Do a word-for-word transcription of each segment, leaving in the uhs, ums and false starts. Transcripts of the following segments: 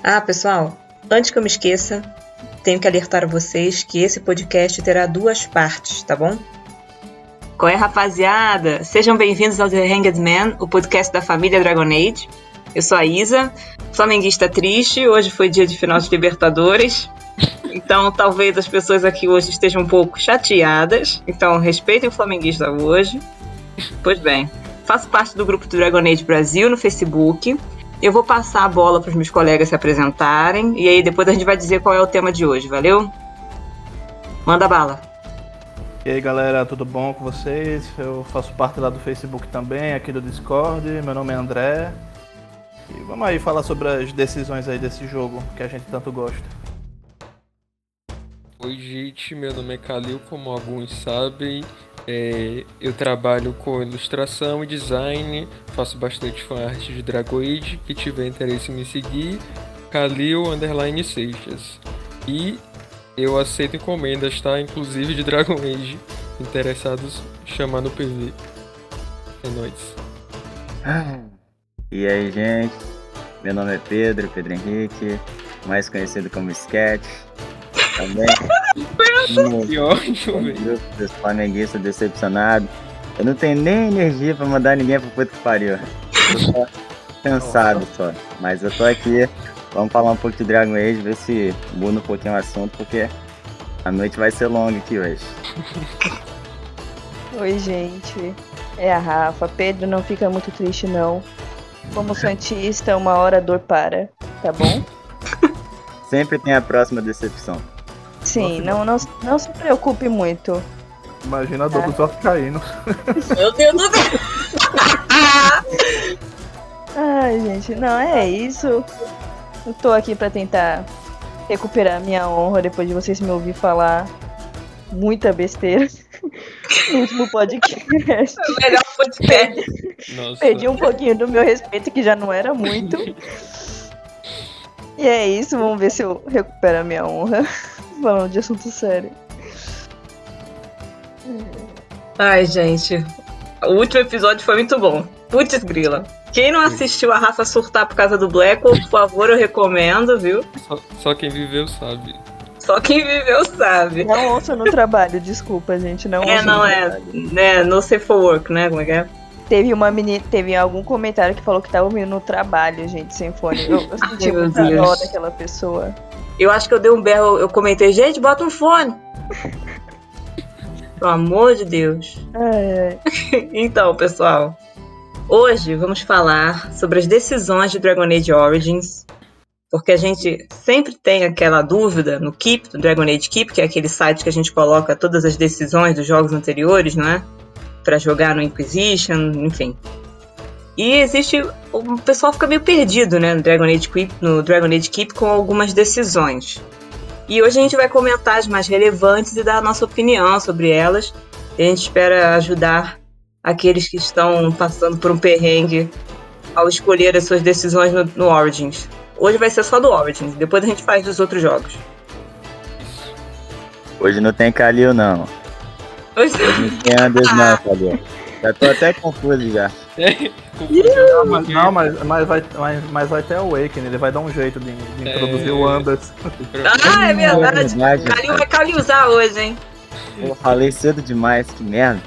Ah, pessoal, antes que eu me esqueça, tenho que alertar vocês que esse podcast terá duas partes, tá bom? Qual é, rapaziada? Sejam bem-vindos ao The Hanged Man, o podcast da família Dragon Age. Eu sou a Isa, flamenguista triste, hoje foi dia de final de Libertadores, então talvez as pessoas aqui hoje estejam um pouco chateadas, então respeitem o flamenguista hoje. Pois bem, faço parte do grupo do Dragon Age Brasil no Facebook. Eu vou passar a bola para os meus colegas se apresentarem e aí depois a gente vai dizer qual é o tema de hoje, valeu? Manda bala. E aí galera, tudo bom com vocês? Eu faço parte lá do Facebook também, aqui do Discord, meu nome é André. E vamos aí falar sobre as decisões aí desse jogo que a gente tanto gosta. Oi gente, meu nome é Kalil, como alguns sabem. É, eu trabalho com ilustração e design, faço bastante fanart de Dragon Age. Quem tiver interesse em me seguir, Kalil underline Seixas. E eu aceito encomendas, tá? Inclusive de Dragon Age. Interessados, chamar no P V. É nóis. E aí, gente? Meu nome é Pedro, Pedro Henrique, mais conhecido como Sketch. Também no, que ótimo, no grupo dos flamenguistas decepcionados. Eu não tenho nem energia pra mandar ninguém pro puto que pariu. Eu tô cansado só. Mas eu tô aqui. Vamos falar um pouco de Dragon Age, ver se muda um pouquinho o assunto, porque a noite vai ser longa aqui hoje. Oi, gente. É a Rafa. Pedro, não fica muito triste, não. Como santista, uma hora a dor para, tá bom? Sempre tem a próxima decepção. Sim, não, não, não se preocupe muito. Imagina a dor dos ossos caindo. Meu Deus do céu! Ai, gente, não, é isso. Eu tô aqui pra tentar recuperar minha honra depois de vocês me ouvir falar muita besteira no último podcast. O melhor podcast. Nossa. Perdi um pouquinho do meu respeito, que já não era muito. E é isso, vamos ver se eu recupero a minha honra. Falando de assunto sério. Ai, gente, o último episódio foi muito bom. Putz grila. Quem não assistiu a Rafa surtar por causa do Blackwell, por favor, eu recomendo, viu? Só, só quem viveu sabe. Só quem viveu sabe. Não ouço no trabalho, desculpa, gente. Não É, ouço não no é, trabalho. né, no safe for work, né, como é que é? Teve uma menina, teve algum comentário que falou que tava ouvindo no trabalho, gente, sem fone. Eu, eu senti Ai, meu muita Deus. dó daquela pessoa. Eu acho que eu dei um berro, eu comentei, gente, bota um fone. Pelo amor de Deus. Ai, ai. Então, pessoal, hoje vamos falar sobre as decisões de Dragon Age Origins, porque a gente sempre tem aquela dúvida no Keep, do Dragon Age Keep, que é aquele site que a gente coloca todas as decisões dos jogos anteriores, não é? Pra jogar no Inquisition, enfim. E existe... O pessoal fica meio perdido, né, no Dragon Age Keep, no Dragon Age Keep com algumas decisões. E hoje a gente vai comentar as mais relevantes e dar a nossa opinião sobre elas. E a gente espera ajudar aqueles que estão passando por um perrengue ao escolher as suas decisões no, no Origins. Hoje vai ser só do Origins, depois a gente faz dos outros jogos. Hoje não tem Kalil, não. Hoje... Hoje não tem Anders, não, Kalil. Já tô até confuso já. Não, mas, não, mas, mas, vai, mas, mas vai ter o Awakening, ele vai dar um jeito de, de É. introduzir o Anders. Ah, é verdade. É verdade, Kalil cara. vai Kalilzar hoje, hein? Pô, falei cedo demais, que merda.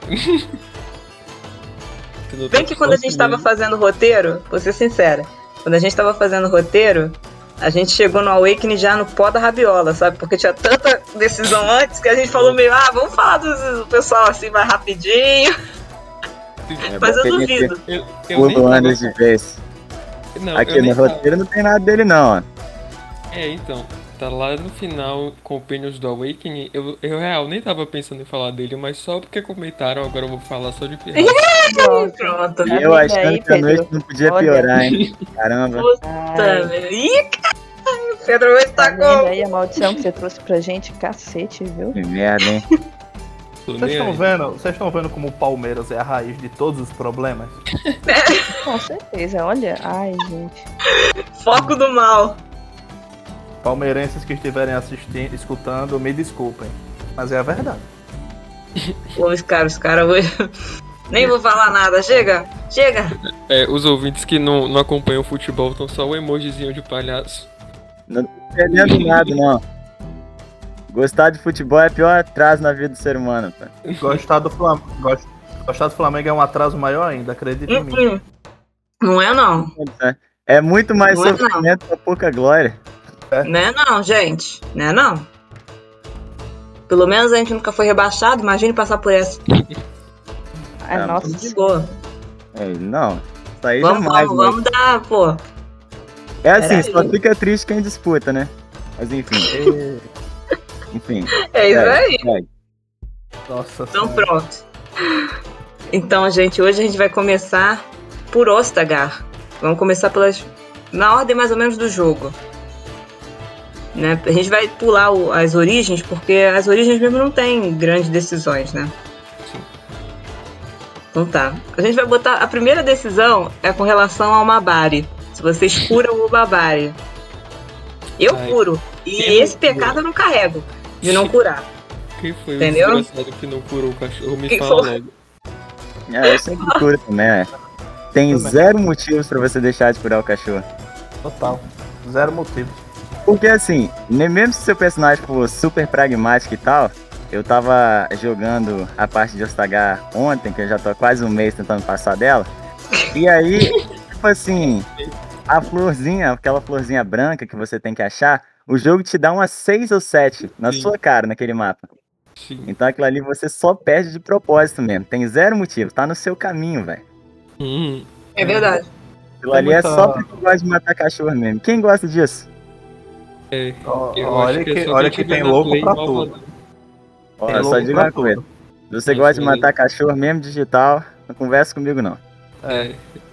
Bem que quando a gente tava fazendo o roteiro, vou ser sincera, quando a gente tava fazendo o roteiro, a gente chegou no Awakening já no pó da rabiola, sabe? Porque tinha tanta decisão antes que a gente falou meio, ah, vamos falar do, do pessoal assim mais rapidinho. É Mas bom eu que a gente duvido. Eu, eu nem pula o tava- Anders de vez. Não, Aqui eu nem no tava- roteiro não tem nada dele, não, ó. É, então, tá lá no final com o Pênis do Awakening, eu, eu real nem tava pensando em falar dele, mas só porque comentaram, agora eu vou falar só de pirraça. Nossa. Pronto. E eu Amiga, achando aí, que a Pedro. noite não podia Olha. piorar, hein? Caramba. Puta, Ai, velho. Ih, caralho, o Pedro hoje tá tá vendo com... aí a maldição que você trouxe pra gente? Cacete, viu? Que merda, hein? Tô Vocês nem estão aí. vendo, vocês estão vendo como o Palmeiras é a raiz de todos os problemas? Com certeza, olha. Ai, gente. Foco do mal. Palmeirenses que estiverem assistindo, escutando, me desculpem. Mas é a verdade. Pô, os caras, os caras hoje... Nem vou falar nada, chega. Chega! É, os ouvintes que não, não acompanham o futebol estão só o emojizinho de palhaço. Não tô perdendo nada, não. Gostar de futebol é o pior atraso na vida do ser humano, pá. Gostar do Flamengo, gostar do Flamengo é um atraso maior ainda, acredita em mim. Hum, Não é não. É muito mais Não é, não. sofrimento pra pouca glória. Não é não, gente. Não é não. Pelo menos a gente nunca foi rebaixado, imagine passar por essa. Ai, Ah, nossa. De boa. É, não, isso aí Vamos, jamais. vamos, né? vamos dar, pô. É assim, Peraí. só fica triste quem disputa, né? Mas enfim. Enfim. É isso segue, aí. segue. Nossa Então senhora. pronto. Então, gente, hoje a gente vai começar por Ostagar. Vamos começar pelas na ordem mais ou menos do jogo. Né? A gente vai pular o- as origens, porque as origens mesmo não tem grandes decisões, né? Sim. Então tá. A gente vai botar. A primeira decisão é com relação ao Mabari. Se vocês curam o Mabari. Eu Ai, curo. E quem não esse pecado cura? eu não carrego. De não curar. Quem foi Entendeu? o desgraçado que não curou o cachorro? Me Quem fala foi? logo. É, eu sempre curo também, né? Tem Também. zero motivos pra você deixar de curar o cachorro. Total. Zero motivo. Porque assim, ne- mesmo se seu personagem for super pragmático e tal, eu tava jogando a parte de Ostagar ontem, que eu já tô há quase um mês tentando passar dela. E aí, tipo assim, a florzinha, aquela florzinha branca que você tem que achar, o jogo te dá umas seis ou sete na Sim. sua cara naquele mapa. Sim. Então aquilo ali você só perde de propósito mesmo. Tem zero motivo, tá no seu caminho, velho. Hum, É verdade. Aquilo Tem ali é muita- só pra quem gosta de matar cachorro mesmo. Quem gosta disso? é. Ó, Eu olha acho que, que, é só olha quem que tiver tem na louco Play pra malvadão. tudo. Ó, Tem eu só louco digo pra uma coisa. tudo. Se você Mas gosta de falei. matar cachorro mesmo digital, não conversa comigo não. É.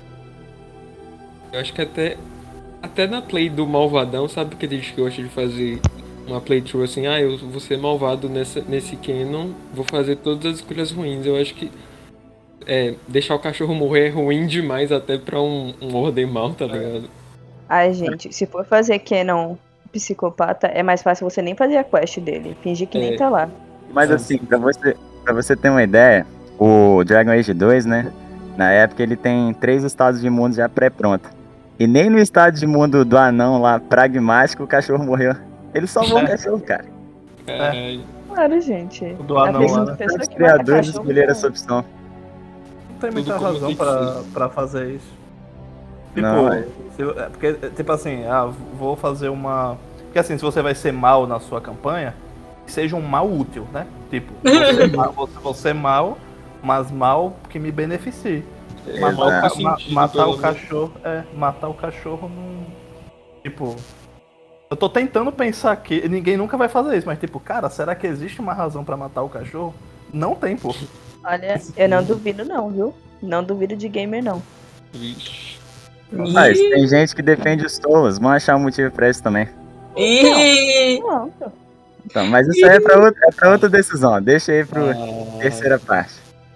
Eu acho que até, até na play do Malvadão, sabe que a gente gosta de fazer uma playthrough assim, ah, eu vou ser malvado nessa, nesse canon, vou fazer todas as escolhas ruins. Eu acho que é, deixar o cachorro morrer é ruim demais até pra um, um ordem mal, tá ligado? Ai, gente, se for fazer Canon psicopata, é mais fácil você nem fazer a quest dele. Fingir que nem É. tá lá. Mas É. assim, pra você, pra você ter uma ideia, o Dragon Age dois, né? Na época ele tem três estados de mundo já pré-pronto. E nem no estado de mundo do anão lá, pragmático, o cachorro morreu. Ele salvou o É. cachorro, cara. Caralho. Claro, gente. O do A anão pessoa, lá, né? pessoa Os que mata criadores cachorro escolheram não- essa opção. Não tem muita Tudo como razão tem que pra, pra fazer isso. Tipo, Não, é. se- é porque, tipo assim, ah, vou fazer uma. Porque assim, se você vai ser mal na sua campanha, que seja um mal útil, né? Tipo, você, mal, você, você mal, mas mal que me beneficie. Exato. Matar, Faz ma- sentido, matar pelo o cachorro, é, matar o cachorro não. Tipo. Eu tô tentando pensar que ninguém nunca vai fazer isso, mas tipo, cara, será que existe uma razão pra matar o cachorro? Não tem, pô. Olha, eu não duvido não, viu? Não duvido de gamer, não. Vixe. Mas tem gente que defende os tolos, vão achar um motivo pra isso também. Ih, Pronto. Então, mas isso aí é pra outra, é pra outra decisão, deixa aí pro Ah, terceira parte.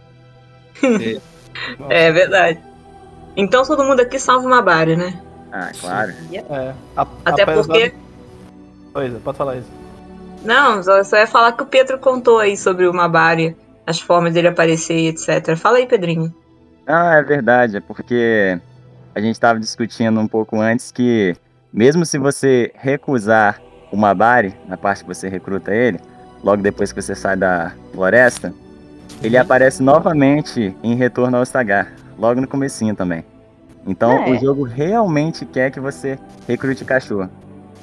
é verdade. Então todo mundo aqui salva o Mabari, né? Ah, claro. É. A, Até apesar porque. de- Pois é, pode falar isso. Não, só, só ia falar que o Pedro contou aí sobre o Mabari, as formas dele aparecer e etcétera. Fala aí, Pedrinho. Ah, é verdade, é porque a gente estava discutindo um pouco antes que, mesmo se você recusar o Mabari, na parte que você recruta ele, logo depois que você sai da floresta, ele aparece novamente em Retorno ao Ostagar, logo no comecinho também. Então É. o jogo realmente quer que você recrute o cachorro.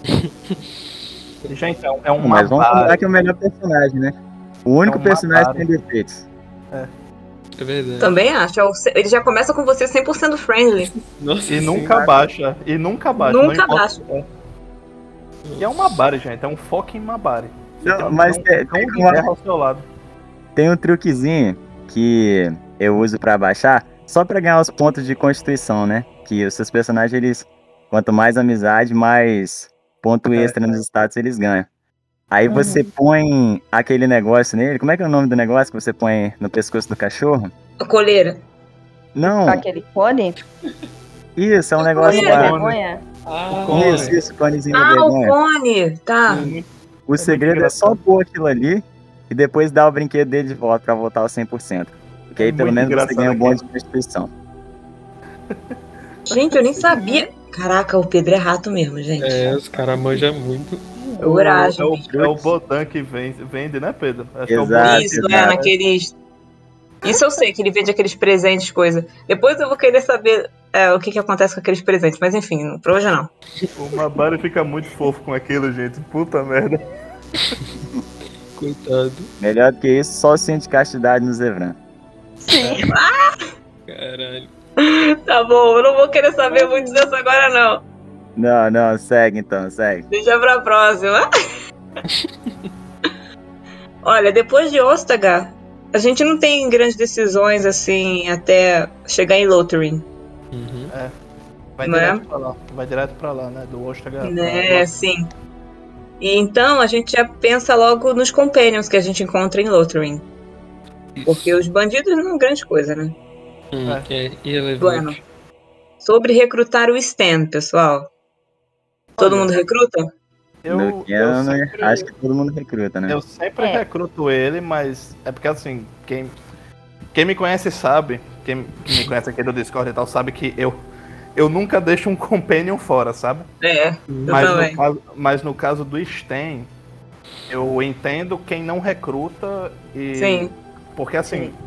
Gente, é um, é um Mas vamos Mabari. combinar que é o melhor personagem, né? O único É um personagem que Mabari. tem defeitos. é verdade. Também acho. é o ce- Ele já começa com você cem por cento friendly. Nossa E nunca senhora. baixa. E nunca baixa. Nunca não importa- baixa. é. E é um Mabari, gente. É um fucking Mabari. Você Não, tem um- mas tem um tem- cão tem de uma- guerra ao seu lado. Tem um truquezinho que eu uso pra baixar, só pra ganhar os pontos de constituição, né? Que os seus personagens, eles, quanto mais amizade, mais ponto É. extra nos status eles ganham. Aí Uhum. você põe aquele negócio nele, como é que é o nome do negócio que você põe no pescoço do cachorro? A coleira. Não, Aquele cone? isso, é um negócio Cone da lá. vergonha? Ah, Isso, isso, conezinho da Ah, o vergonha. cone. Tá. Sim. O segredo é só pôr aquilo ali e depois dar o brinquedo dele de volta pra voltar ao cem por cento. Porque aí É pelo muito menos você engraçado ganha um bônus aquilo. de constituição. Gente, eu nem sabia. Caraca, o Pedro é rato mesmo, gente. É, os caras manjam muito. É o, Coragem, é o, bicho. é o Botan que vende, vende, né, Pedro? Acho que é o Exato. Botan. Isso, é, exato. naqueles. Isso eu sei, que ele vende aqueles presentes, coisa. Depois eu vou querer saber é, o que, que acontece com aqueles presentes, mas enfim, pra hoje não. O Mabari fica muito fofo com aquilo, gente. Puta merda. Coitado. Melhor do que isso, só o cinto de castidade no Zevran. Sim. Caralho. Tá bom, eu não vou querer saber muito disso agora, não. Não, não, segue então, segue. Deixa pra próxima. Olha, depois de Ostagar, a gente não tem grandes decisões assim até chegar em Lotharing, Uhum. Vai Não é? direto pra lá. Vai direto pra lá, né? Do Ostagar. né? Sim. E então a gente já pensa logo nos companions que a gente encontra em Lotharing, porque os bandidos não é grande coisa, né? Hum, é irrelevante. Bueno. Sobre recrutar o Stan, pessoal. Todo Olha, mundo recruta? Eu, no eu Canon, sempre, acho que todo mundo recruta, né? eu sempre É. recruto ele, mas é porque assim, quem, quem me conhece sabe, quem, quem me conhece aqui do Discord e tal, sabe que eu, eu nunca deixo um companion fora, sabe? É, eu Mas também. no, caso, mas no caso do Stan, eu entendo quem não recruta e. Sim. Porque assim, Sim.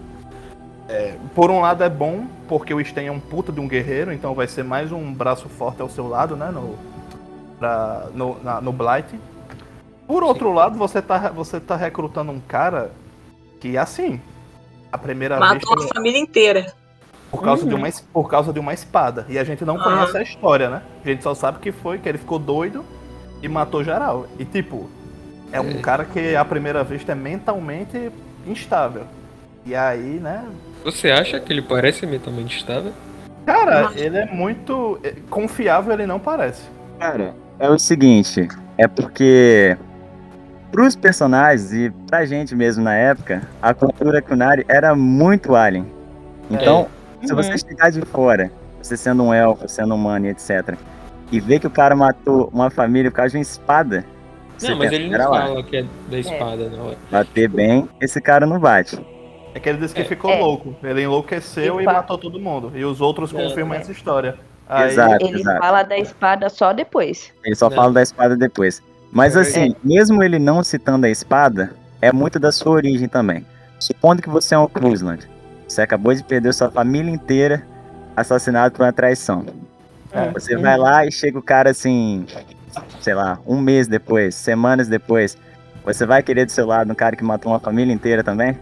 é, por um lado é bom, porque o Stan é um puta de um guerreiro, então vai ser mais um braço forte ao seu lado, né? No, pra, no, na, no Blight. Por outro lado, você tá, você tá recrutando um cara que, assim, a primeira vez. Matou ele- a família inteira. por causa, de Uhum. uma, es- por causa de uma espada. E a gente não Aham. conhece a história, né? A gente só sabe que foi, que ele ficou doido e matou geral. E tipo, é um É. cara que à primeira vista é mentalmente instável. E aí, né? Você acha que ele parece mentalmente estável? Cara, Nossa. ele é muito. é, Confiável, ele não parece. Cara, é o seguinte, é porque pros personagens e pra gente mesmo na época, a cultura Kunari era muito alien. Então, se você Uhum. chegar de fora, você sendo um elfo, sendo humano e etcétera, e ver que o cara matou uma família por causa de uma espada, você Não, mas pensa, ele "Pera não lá, fala que é da espada, não. bater bem, esse cara não bate." É que ele disse que É. ficou É. louco. Ele enlouqueceu Ele e fa- matou todo mundo. E os outros Não, confirmam é. essa história. Aí, Exato. Ele fala da espada só depois. Ele só Não. fala da espada depois. Mas É. assim, mesmo ele não citando a espada, é muito da sua origem também. Supondo que você é um Cruzland, você acabou de perder sua família inteira assassinado por uma traição. É. Você vai lá e chega o cara assim, sei lá, um mês depois, semanas depois. Você vai querer do seu lado um cara que matou uma família inteira também?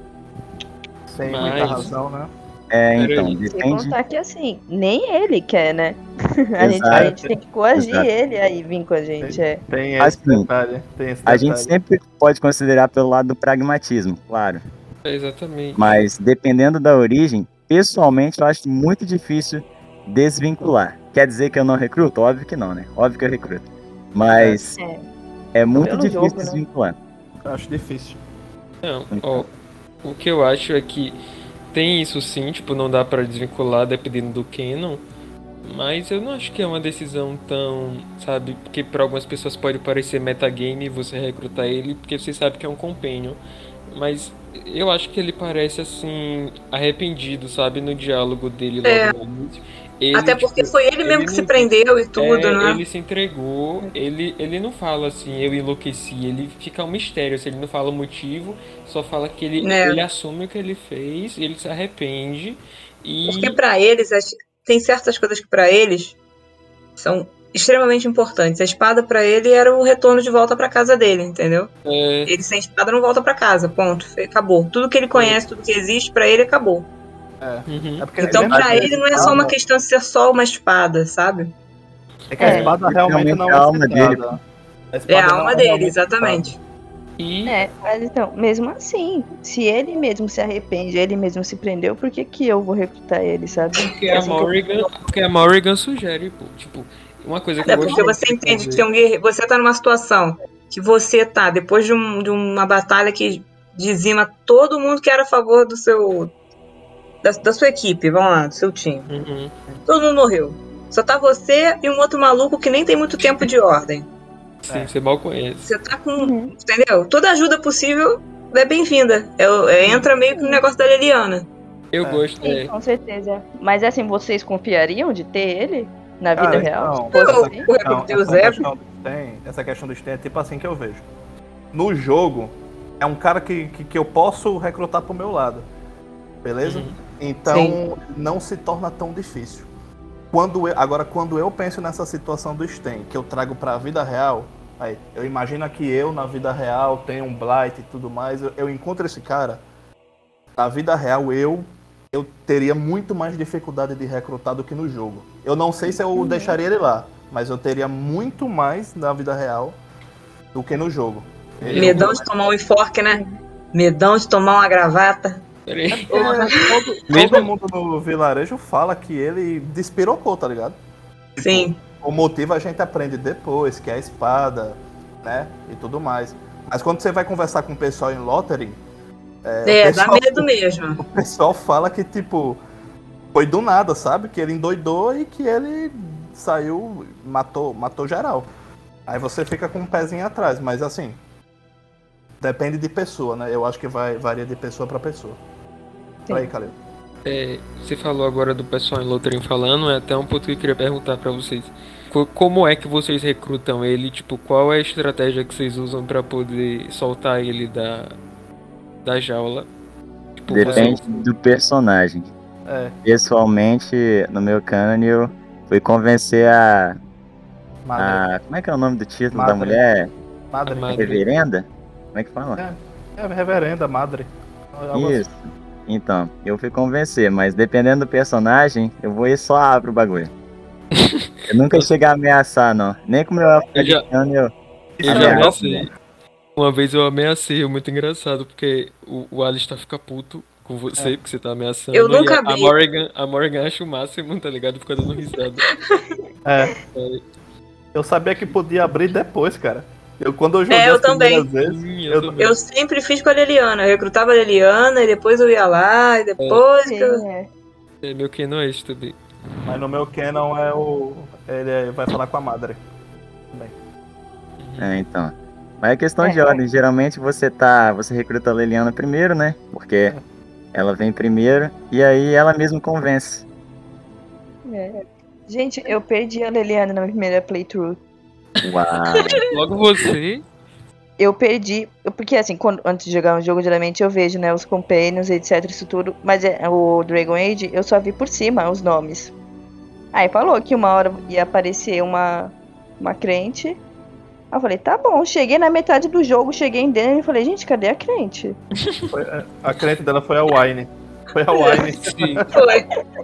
sem Mas- muita razão, né? É, Pera então, aí. Sem depende. contar que assim, nem ele quer, né? A gente, a Exato. gente tem que coagir Exato. ele aí vir com a gente. É. Tem esse Assim, detalhe. Tem esse A detalhe. gente sempre pode considerar pelo lado do pragmatismo, claro. É exatamente. Mas dependendo da origem, pessoalmente eu acho muito difícil desvincular. Quer dizer que eu não recruto? Óbvio que não, né? Óbvio que eu recruto. Mas É. é muito Pelo difícil jogo, né? desvincular. Eu acho difícil. Não, ó, o que eu acho é que tem isso sim, tipo, não dá pra desvincular dependendo do canon, mas eu não acho que é uma decisão tão, sabe, porque pra algumas pessoas pode parecer metagame você recrutar ele, porque você sabe que é um companion, mas eu acho que ele parece, assim, arrependido, sabe, no diálogo dele logo É. no início. Ele, Até porque tipo, foi ele mesmo ele que se não- prendeu e tudo, é, né? ele se entregou, ele, ele não fala assim, eu enlouqueci, ele fica um mistério, assim, ele não fala o motivo, só fala que ele, É. ele assume o que ele fez, ele se arrepende e Porque pra eles, as- tem certas coisas que pra eles são extremamente importantes. A espada pra ele era o retorno de volta pra casa dele, entendeu? é, Ele sem espada não volta pra casa, ponto. Fe- Acabou. Tudo que ele conhece, tudo que existe pra ele acabou. uhum, É porque Então lembra pra que a ele não é só uma espada- questão de ser só uma espada, sabe? É que a É. espada realmente não Literalmente é a alma citada. dele. A É espada a não alma dele, realmente exatamente. e É, mas então, mesmo assim, se ele mesmo se arrepende, ele mesmo se prendeu, por que que eu vou recrutar ele, sabe? porque a Morrigan, porque a Morrigan sugere, pô, tipo, uma coisa que É eu porque gosto você muito de entende que fazer- tem um guerreiro, você tá numa situação que você tá, depois de, um- de uma batalha que dizima todo mundo que era a favor do seu. Da, da sua equipe, vamos lá, do seu time. Uhum. Todo mundo morreu. Só tá você e um outro maluco que nem tem muito tempo de ordem. Sim, É. você mal conhece. Você tá com. Uhum. Entendeu? Toda ajuda possível é bem-vinda. É, é, entra meio que no negócio da Leliana. Eu É. gosto. Sim, É, com certeza. Mas assim, vocês confiariam de ter ele na vida Cara, real? então, Se fosse Eu- assim? o Não, recrutei o essa Zé. questão do Sten, essa questão do Sten é tipo assim que eu vejo. No jogo, é um cara que, que, que eu posso recrutar pro meu lado. Beleza? Uhum. Então, Sim. não se torna tão difícil. Quando eu, agora, quando eu penso nessa situação do Sten, que eu trago pra vida real, aí, eu imagino que eu, na vida real, tenho um Blight e tudo mais, eu, eu encontro esse cara, na vida real, eu eu teria muito mais dificuldade de recrutar do que no jogo. Eu não sei se eu deixaria ele lá, mas eu teria muito mais na vida real do que no jogo. Eu- Medão de tomar um enforque, né? Medão de tomar uma gravata. peraí. Porra. Todo, Mesmo- todo mundo no vilarejo fala que ele despirocou, tá ligado? Tipo, Sim. o motivo a gente aprende depois, que é a espada, né? E tudo mais. Mas quando você vai conversar com o pessoal em Lothering, É, o dá pessoal- medo mesmo. o pessoal fala que, tipo, foi do nada, sabe? Que ele endoidou e que ele saiu, matou, matou geral. Aí você fica com um pezinho atrás, mas assim, depende de pessoa, né? Eu acho que vai varia de pessoa pra pessoa. Sim. Aí, Calil. É, você falou agora do pessoal em Lothering falando, é até um ponto que eu queria perguntar pra vocês. Co- Como é que vocês recrutam ele? Tipo, qual é a estratégia que vocês usam pra poder soltar ele da, da jaula? Tipo, Depende você- do personagem. É, Pessoalmente, no meu canon, eu fui convencer a, madre. a. Como é que é o nome do título Madre. da mulher? Madre. a madre. Reverenda? Como é que fala? É, reverenda, madre. Algo assim. Isso. Então, eu fui convencer, mas dependendo do personagem, eu vou ir só abro o bagulho. Eu nunca cheguei a ameaçar, não. Nem com o meu Eu já- afegano, eu. Eu já Aliás, ameacei. Uma vez eu ameacei, é muito engraçado, porque o, o Alistair fica puto com você, porque você tá ameaçando. Eu nunca e a, a vi. Morrigan, a Morrigan acha o máximo, tá ligado? Fica dando risada. É. É. Eu sabia que podia abrir depois, cara. Eu, quando eu joguei É, eu as primeiras vezes, Sim, eu- eu também. Eu sempre fiz com a Leliana. Eu recrutava a Leliana e depois eu ia lá e depois. que eu- Sim, é. É, meu que não é isso também. mas no meu canon é o. Ele é- vai falar com a madre. Também. É, então. Mas é questão É, de ordem. Geralmente você tá. Você recruta a Leliana primeiro, né? Porque ela vem primeiro e aí ela mesma convence. É. Gente, eu perdi a Leliana na minha primeira playthrough. Uau! Logo você. Eu perdi, eu- porque assim, quando, antes de jogar um jogo, geralmente eu vejo, né, os companions, etc, isso tudo, mas é, o Dragon Age, eu só vi por cima os nomes. Aí falou que uma hora ia aparecer uma, uma crente. Aí eu falei, tá bom, cheguei na metade do jogo, cheguei em dentro e falei, gente, cadê a crente? Foi- a crente dela foi a Wine. Foi a Wine. Sim. Foi.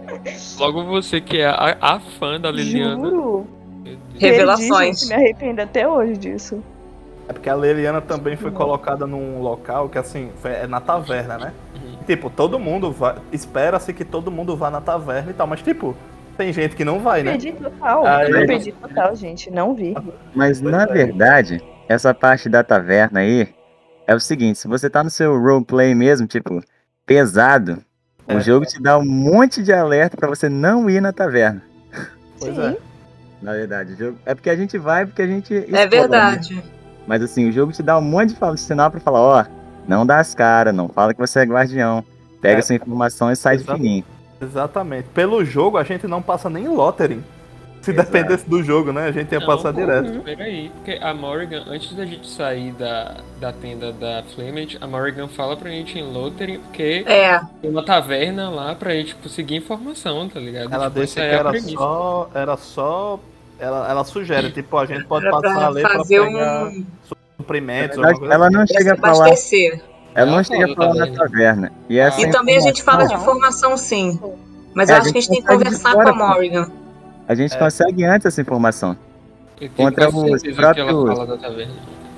Logo você que é a, a fã da Liliana. Juro. Meu Deus. Revelações. Perdi, gente, me arrependo até hoje disso. É porque a Leliana também foi colocada num local que, assim, foi- é na taverna, né? Uhum. E, tipo, todo mundo vai. Espera-se que todo mundo vá na taverna e tal, mas, tipo, tem gente que não vai, né? Perdi total, Aí- eu perdi total, gente, não vi. Mas Pois na é. verdade, essa parte da taverna aí é o seguinte: se você tá no seu roleplay mesmo, tipo, pesado, É. o jogo te dá um monte de alerta pra você não ir na taverna. Pois Sim. é. Na verdade, o jogo. É porque a gente vai, porque a gente. É explora, né? verdade. Mas assim, o jogo te dá um monte de fala- de sinal pra falar, ó, não dá as caras, não fala que você é guardião. Pega É. essa informação e sai de Exato. fininho. Exatamente. Pelo jogo, a gente não passa nem em Lothering. Se Exato. dependesse do jogo, né? A gente ia Não, passar pô, direto. Peraí, porque a Morrigan, antes da gente sair da, da tenda da Flamage, a Morrigan fala pra gente em Lothering, porque É. tem uma taverna lá pra gente conseguir informação, tá ligado? Ela Tipo, disse essa que é a era premissa. só. Era só. Ela, ela sugere, tipo, a gente pode Era passar pra ali pra fazer pegar um. suprimentos, Na alguma verdade, coisa ela assim. não Pra se chega a falar. abastecer. Ela não Ela chega a fala falar da na taverna. taverna. E essa E também a gente fala de Não. informação, sim. Mas É, eu a acho que a gente gente tem que consegue de conversar fora, com a pô. Morrigan. A gente É. consegue antes essa informação. Eu tenho Contra quase os certeza que ela próprios- fala da taverna.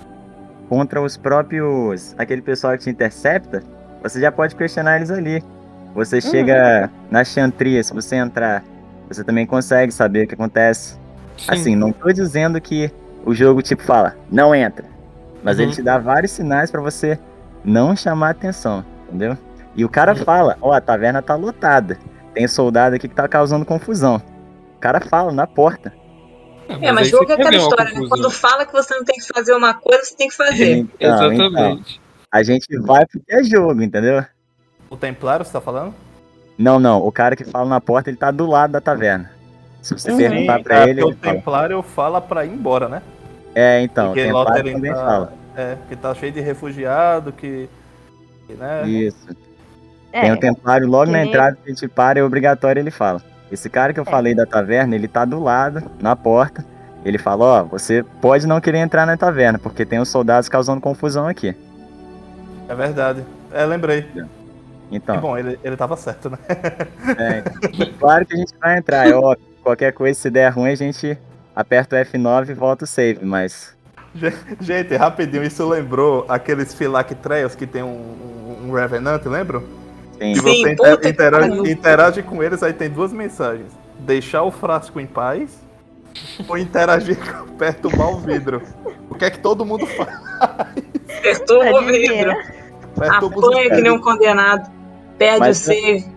Contra os próprios. Aquele pessoal que te intercepta, você já pode questionar eles ali. Você chega na Chantria, se você entrar, você também consegue saber o que acontece. Sim. Assim, não tô dizendo que o jogo tipo fala, não entra. Mas Uhum. ele te dá vários sinais pra você não chamar atenção, entendeu? E o cara Uhum. fala, ó, a taverna tá lotada. Tem soldado aqui que tá causando confusão. O cara fala na porta. Ah, É, mas aí jogo você é quer aquela ver uma história, né? confusão. Quando fala que você não tem que fazer uma coisa, você tem que fazer. Então, então, Exatamente. a gente vai porque é jogo, entendeu? O Templário, você tá falando? Não, não. O cara que fala na porta, ele tá do lado da taverna. Se você Uhum. perguntar Sim, pra é ele, porque ele o fala. Templário fala pra ir embora, né? É, então, o Porque Templário Lotharing também tá, fala. é, que tá cheio de refugiado, que, que, né? Isso. Tem o É, Templário logo que na nem- entrada, que a gente para, é obrigatório, ele fala. Esse cara que eu É. falei da taverna, ele tá do lado, na porta. Ele fala, ó, você pode não querer entrar na taverna, porque tem os soldados causando confusão aqui. É verdade. É, lembrei. Que Então, bom, ele, ele tava certo, né? é, então, claro que a gente vai entrar, é óbvio. Qualquer coisa, se der ruim, a gente aperta o F nove e volta o save, mas... Gente, rapidinho, isso lembrou aqueles Phylactreus que tem um, um, um Revenant, lembram? Sim, Que você Sim, inter- puta que interage, pariu. interage com eles, aí tem duas mensagens. Deixar o frasco em paz ou interagir com perturbar o vidro. O que é que todo mundo faz? Perturba o Adivinha? vidro. Perturba os Apanha que nem um condenado. Perde Mas- o save.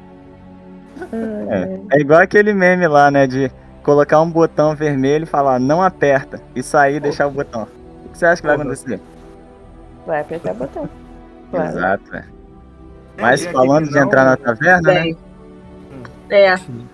é, é igual aquele meme lá, né, de colocar um botão vermelho e falar, não aperta, e sair e deixar o botão. O que você acha que vai Porra. acontecer? Vai apertar o botão. Claro. Exato, velho. Tem Mas alguém aqui falando que de não- entrar na taverna, né? Bem. É.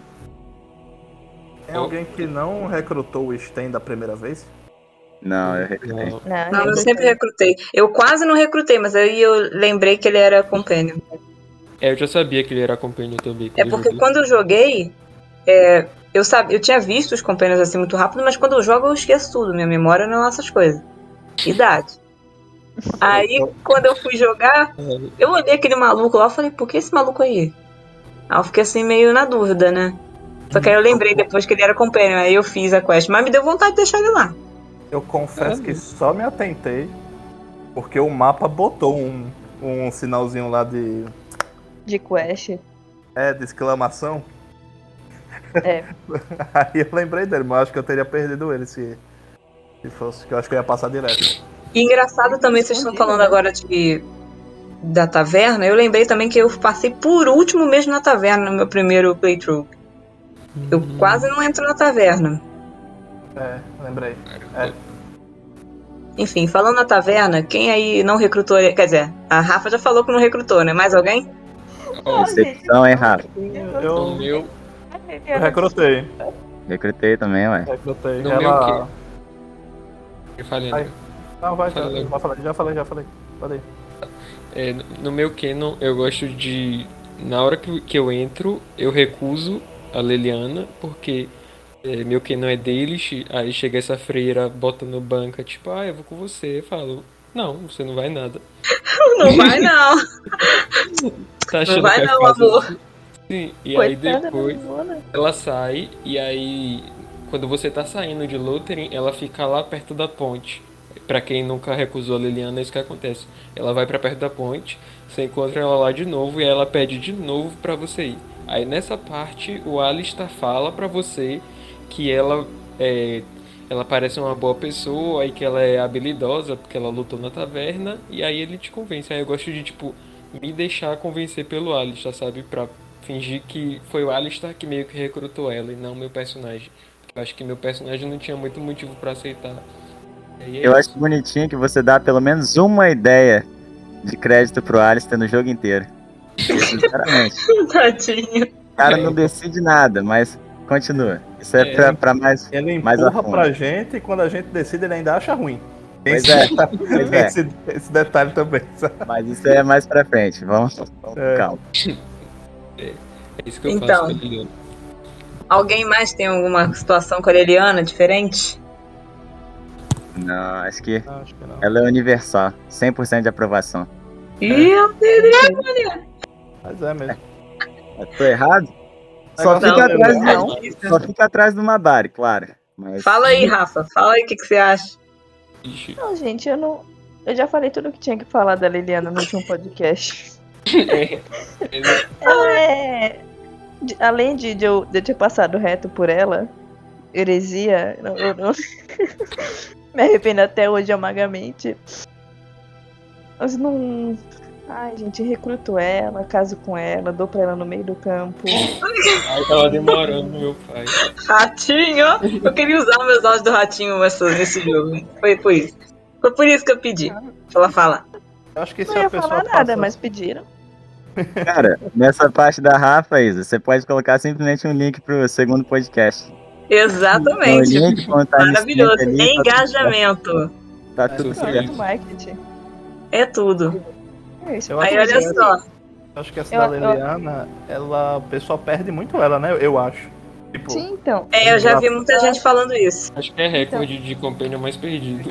Tem alguém que não recrutou o Sten da primeira vez? Não, eu recrutei. Não. Não, Não, eu recrutei. sempre recrutei. Eu quase não recrutei, mas aí eu lembrei que ele era companion. É, eu já sabia que ele era companion também. É quando eu porque joguei. quando eu joguei, é, eu, sabe, eu tinha visto os companions assim muito rápido, mas quando eu jogo eu esqueço tudo. Minha memória não é essas coisas. Idade. Aí, quando eu fui jogar, eu olhei aquele maluco lá e falei, por que esse maluco aí? Aí eu fiquei assim meio na dúvida, né? Só que aí eu lembrei depois que ele era companion, aí eu fiz a quest, mas me deu vontade de deixar ele lá. Eu confesso É, que só me atentei porque o mapa botou um, um sinalzinho lá de, De quest. é, de exclamação. É. Aí eu lembrei dele, mas acho que eu teria perdido ele se, se fosse, que eu acho que eu ia passar direto. E engraçado também, vocês estão falando agora de da taverna, eu lembrei também que eu passei por último mesmo na taverna no meu primeiro playthrough. Eu quase não entro na taverna. É, lembrei. É, Enfim, falando na taverna, quem aí não recrutou, quer dizer, a Rafa já falou que não recrutou, né? Mais alguém? Ó, Decepção, hein, Rafa? no eu, meu, eu recrutei. Recrutei também, ué. Recrutei. No Ela... meu eu falei, né? Ai. Não, vai, Fala já, logo. já falei, já falei, já falei. Falei. É, no- no meu canon, eu gosto de. Na hora que, que eu entro, eu recuso a Leliana, porque é, meu canon é deles. Aí chega essa freira, bota no banca, tipo, ah, eu vou com você. Eu falo, não, você não vai nada. Não vai não. Tá achando vai que é não, fácil amor. assim? Sim, e aí Coitada da depois Luna. ela sai, e aí quando você tá saindo de Lotharing, ela fica lá perto da ponte. Pra quem nunca recusou a Leliana, é isso que acontece. Ela vai pra perto da ponte, você encontra ela lá de novo e aí ela pede de novo pra você ir. Aí nessa parte o Alistair fala pra você que ela é, ela parece uma boa pessoa e que ela é habilidosa porque ela lutou na taverna, e aí ele te convence. Aí eu gosto de tipo me deixar convencer pelo Alistair, sabe? Pra fingir que foi o Alistair que meio que recrutou ela e não meu personagem. Eu acho que meu personagem não tinha muito motivo pra aceitar. E aí é Eu isso. acho bonitinho que você dá pelo menos uma ideia de crédito pro Alistair no jogo inteiro. Sinceramente. Tadinho. O cara É. não decide nada, mas continua. Isso é, É. pra, pra mais. Ele Mais a empurra fundo. pra gente e quando a gente decide ele ainda acha ruim. Tem Pois esse, é, detalhe, pois tem é. esse, esse detalhe também, sabe? Mas isso é mais pra frente. Vamos, vamos com É. calma. É isso que eu Então. faço com a Leliana. Alguém mais tem alguma situação com a Leliana diferente? Não, acho que Não, acho que não. ela é universal. cem por cento de aprovação. Ih, eu Mas é mesmo. Eu tô errado? Só Negócio fica, não, atrás não. do, só fica atrás do Mabari, claro. Mas Fala aí, Rafa. Fala aí o que, que você acha. Ixi. Não, gente, eu não. Eu já falei tudo que tinha que falar da Liliana no último podcast. É, ele- Ela é. de- além de, de, eu, de eu ter passado reto por ela, heresia, eu, eu não. me arrependo até hoje amargamente. Mas não. Ai, gente, recruto ela, caso com ela, dou pra ela no meio do campo. Ai, tava demorando, meu pai. Ratinho! Eu queria usar meus áudios do Ratinho nessa- nesse jogo. Foi por isso. Foi por isso que eu pedi. Pra ela falar. Eu acho que se Não ia a pessoa falar nada, passa- mas pediram. Cara, nessa parte da Rafa, Isa, você pode colocar simplesmente um link pro segundo podcast. Exatamente. O link com o timestamp Maravilhoso. ali, tá tudo certo. Engajamento. Tá tudo Tudo certo. Pronto, marketing. É tudo. É isso. Eu Aí acho olha que- só. Eu acho que essa Eu- da eu- Leliana, ela, o pessoal perde muito ela, né? Eu acho. Tipo, Sim, então. É, eu já vi muita gente falando isso. Acho que é recorde de companion mais perdido.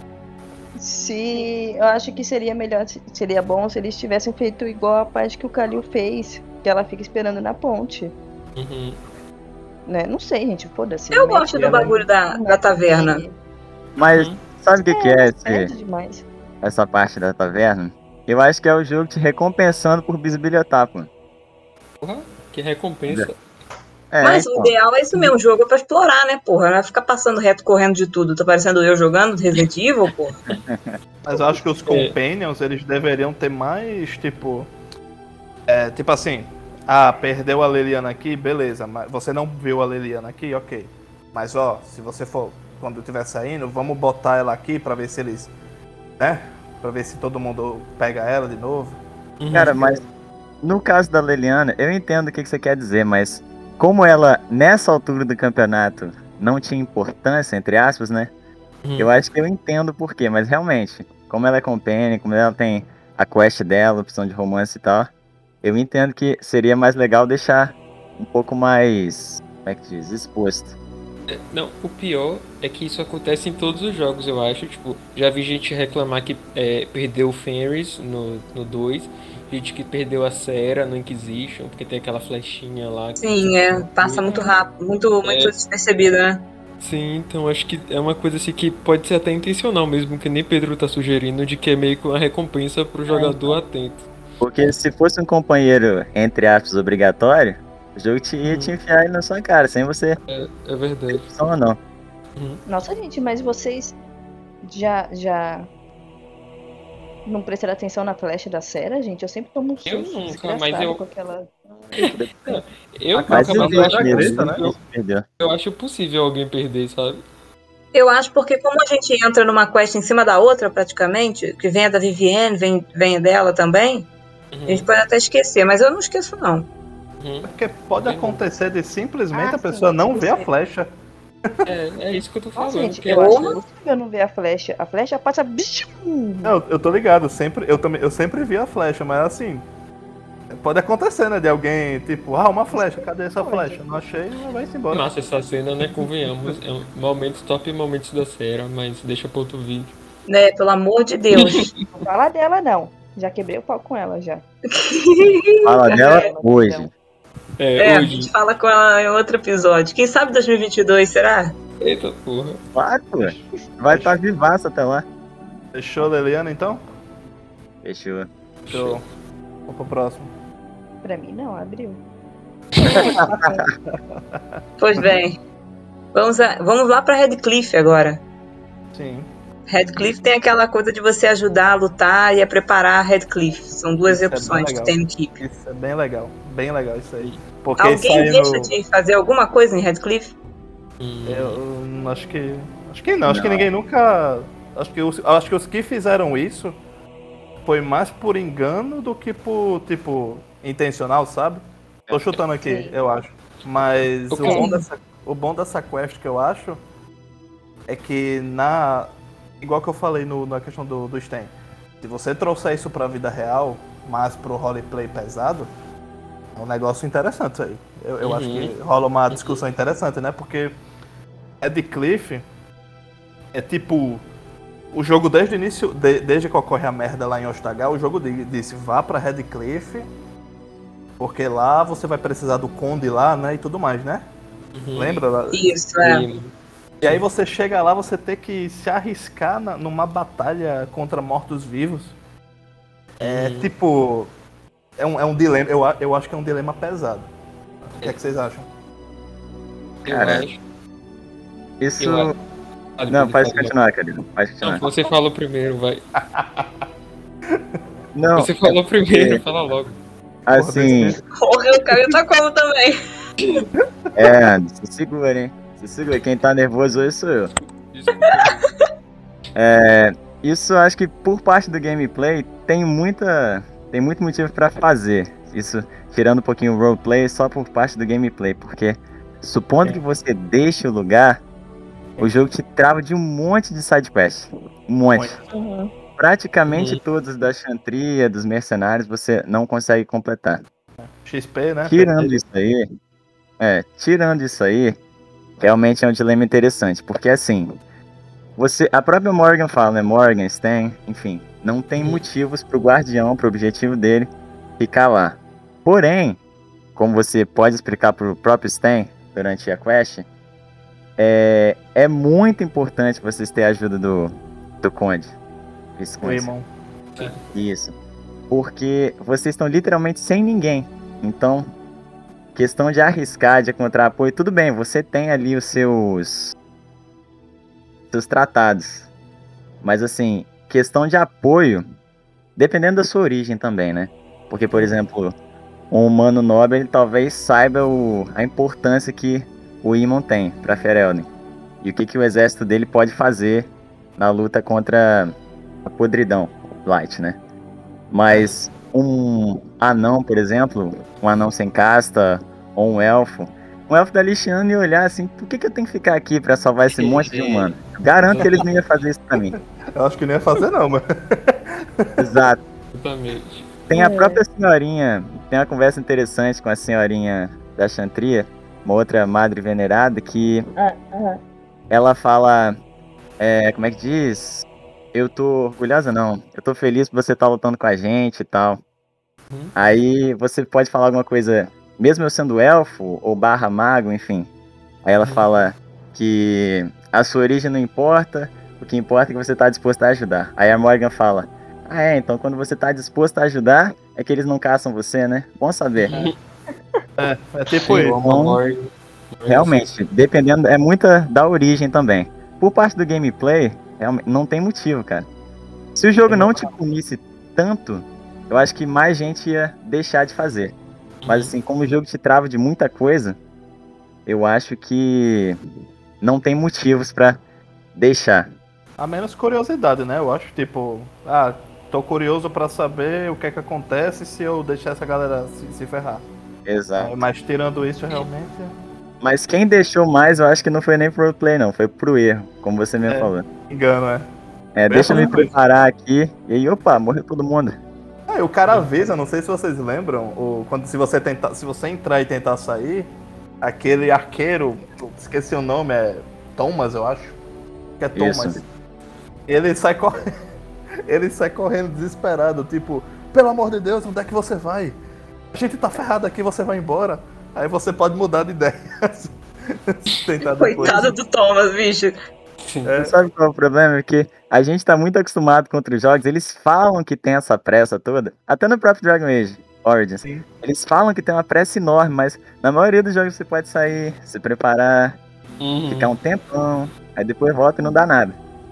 Se eu acho que seria melhor, seria bom se eles tivessem feito igual a parte que o Kalil fez, que ela fica esperando na ponte, Uhum. né? Não sei, gente, foda-se. Eu mete- gosto do bagulho da, da taverna. Mas Uhum. sabe o que, que é esse, Perde demais. essa parte da taverna? Eu acho que é o jogo te recompensando por bisbilhotar, pô. Porra, que recompensa. É, Mas então. o ideal é isso mesmo, o jogo é pra explorar, né, porra? Não vai ficar passando reto, correndo de tudo. Tá parecendo eu jogando Resident Evil, porra. mas eu acho que os companions, eles deveriam ter mais, tipo... É, tipo assim, ah, perdeu a Leliana aqui, beleza, mas você não viu a Leliana aqui, ok. Mas ó, se você for, quando eu estiver saindo, vamos botar ela aqui pra ver se eles, né? Pra ver se todo mundo pega ela de novo. Uhum. Cara, mas no caso da Leliana, eu entendo o que, que você quer dizer, mas como ela, nessa altura do campeonato, não tinha importância, entre aspas, né? Uhum. Eu acho que eu entendo o porquê, mas realmente, como ela é companion, como ela tem a quest dela, opção de romance e tal, eu entendo que seria mais legal deixar um pouco mais, como é que diz, exposto. Não, o pior é que isso acontece em todos os jogos, eu acho. Tipo, já vi gente reclamar que é, perdeu o Fenris no, no dois, gente que perdeu a Sera no Inquisition, porque tem aquela flechinha lá. que- Sim, é. Passa muito rápido, muito, muito É. despercebido, né? Sim, então acho que é uma coisa assim que pode ser até intencional mesmo, que nem Pedro tá sugerindo, de que é meio que uma recompensa pro jogador atento. Porque se fosse um companheiro, entre aspas, obrigatório, o jogo te, ia Uhum. te enfiar ele na sua cara, sem você É, é verdade. ter opção ou não. Nossa, gente, mas vocês já já não prestaram atenção na flecha da Sera, gente? Eu sempre tomo um Eu susto nunca, desgraçado mas eu- com aquela... Eu, Mas Mas eu, eu eu, vi acho, a Greta, né? eu, Perdeu. eu acho possível alguém perder, sabe? Eu acho porque como a gente entra numa quest em cima da outra, praticamente, que vem a da Vivienne, vem, vem dela também, a gente Uhum, pode até esquecer, mas eu não esqueço, não. uhum. Porque pode acontecer de simplesmente Ah, a pessoa sim, não sim, ver a sim. flecha. É, é isso que eu tô falando. Nossa, gente, que eu é- acho impossível não ver a flecha. A flecha passa... Eu, eu tô ligado, sempre, eu, também, eu sempre vi a flecha, mas assim, pode acontecer, né? De alguém, tipo, ah, uma flecha, cadê essa flecha? Não achei, mas vai-se embora. Massa essa cena, né? Convenhamos. É um momentos top e momentos da Sera, mas deixa pra outro vídeo. Né, pelo amor de Deus. Não fala dela, não. Já quebrei o pau com ela, já. Fala dela É. hoje. É, É, a hoje. gente fala com ela em outro episódio. Quem sabe dois mil e vinte e dois, será? Eita porra. Claro, pô. Vai estar vivaça até lá. Fechou, Leliana, então? Fechou. Show. Vamos pro próximo. Pra mim, não, abriu. Pois bem. Vamos, a- vamos lá pra Redcliffe agora. Sim. Redcliffe tem aquela coisa de você ajudar a lutar e a preparar Redcliffe. São duas Isso é bem opções que legal. tem no Keep. Isso é bem legal. Bem legal isso aí. Porque Alguém isso aí deixa no... de fazer alguma coisa em Redcliffe? Hum, Eu não acho que. Acho que não, acho que Não. ninguém nunca. Acho que, os, acho que os que fizeram isso foi mais por engano do que por, tipo, intencional, sabe? Tô chutando aqui, Sim. eu acho. Mas O o que- bom, dessa, o bom dessa quest que eu acho é que na. Igual que eu falei no, na questão do, do Sten. Se você trouxer isso pra vida real, mas pro roleplay pesado, é um negócio interessante aí. Eu, eu Uhum. acho que rola uma discussão interessante, né? Porque Redcliffe é tipo. O jogo desde o início, de- desde que ocorre a merda lá em Ostagal, o jogo di- disse vá pra Redcliffe, porque lá você vai precisar do Conde lá, né? E tudo mais, né? uhum. Lembra? lá? Isso, é. Sim. E aí você chega lá, você tem que se arriscar na- numa batalha contra mortos-vivos. É Uhum. tipo. É um, é um dilema. Eu, a- eu acho que é um dilema pesado. O que é que vocês acham? Eu Cara, acho. Isso. Eu acho. Ah, Não, depois pode eu falo. continuar, querido. Pode Não, continuar. você falou primeiro, vai. Não, Você falou primeiro, é- fala logo. assim. Porra, o Caio tá como também. É, se segura, hein? Se segura. Quem tá nervoso hoje sou eu. Desculpa. É, isso acho que por parte do gameplay tem muita tem muito motivo pra fazer. Isso tirando um pouquinho o roleplay só por parte do gameplay, porque supondo que você deixe o lugar, o jogo te trava de um monte de sidequests. Um monte. Uhum. Praticamente Uhum. todos da Chantria, dos mercenários, você não consegue completar. X P, né? Tirando isso aí, é, tirando isso aí, realmente é um dilema interessante, porque assim, você, a própria Morgan fala, né, Morgan, Stan, enfim, não tem Uhum. motivos pro guardião, pro objetivo dele, ficar lá. Porém, como você pode explicar pro próprio Stan durante a quest, é, é muito importante vocês terem a ajuda do, do Conde. O Visconde. Emon. Isso. Porque vocês estão literalmente sem ninguém. Então, questão de arriscar, de encontrar apoio, tudo bem, você tem ali os seus seus tratados. Mas assim, questão de apoio, dependendo da sua origem também, né? Porque, por exemplo, um humano nobre, ele talvez saiba o, a importância que o Emon tem para Ferelden. E o que, que o exército dele pode fazer na luta contra a podridão, Light, né? Mas um anão, por exemplo, um anão sem casta, ou um elfo, um elfo da Lixiana ia olhar assim, por que, que eu tenho que ficar aqui pra salvar esse monte de humano? Garanto que eles não iam fazer isso pra mim. Eu acho que não ia fazer não, mas... Exato. Exatamente. Tem a É. própria senhorinha, tem uma conversa interessante com a senhorinha da Chantria, uma outra madre venerada, que Ah, aham. ela fala, é, como é que diz? Eu tô orgulhosa não, eu tô feliz por você estar lutando com a gente e tal. Uhum. Aí você pode falar alguma coisa, mesmo eu sendo elfo ou barra mago, enfim. Aí ela Uhum. fala que a sua origem não importa, o que importa é que você tá disposto a ajudar. Aí a Morgan fala, ah é, então quando você tá disposto a ajudar, é que eles não caçam você, né? Bom saber. É, é tipo Sim, isso. eu amo a Morgan. Realmente, dependendo, é muita da origem também. Por parte do gameplay, realmente, não tem motivo, cara. Se o jogo não te punisse tanto, eu acho que mais gente ia deixar de fazer. Mas assim, como o jogo te trava de muita coisa, eu acho que não tem motivos pra deixar. A menos curiosidade, né? Eu acho, tipo... Ah, tô curioso pra saber o que é que acontece se eu deixar essa galera se, se ferrar. Exato. É, mas tirando isso, realmente... Mas quem deixou mais, eu acho que não foi nem pro roleplay, não. Foi pro erro, como você mesmo É. falou. Engano, é. É, deixa eu me Erro não. preparar aqui. E aí, opa, morreu todo mundo. Ah, e o cara avisa, não sei se vocês lembram, o, quando, se, você tentar, se você entrar e tentar sair, aquele arqueiro, esqueci o nome, é Thomas, eu acho. Que é Thomas. Isso. Ele sai correndo. Ele sai correndo desesperado, tipo, pelo amor de Deus, onde é que você vai? A gente tá ferrado aqui, você vai embora. Aí você pode mudar de ideia. Tentar depois. Coitado do Thomas, bicho. É. Sabe qual é o problema? É que a gente tá muito acostumado com outros jogos, eles falam que tem essa pressa toda, até no próprio Dragon Age Origins. Sim. Eles falam que tem uma pressa enorme, mas na maioria dos jogos você pode sair, se preparar, Uhum. ficar um tempão, aí depois volta e não dá nada.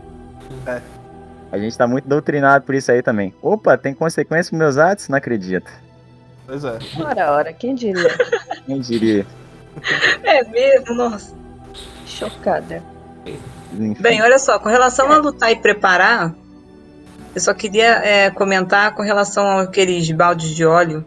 É. A gente tá muito doutrinado por isso aí também. Opa, tem consequência pros meus atos? Não acredito. Pois é. Ora, ora, quem diria? Quem diria? É mesmo, nossa. Chocada. Enfim. Bem, olha só, com relação a lutar e preparar, eu só queria é, comentar com relação àqueles baldes de óleo.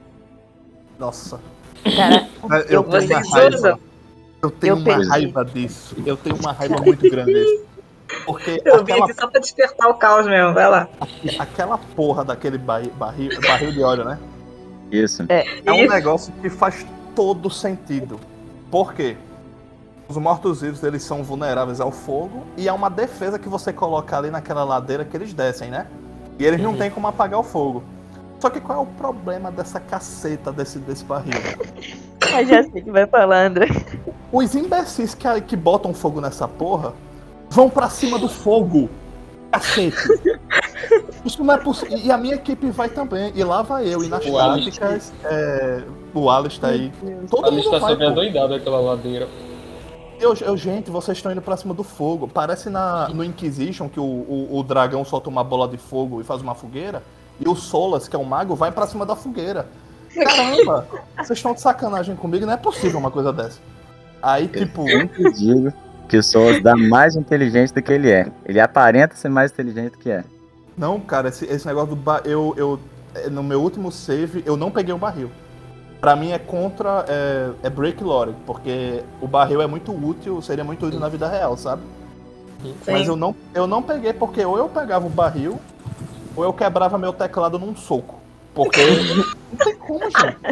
Nossa. Cara, Eu eu tenho uma Vocês raiva. usam? Eu tenho Eu uma perdi. raiva disso. Eu tenho uma raiva muito grande disso. Porque Eu vim aquela, aqui só pra despertar o caos mesmo, vai lá. aquela porra daquele barril, barril, barril de óleo, né? Isso. É um Isso. negócio que faz todo sentido. Por quê? Os mortos-vivos, eles são vulneráveis ao fogo e é uma defesa que você coloca ali naquela ladeira que eles descem, né? E eles não Uhum. tem como apagar o fogo. Só que qual é o problema dessa caceta desse, desse barril? eu já sei que vai falar, André. Os imbecis que, que botam fogo nessa porra vão pra cima do fogo. Cacete. Isso não é possível. E a minha equipe vai também. E lá vai eu. E nas O Alice. táticas, é... o Alice tá aí. Todo A gente mundo tá vai, sempre pô. adoidado aquela ladeira. Eu, eu, gente, vocês estão indo pra cima do fogo. Parece na, no Inquisition que o, o, o dragão solta uma bola de fogo e faz uma fogueira. E o Solas, que é um mago, vai pra cima da fogueira. Caramba! Vocês estão de sacanagem comigo? Não é possível uma coisa dessa. Aí, tipo... Eu sempre digo que o Souls dá mais inteligente do que ele é. Ele aparenta ser mais inteligente do que é. Não, cara, esse, esse negócio do... Ba... Eu, eu no meu último save, eu não peguei o barril. Pra mim é contra, é, é break lore, porque o barril é muito útil, seria muito útil na vida real, sabe? Sim. Mas eu não, eu não peguei porque ou eu pegava o barril, ou eu quebrava meu teclado num soco. Porque não tem como, gente.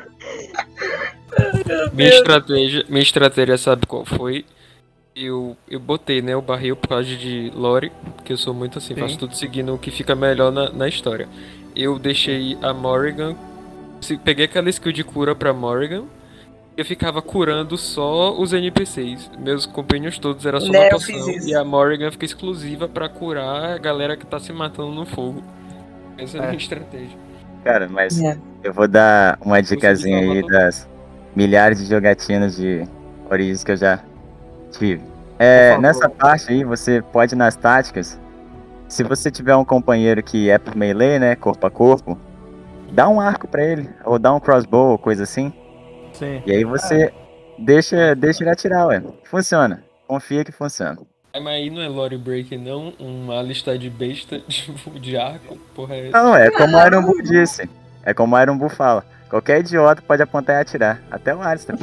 Minha estratégia, minha estratégia, sabe qual foi? Eu, eu botei, né, o barril por causa de lore, porque eu sou muito assim, Sim. faço tudo seguindo o que fica melhor na, na história. Eu deixei a Morrigan, se- peguei aquela skill de cura pra Morrigan, e eu ficava curando só os N P Cs. Meus companions todos era só Né, uma eu fiz poção, isso. e a Morrigan fica exclusiva pra curar a galera que tá se matando no fogo. Essa é a É. minha estratégia. Cara, mas É. eu vou dar uma Consegui dicasinha salvar aí todo das milhares de jogatinas de Origins que eu já tive. Por É, favor. nessa parte aí, você pode ir nas táticas. Se você tiver um companheiro que é por melee, né, corpo a corpo, dá um arco pra ele, ou dá um crossbow, ou coisa assim. Sim. E aí você deixa, deixa ele atirar, ué. Funciona. Confia que funciona. Ah, mas aí não é lore break não, uma lista de besta, tipo, de arco, porra é essa? Não, é como o Iron Bull disse. É como o Iron Bull fala. Qualquer idiota pode apontar e atirar. Até o Alistair.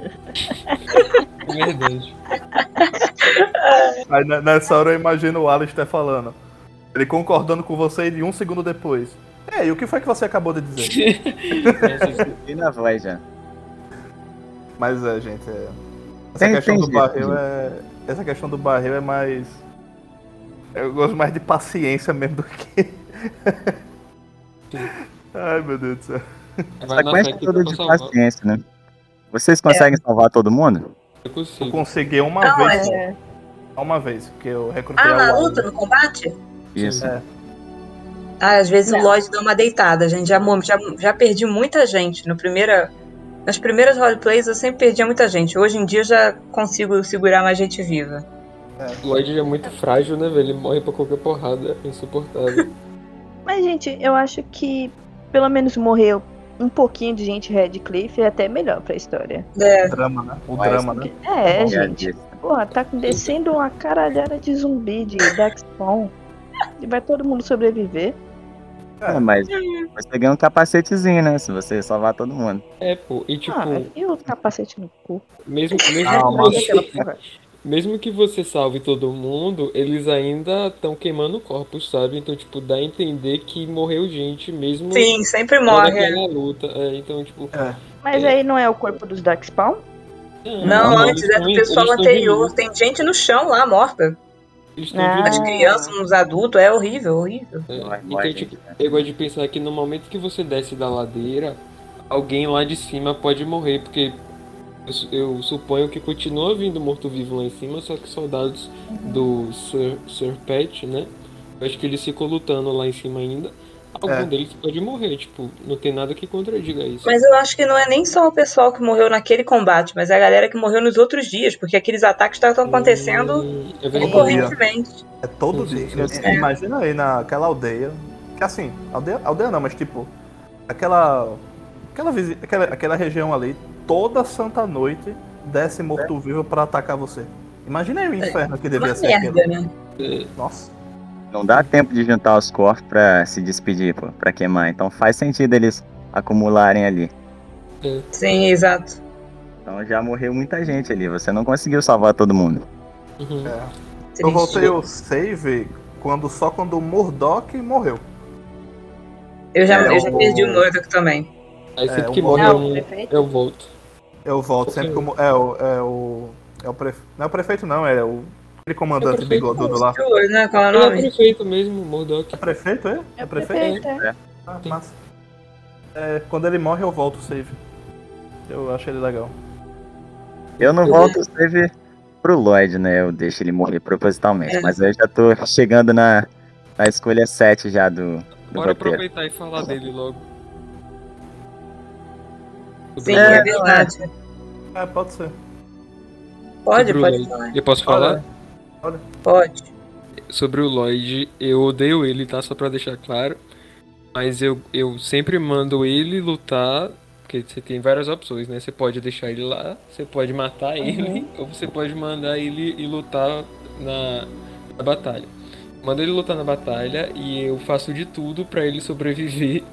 É verdade. Aí ne- nessa hora eu imagino o Alistair falando. Ele concordando com você e um segundo depois. É, e o que foi que você acabou de dizer? Nossa, isso- E na voz já. Mas é, gente, é... essa Tem- questão tem do jeito, barril gente. é. Essa questão do barril é mais. Eu gosto mais de paciência mesmo do que. Ai meu Deus do céu. vai Essa na quest fé é que toda dá pra de salvar. paciência, né? Vocês conseguem salvar todo mundo? Eu Eu consigo. consegui uma Não, vez é- só. É. Uma vez, porque eu recrutei Ah, a na Wally. luta, no combate? Isso. É. Ah, às vezes Não. o Lloyd dá uma deitada. A gente já, mo- já, já perdi muita gente. No primeira, nas primeiras roleplays eu sempre perdia muita gente. Hoje em dia eu já consigo segurar mais gente viva. O Lloyd é muito frágil, né, velho? Ele morre pra qualquer porrada, é insuportável. Mas, gente, eu acho que pelo menos morreu um pouquinho de gente Redcliffe é até melhor pra história. É, O drama, né? O Mas- drama, né? É, Bom, gente. Porra, tá descendo uma caralhada de zumbi de Darkspawn. E vai todo mundo sobreviver. É, mas você ganha um capacetezinho, né? Se você salvar todo mundo. É, pô, e tipo, Ah, e o capacete no cu? mesmo, mesmo, Calma. que Aquela você, porra. mesmo que você salve todo mundo, eles ainda estão queimando corpos, sabe? Então, tipo, dá a entender que morreu gente mesmo sim, sempre toda morre. é. aquela luta. É, então, tipo, É. Mas É. aí não é o corpo dos Darkspawn? Não, Não, antes é do pessoal anterior. Tem gente no chão lá, morta. Eles estão Ah. de As luto. crianças, uns adultos. É horrível, horrível. É, Morre, então, morre, tipo, gente, né? eu gosto de pensar que no momento que você desce da ladeira, alguém lá de cima pode morrer, porque eu, su- eu suponho que continua vindo morto-vivo lá em cima, só que soldados do Sir, Sir Pat, né? Eu acho que eles ficam lutando lá em cima ainda. Algum É. deles pode morrer, tipo, não tem nada que contradiga isso. Mas eu acho que não é nem só o pessoal que morreu naquele combate, mas é a galera que morreu nos outros dias, porque aqueles ataques estavam acontecendo Hum, é verdade. recorrentemente. É todo Sim, dia. sim, sim. Imagina aí naquela aldeia. Que assim, aldeia, aldeia não, mas tipo, aquela. Aquela, visi- aquela, aquela região ali, toda santa noite desce morto-vivo pra atacar você. Imagina aí o inferno que devia Uma ser merda, aquilo. né? Nossa. Não dá tempo de juntar os corpos pra se despedir, pô, pra queimar. Então faz sentido eles acumularem ali. Sim, exato. Então já morreu muita gente ali. Você não conseguiu salvar todo mundo. Uhum. É. Triste. Eu voltei o save quando, só quando o Murdoch morreu. Eu já, É, eu já o- perdi o Murdoch também. Aí sempre É, que o morre Não, um, o prefeito? eu volto. Eu volto sempre como. É o. É o. É o prefe... Não é o prefeito, não, é o. Aquele comandante É o prefeito. bigodudo lá. Stuart, né? Qual é o Ele é nome? prefeito mesmo, Murdoch. É prefeito, é? É o prefeito? prefeito, é. Ah, Sim. massa. É, quando ele morre, eu volto o save. Eu acho ele legal. Eu não Eu- volto o save pro Lloyd, né? Eu deixo ele morrer propositalmente. É. Mas eu já tô chegando na, na escolha sete já do, do Bora roteiro. aproveitar e falar dele logo. Sim, Sobre o é Lloyd. verdade. É, pode ser. Pode, Sobre o pode Lloyd. falar. Eu posso falar? Pode. Sobre o Lloyd, eu odeio ele, tá? Só pra deixar claro. Mas eu, eu sempre mando ele lutar. Porque você tem várias opções, né? Você pode deixar ele lá, você pode matar ele, ou você pode mandar ele ir lutar na, na batalha. Mando ele lutar na batalha e eu faço de tudo pra ele sobreviver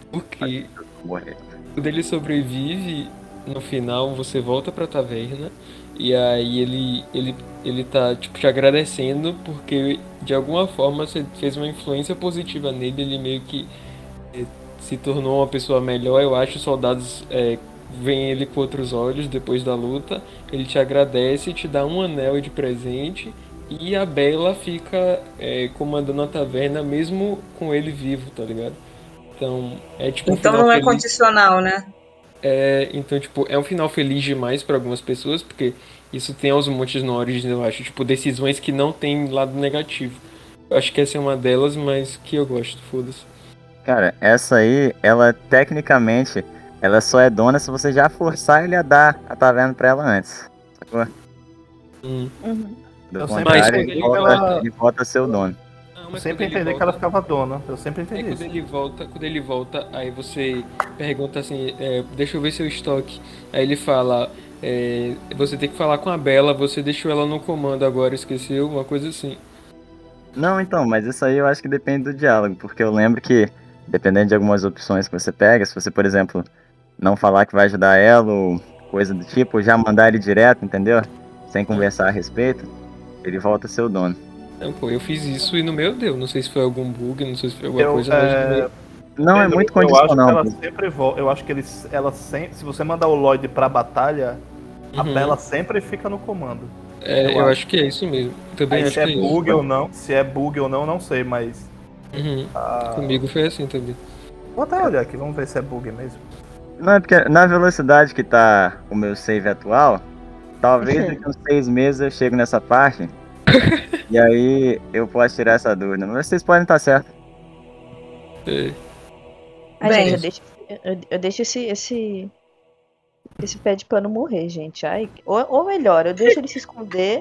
Porque Morrer. quando ele sobrevive, no final você volta pra taverna e aí ele, ele, ele tá tipo, te agradecendo porque de alguma forma você fez uma influência positiva nele, ele meio que eh, se tornou uma pessoa melhor. Eu acho que os soldados é, veem ele com outros olhos depois da luta, ele te agradece, te dá um anel de presente e a Bella fica é, comandando a taverna mesmo com ele vivo, tá ligado? Então é tipo um Então final não é feliz. condicional, né? É, então, tipo, é um final feliz demais pra algumas pessoas, porque isso tem aos montes no Origins, eu acho. Tipo, decisões que não tem lado negativo. Eu acho que essa é uma delas, mas que eu gosto, foda-se. Cara, essa aí, ela tecnicamente, ela só é dona se você já forçar ele a dar a taverna pra ela antes. Sacou? Hum. Uhum. Do Eu sempre contrário, entendi ele que volta, ela- ele volta a ser o dono. Não, Eu mas sempre quando ele entendi que ela volta- ficava dona. Eu sempre É entendi quando isso. ele volta, quando ele volta, aí você pergunta assim, é, deixa eu ver seu estoque. Aí ele fala, é, você tem que falar com a Bella, você deixou ela no comando agora, esqueceu? Uma coisa assim. Não, então, mas isso aí eu acho que depende do diálogo, porque eu lembro que, dependendo de algumas opções que você pega, se você, por exemplo, não falar que vai ajudar ela ou coisa do tipo, já mandar ele direto, entendeu? Sem conversar a respeito, ele volta a ser o dono. Não, pô, eu fiz isso e no meu deu. Não sei se foi algum bug, não sei se foi alguma Eu, coisa, mas no é, meu... Não, é Pedro, muito eu acho que condicional. ela mesmo. sempre volta. Eu acho que eles, ela sempre, se você mandar o Lloyd pra batalha, a Uhum. Bella sempre fica no comando. É, eu eu, acho. acho que é isso mesmo. Também Aí acho se é que é bug isso. ou não, se é bug ou não, não sei, mas. Uhum. ah, Comigo foi assim também. Vou até olhar aqui, vamos ver se é bug mesmo. Não, é porque na velocidade que tá o meu save atual, talvez daqui uns seis meses eu chego nessa parte. E aí eu posso tirar essa dúvida. Mas vocês podem estar certos. É. Ai, Bem. gente, eu deixo, eu, eu deixo esse, esse, esse pé de pano morrer, gente. Ai, ou, ou melhor, eu deixo ele se esconder,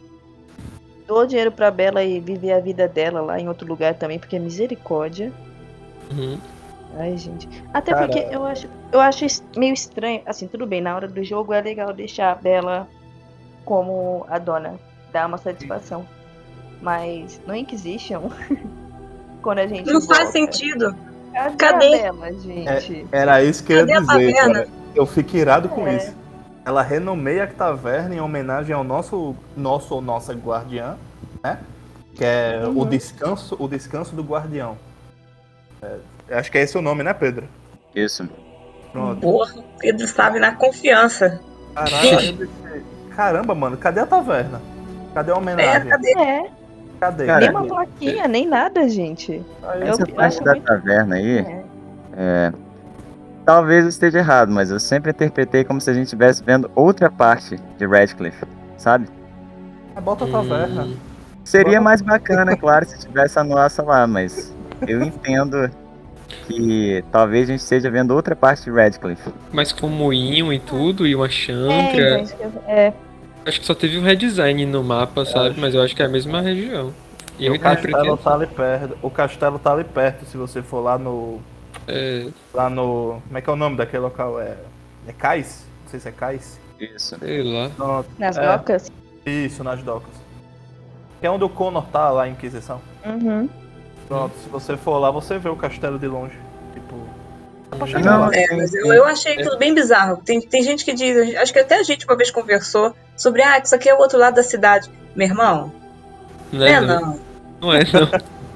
dou dinheiro pra Bella e viver a vida dela lá em outro lugar também, porque é misericórdia. Uhum. Ai, gente. Até Cara. porque eu acho, eu acho es- meio estranho. Assim, tudo bem, na hora do jogo é legal deixar a Bella como a dona, dar uma satisfação. Mas no Inquisition, quando a gente Não faz volta, sentido. cadê, Cadê? a Bella, gente? Era isso que eu Cadê ia a dizer, taverna? cara. Eu fico irado com É. isso. Ela renomeia a taverna em homenagem ao nosso, nosso ou nossa guardiã, né? Que é Uhum. o descanso, o descanso do guardião. É, acho que é esse o nome, né, Pedro? Isso. Pronto. Porra, Pedro sabe na confiança. Caralho, aí eu pensei, caramba, mano, cadê a taverna? Cadê a É, homenagem? cadê? É, Cadê? Cara, nem uma plaquinha, nem nada, gente. Aí, Eu- Essa eu parte acho da muito- taverna aí, É. é, talvez eu esteja errado, mas eu sempre interpretei como se a gente estivesse vendo outra parte de Radcliffe, sabe? bota a taverna. Hum. Seria Bota- mais bacana, claro, se tivesse a nossa lá, mas eu entendo que talvez a gente esteja vendo outra parte de Radcliffe. Mas com moinho e tudo, e uma É, chancra. então, isso que eu- é, Acho que só teve um redesign no mapa, sabe? acho. Mas eu acho que é a mesma região. E eu o interpretei. castelo tá ali perto. O castelo tá ali perto, se você for lá no. É, Lá no. Como é que é o nome daquele local? É. É Cais? Não sei se é Cais. Isso. sei lá. Pronto. nas É. docas. Isso, nas docas. Que é onde o Connor tá lá em Inquisição. Uhum. Pronto, se você for lá, você vê o castelo de longe. Tipo. Dá pra chegar Não, lá. É, mas eu, eu achei tudo bem bizarro. Tem, tem gente que diz, acho que até a gente uma vez conversou sobre, ah, que isso aqui é o outro lado da cidade. Meu irmão, Não não é, é não. não. Não é, não.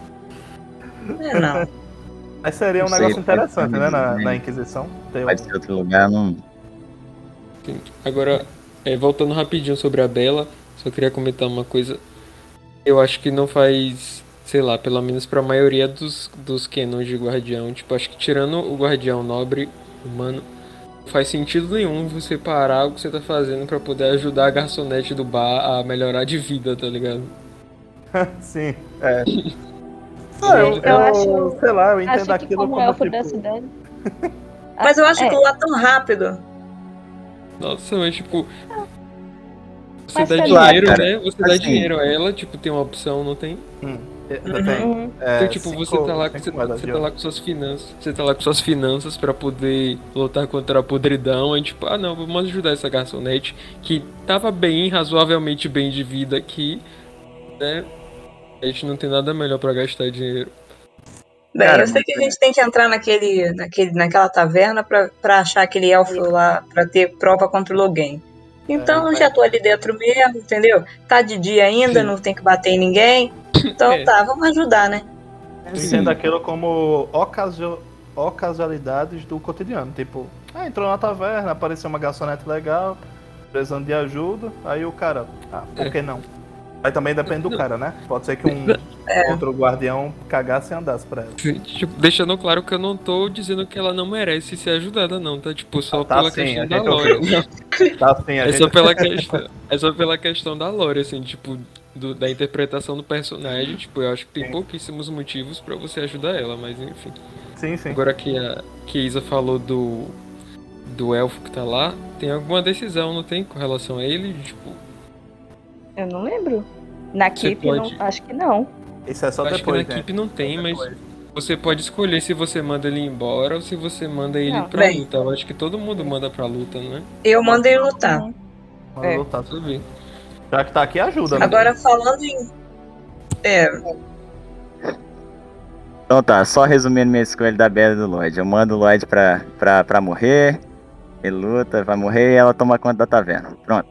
Não é não. Mas seria um Não sei, negócio interessante, pode né? ser, Na, né? na Inquisição. Ter um- Pode ser outro lugar, não. Sim. Agora, é, voltando rapidinho sobre a Bella, só queria comentar uma coisa. Eu acho que não faz, sei lá, pelo menos pra maioria dos, dos canons de guardião. Tipo, acho que tirando o guardião nobre humano, não faz sentido nenhum você parar o que você tá fazendo pra poder ajudar a garçonete do bar a melhorar de vida, tá ligado? Sim, é. Ah, eu, Eu eu- acho- sei lá, eu entendo Acho que aquilo como como, elfo tipo, da cidade. Mas eu acho É. que lá tão rápido. Nossa, mas tipo. Você Mas dá tá dinheiro, ligado, né? Você dá assim- dinheiro a ela, tipo, tem uma opção, não tem? Hum, é, Uhum. tem, Uhum. é, Então, tipo, cinco- você tá lá, cinco você, moedas você de tá ouro. lá com suas finanças, você tá lá com suas finanças pra poder lutar contra a podridão, aí tipo, ah não, vamos ajudar essa garçonete que tava bem, razoavelmente bem de vida aqui, né? A gente não tem nada melhor pra gastar dinheiro. Bem, Cara, eu sei que a mas, gente tem que entrar naquele, naquele, naquela taverna pra, pra achar aquele elfo lá, pra ter prova contra o Logan. Então, É, já tô ali dentro mesmo, entendeu? Tá de dia ainda, Sim. não tem que bater em ninguém. Então É. tá, vamos ajudar, né? entendo aquilo como ocasio- ocasualidades do cotidiano. Tipo, ah, entrou na taverna, apareceu uma garçonete legal, precisando de ajuda, aí o cara, ah, por que não? Aí também depende do cara, né? Pode ser que um outro guardião cagasse e andasse pra ela. Sim, tipo, deixando claro que eu não tô dizendo que ela não merece ser ajudada, não, tá? Tipo, só Ah, tá pela sim, questão a da gente lore. ouviu. Não, Tá assim, a é gente... só pela questão, é só pela questão da lore, assim, tipo, do- da interpretação do personagem. Tipo, eu acho que tem Sim. pouquíssimos motivos pra você ajudar ela, mas enfim. Sim, sim. Agora que a, que a Isa falou do, do elfo que tá lá, tem alguma decisão, não tem, com relação a ele? Tipo, Eu não lembro. Na Você Keep, não, pode- acho que não. Isso é só eu acho depois, que na né? equipe não tem, mas você pode escolher se você manda ele embora ou se você manda ele Não, pra bem. luta. Eu acho que todo mundo manda pra luta, né? Eu mandei lutar. Uhum. Manda É. lutar. Tudo bem. Já que tá aqui, ajuda, né? Agora, falando em. É, Então tá, só resumindo minha escolha da Bela do Lloyd. Eu mando o Lloyd pra, pra, pra morrer, ele luta, vai morrer e ela toma conta da taverna. Pronto.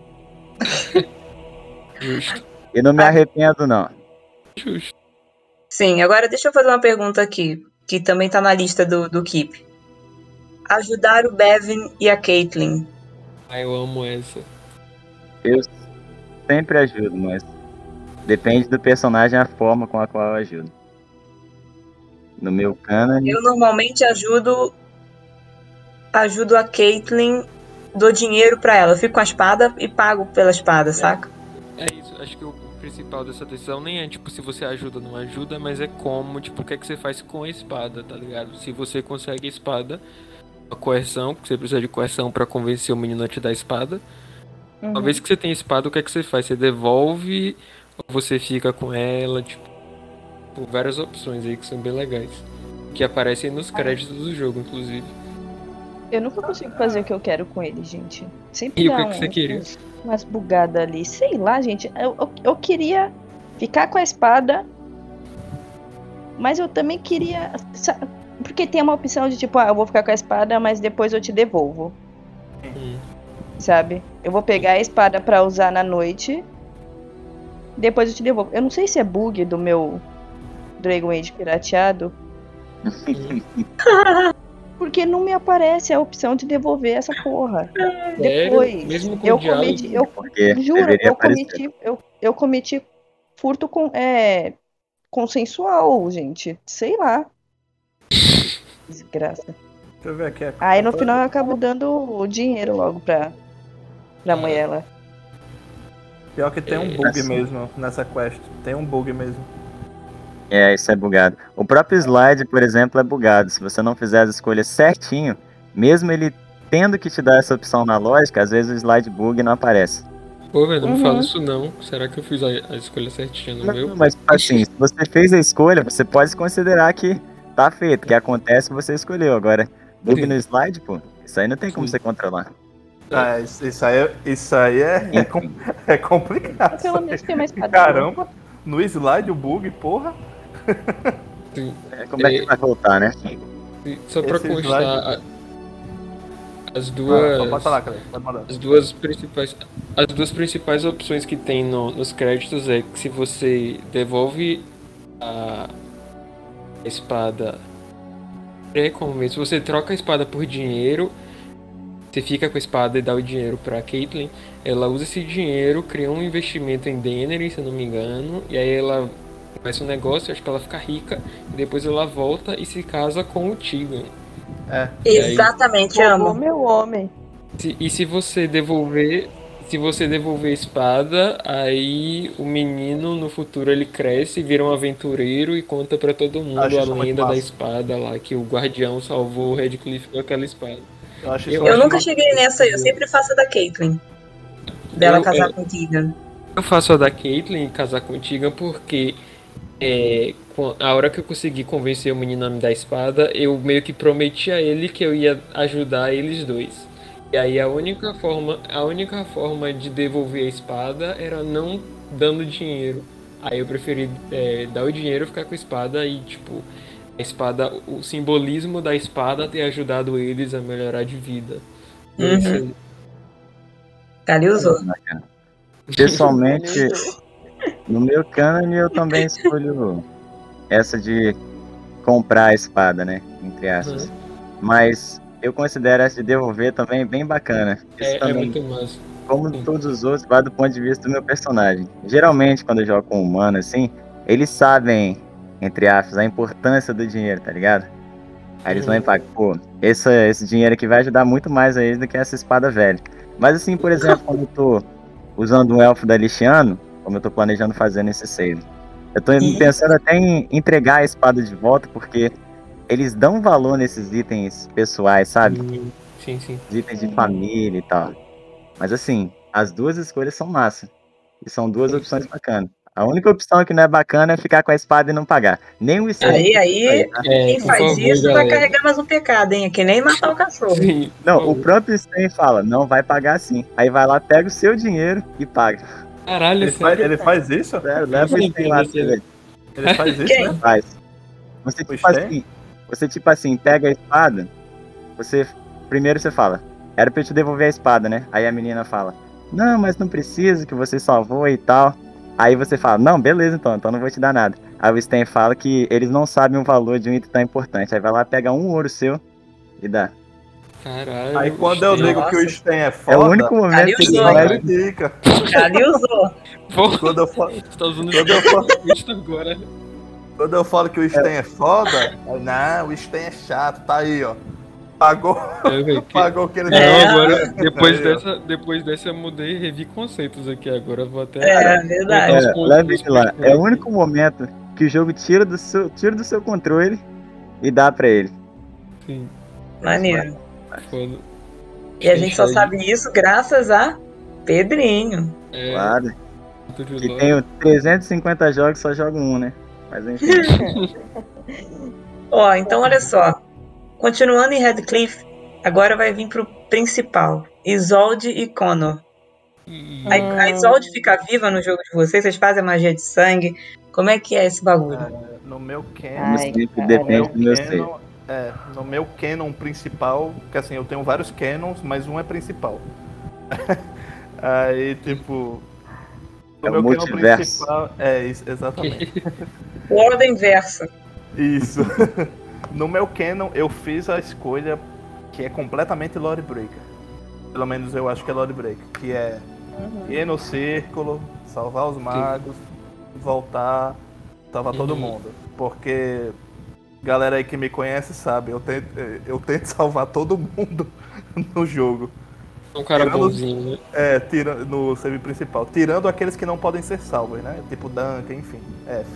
Justo. E não me Ah. arrependo, não. Justo. sim, agora deixa eu fazer uma pergunta aqui, que também tá na lista do, do Keep. Ajudar o Bevin e a Caitlyn. Ah, eu amo essa. Eu sempre ajudo, mas depende do personagem a forma com a qual eu ajudo. No meu cânone, Eu normalmente ajudo ajudo a Caitlyn, dou dinheiro pra ela. Eu fico com a espada e pago pela espada, saca? É isso, acho que o principal dessa decisão nem é tipo se você ajuda ou não ajuda, mas é como, tipo, o que é que você faz com a espada, tá ligado? Se você consegue a espada, a coerção, porque você precisa de coerção pra convencer o menino a te dar a espada. Uma Uhum. vez que você tem a espada, o que é que você faz? Você devolve ou você fica com ela, tipo, por várias opções aí que são bem legais. Que aparecem nos créditos do jogo, inclusive. Eu nunca consigo fazer o que eu quero com ele, gente. Sempre E o dá que, que você um- queria? uns- umas bugadas ali. Sei lá, gente. Eu, eu, eu queria ficar com a espada, mas eu também queria. sa- Porque tem uma opção de tipo, ah, eu vou ficar com a espada, mas depois eu te devolvo. Hum. Sabe? Eu vou pegar a espada pra usar na noite, depois eu te devolvo. Eu não sei se é bug do meu Dragon Age pirateado, porque não me aparece a opção de devolver essa porra. Depois, Mesmo com eu o diálogo? cometi, eu porque juro, deveria eu aparecer. cometi, eu, eu cometi furto com, é, consensual, gente. Sei lá. Desgraça. Deixa eu ver aqui. Aí no final eu acabo dando o dinheiro logo pra, pra mulher lá. Pior que tem um bug mesmo nessa quest. Tem um bug mesmo. É, isso é bugado. O próprio slide, por exemplo, é bugado. Se você não fizer as escolhas certinho, mesmo ele tendo que te dar essa opção na lógica, às vezes o slide bug não aparece. Pô, velho, não me Uhum. fala isso não. Será que eu fiz a, a escolha certinha no Não, meu? mas assim, se você fez a escolha, você pode considerar que tá feito, que acontece você escolheu. Agora, bug Sim. no slide, pô, isso aí não tem como Sim. você controlar. Ah, isso, isso aí, é- isso aí é, é, com- é complicado. Pelo menos tem mais espada. Caramba, no slide o bug, porra. Sim. É, como é que É. vai voltar, né? E só pra Esse constar, slide- a- as Ah, duas. só pode falar, cara. Pode mandar. As duas principais, as duas principais opções que tem no- nos créditos é que se você devolve a espada pré-convence, se você troca a espada por dinheiro, você fica com a espada e dá o dinheiro pra Caitlyn, ela usa esse dinheiro, cria um investimento em Daenerys, se eu não me engano, e aí ela começa um negócio, acho que ela fica rica, e depois ela volta e se casa com o Tyrion. É. E aí- Exatamente, Roubou amo. meu homem. Se- e se você devolver, se você devolver a espada, aí o menino no futuro ele cresce, vira um aventureiro e conta pra todo mundo Acho a isso muito lenda da massa. espada lá, que o guardião salvou o Redcliffe com aquela espada. Eu acho isso Eu Eu acho nunca muito- cheguei nessa, eu sempre faço a da Caitlyn. Dela Eu- casar eu- com o Tyrion. Eu faço a da Caitlyn casar com o Tyrion porque é, com- a hora que eu consegui convencer o menino a me dar a espada, eu meio que prometi a ele que eu ia ajudar eles dois. E aí a única forma, a única forma de devolver a espada era não dando dinheiro. Aí eu preferi é, dar o dinheiro, ficar com a espada e tipo A espada, o simbolismo da espada ter ajudado eles a melhorar de vida. Uhum. Isso aí. Kali usou. Pessoalmente, no meu cânone eu também escolho essa de comprar a espada, né? Entre aspas. Uhum. Mas eu considero essa de devolver também bem bacana. Isso É, é também, muito massa. como Sim. todos os outros, vai do ponto de vista do meu personagem. Geralmente, quando eu jogo com um humano, assim, eles sabem, entre aspas, a importância do dinheiro, tá ligado? Aí eles vão Uhum. impactar, pô, esse, esse dinheiro aqui vai ajudar muito mais a eles do que essa espada velha. Mas assim, por exemplo, quando eu tô usando um elfo da Lixiano, como eu tô planejando fazer nesse save, eu tô Ih. pensando até em entregar a espada de volta, porque eles dão valor nesses itens pessoais, sabe? Hum, Sim, sim. Os itens de família e tal. Mas assim, as duas escolhas são massa. E são duas Sim, opções sim. bacanas. A única opção que não é bacana é ficar com a espada e não pagar. Nem o Stan. Aí, aí, tá? É, quem por faz favor, isso vai galera. carregar mais um pecado, hein? É que nem matar o cachorro. Sim, por Não, o favor. próprio Stan fala, não vai pagar sim. Aí vai lá, pega o seu dinheiro e paga. Caralho, Ele, faz, sério? ele faz isso? Sério, leva o Sim, Stan lá pra sim, você ver. Ele faz isso, Quem? né? Faz. Você O tipo Stan? assim, você tipo assim, pega a espada, você primeiro você fala, era pra eu te devolver a espada, né? Aí a menina fala, não, mas não precisa, que você salvou e tal. Aí você fala, não, beleza então, então não vou te dar nada. Aí o Stan fala que eles não sabem o valor de um item tão importante. Aí vai lá, pega um ouro seu e dá. Caralho. Aí quando eu Stan. digo que o Nossa. Stan é É foda, o único momento Ali que os eles ele dois. não não critica. Kali usou. Pô, Quando eu, falo, você tá usando quando eu falo- isso agora. quando eu falo que o Stan é foda, aí, não, o Stan é chato, tá aí, ó. Pagou, É, velho, que- pagou o que ele Não, É. agora, depois Aí, ó. dessa, depois dessa eu mudei e revi conceitos aqui agora. Eu vou até. É, botar verdade. os É, pontos leve nos ele lá. É o perfis. único momento que o jogo tira do seu, tira do seu controle e dá pra ele. Sim, Maneiro. foda. E a gente só Tem sabe isso graças a Pedrinho. É, Claro. muito de Que lore. tenho trezentos e cinquenta jogos, só jogo um, né? Mas enfim. Ó, então olha só. Continuando em Redcliffe, agora vai vir pro principal. Isolde e Connor. Hum, A, a Isolde fica viva no jogo de vocês? Vocês fazem a magia de sangue? Como é que é esse bagulho? É, no meu Como canon, Ai, sempre, cara. no meu depende do meu save. canon, é, no meu canon principal, que assim, eu tenho vários canons, mas um é principal. Aí, tipo, no É o meu canon multiverso. principal, é isso, exatamente. Ordem inversa. Isso. No meu canon, eu fiz a escolha que é completamente Lore Breaker. Pelo menos eu acho que é Lore Breaker, que é ir no círculo, salvar os magos, voltar, salvar todo Uhum. mundo. Porque galera aí que me conhece sabe, eu tento, eu tento salvar todo mundo no jogo. É um cara Tirando- bonzinho, né? É, tira, no save principal. Tirando aqueles que não podem ser salvos, né? Tipo Duncan, enfim, F.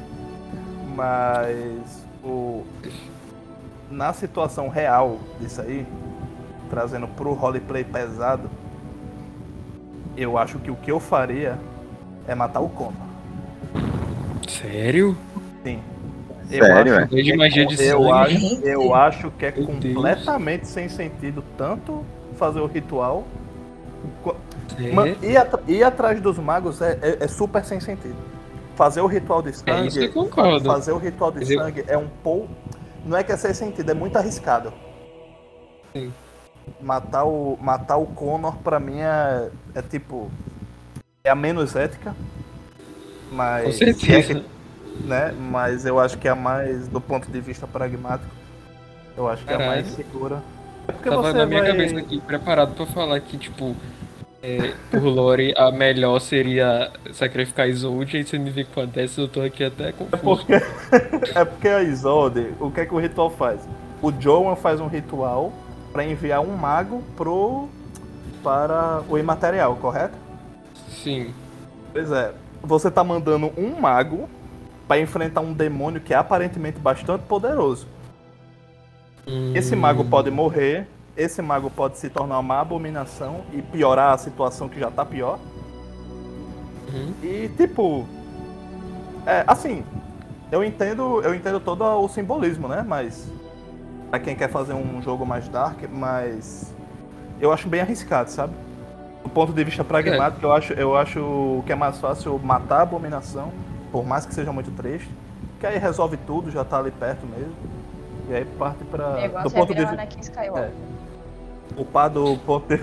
Mas o... na situação real disso aí, trazendo pro roleplay pesado, eu acho que o que eu faria é matar o Connor. Sério? Sim. Sério, eu é? acho, Vez de magia de eu, sangue. acho, eu acho que é Meu Deus. completamente sem sentido tanto fazer o ritual. qu- Sério? Ma- ir, at- ir atrás dos magos é, é- é super sem sentido. Fazer o ritual de sangue. É isso que eu concordo. fa- Fazer o ritual de Mas eu- sangue é um pouco. Não é que é sem sentido, é muito arriscado. Sim. Matar o, matar o Connor pra mim é, é tipo. É a menos ética. Mas. Com se é certeza. que- né? Mas eu acho que é a mais. Do ponto de vista pragmático. Eu acho que é a mais Caralho. segura. É porque Tava você na minha vai... cabeça aqui, preparado pra falar que, tipo, é, por lore, a melhor seria sacrificar Isolde, e você me vê com a dessa, eu tô aqui até É confuso. porque, é porque a Isolde, o que é que o ritual faz? O Joan faz um ritual para enviar um mago pro para o imaterial, correto? Sim. Pois é. Você tá mandando um mago para enfrentar um demônio que é aparentemente bastante poderoso. Hum, Esse mago pode morrer, esse mago pode se tornar uma abominação e piorar a situação que já tá pior. Uhum. E tipo, é, assim, eu entendo, eu entendo todo o simbolismo, né? Mas pra quem quer fazer um jogo mais dark, mas eu acho bem arriscado, sabe? Do ponto de vista pragmático, eu acho, eu acho que é mais fácil matar a abominação, por mais que seja muito triste, que aí resolve tudo, já tá ali perto mesmo. E aí parte pra. O negócio do ponto é de virar vista. Anakin Skywalker. É. Upar do ponto de...